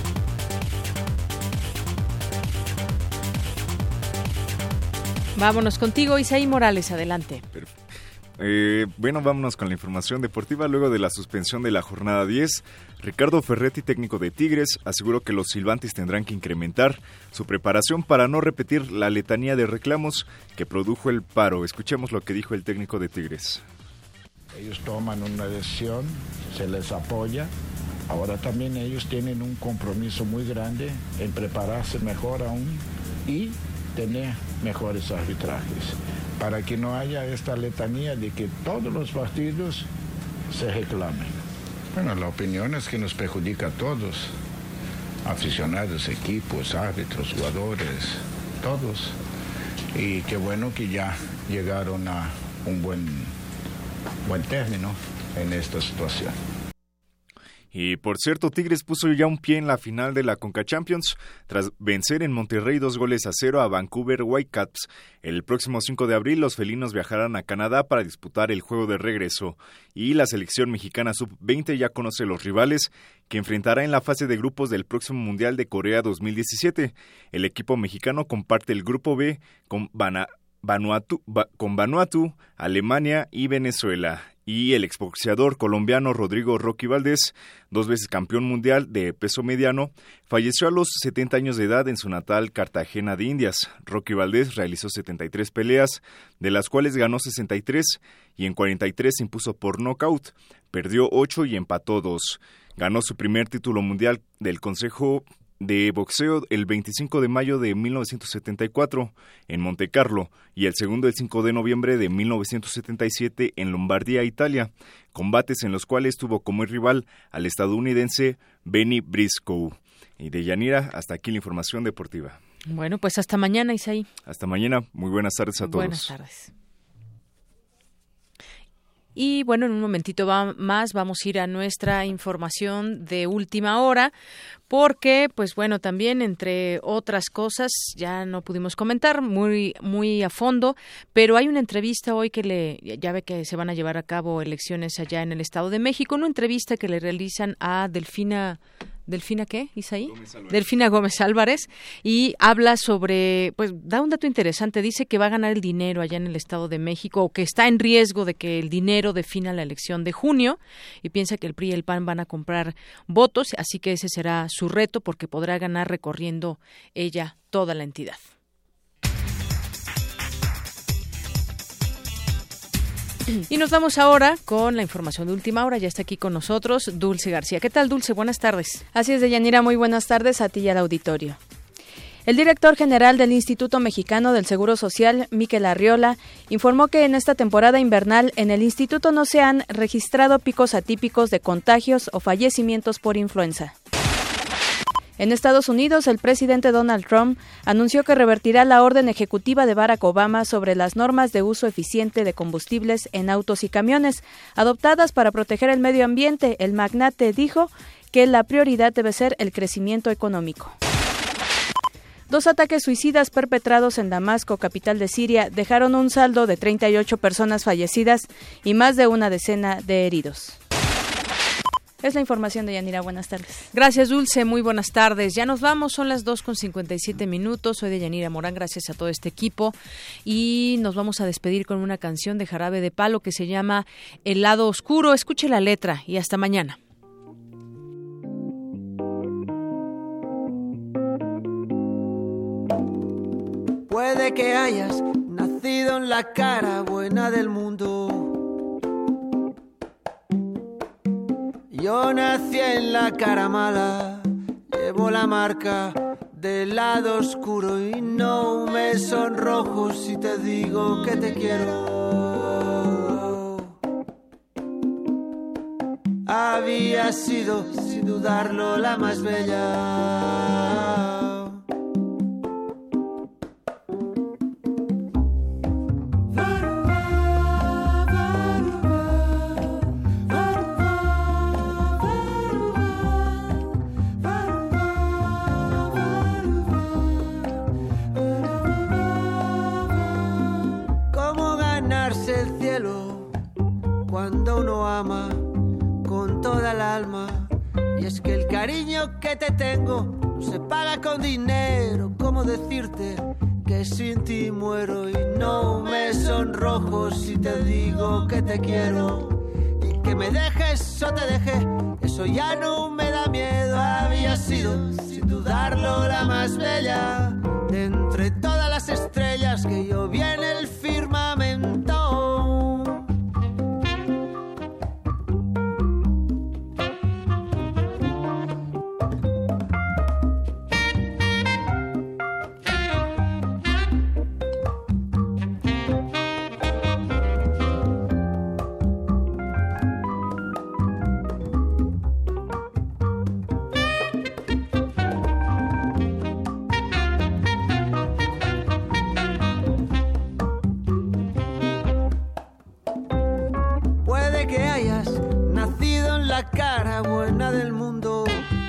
Vámonos contigo, Isaí Morales, adelante. Bueno, vámonos con la información deportiva. Luego de la suspensión de la jornada 10, Ricardo Ferretti, técnico de Tigres, aseguró que los silbantes tendrán que incrementar su preparación para no repetir la letanía de reclamos que produjo el paro. Escuchemos lo que dijo el técnico de Tigres. Ellos toman una decisión, se les apoya. Ahora también ellos tienen un compromiso muy grande en prepararse mejor aún y tener mejores arbitrajes, para que no haya esta letanía de que todos los partidos se reclamen. Bueno, la opinión es que nos perjudica a todos, aficionados, equipos, árbitros, jugadores, todos. Y qué bueno que ya llegaron a un buen término en esta situación. Y por cierto, Tigres puso ya un pie en la final de la Conca Champions tras vencer en Monterrey 2-0 a Vancouver Whitecaps. El próximo 5 de abril los felinos viajarán a Canadá para disputar el juego de regreso. Y la selección mexicana sub-20 ya conoce los rivales que enfrentará en la fase de grupos del próximo Mundial de Corea 2017. El equipo mexicano comparte el grupo B con Vanuatu, Alemania y Venezuela. Y el exboxeador colombiano Rodrigo Rocky Valdés, 2 veces campeón mundial de peso mediano, falleció a los 70 años de edad en su natal Cartagena de Indias. Rocky Valdés realizó 73 peleas, de las cuales ganó 63 y en 43 se impuso por nocaut. Perdió 8 y empató 2. Ganó su primer título mundial del Consejo de Boxeo el 25 de mayo de 1974 en Montecarlo y el segundo el 5 de noviembre de 1977 en Lombardía, Italia, combates en los cuales tuvo como rival al estadounidense Benny Briscoe. Y Deyanira, hasta aquí la información deportiva. Bueno, pues hasta mañana, Isaí. Hasta mañana, muy buenas tardes a todos. Buenas tardes. Y bueno, en un momentito más vamos a ir a nuestra información de última hora, porque, pues bueno, también entre otras cosas ya no pudimos comentar muy a fondo, pero hay una entrevista hoy ya ve que se van a llevar a cabo elecciones allá en el Estado de México, una entrevista que le realizan a ¿Delfina qué, Isaí? Delfina Gómez Álvarez, y habla sobre, pues da un dato interesante, dice que va a ganar el dinero allá en el Estado de México, o que está en riesgo de que el dinero defina la elección de junio, y piensa que el PRI y el PAN van a comprar votos, así que ese será su reto, porque podrá ganar recorriendo ella toda la entidad. Y nos vamos ahora con la información de última hora. Ya está aquí con nosotros Dulce García. ¿Qué tal, Dulce? Buenas tardes. Así es, Deyanira, muy buenas tardes a ti y al auditorio. El director general del Instituto Mexicano del Seguro Social, Miquel Arriola, informó que en esta temporada invernal en el instituto no se han registrado picos atípicos de contagios o fallecimientos por influenza. En Estados Unidos, el presidente Donald Trump anunció que revertirá la orden ejecutiva de Barack Obama sobre las normas de uso eficiente de combustibles en autos y camiones, adoptadas para proteger el medio ambiente. El magnate dijo que la prioridad debe ser el crecimiento económico. 2 ataques suicidas perpetrados en Damasco, capital de Siria, dejaron un saldo de 38 personas fallecidas y más de una decena de heridos. Es la información de Yanira. Buenas tardes. Gracias, Dulce. Muy buenas tardes. Ya nos vamos. Son las 2:57. Soy de Yanira Morán. Gracias a todo este equipo. Y nos vamos a despedir con una canción de Jarabe de Palo que se llama El lado oscuro. Escuche la letra y hasta mañana. Puede que hayas nacido en la cara buena del mundo. Yo nací en la cara mala, llevo la marca del lado oscuro y no me sonrojo si te digo que te quiero. Había sido, sin dudarlo, la más bella. Cuando uno ama con toda el alma, y es que el cariño que te tengo no se paga con dinero. ¿Cómo decirte que sin ti muero? Y no me sonrojo si te digo que te quiero. Y que me dejes o te deje, eso ya no me da miedo. Había sido, sin dudarlo, la más bella de entre todas las estrellas que yo vi en el firmamento. La cara buena del mundo.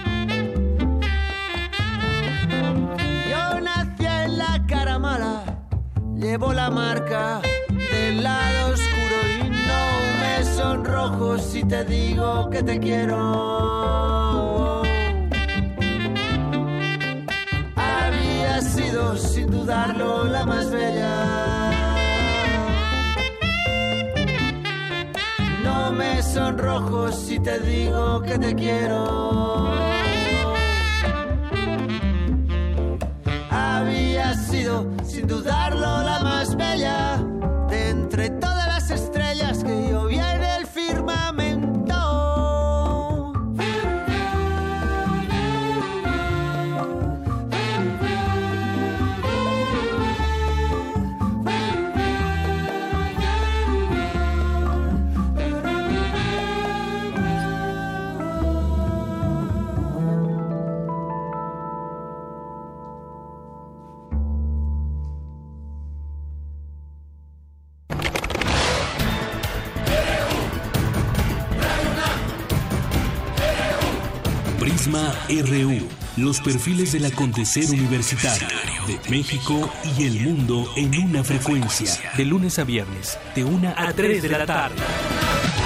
Yo nací en la cara mala, llevo la marca del lado oscuro y no me sonrojo si te digo que te quiero. Había sido, sin dudarlo, la más bella. No me sonrojo si te digo que te quiero. Había sido, sin dudarlo, la más bella de entre todas las estrellas que yo vi en el firmamento. Prisma RU. Los perfiles del acontecer universitario de México y el mundo en una frecuencia. De lunes a viernes, de 1 a 3 de la tarde.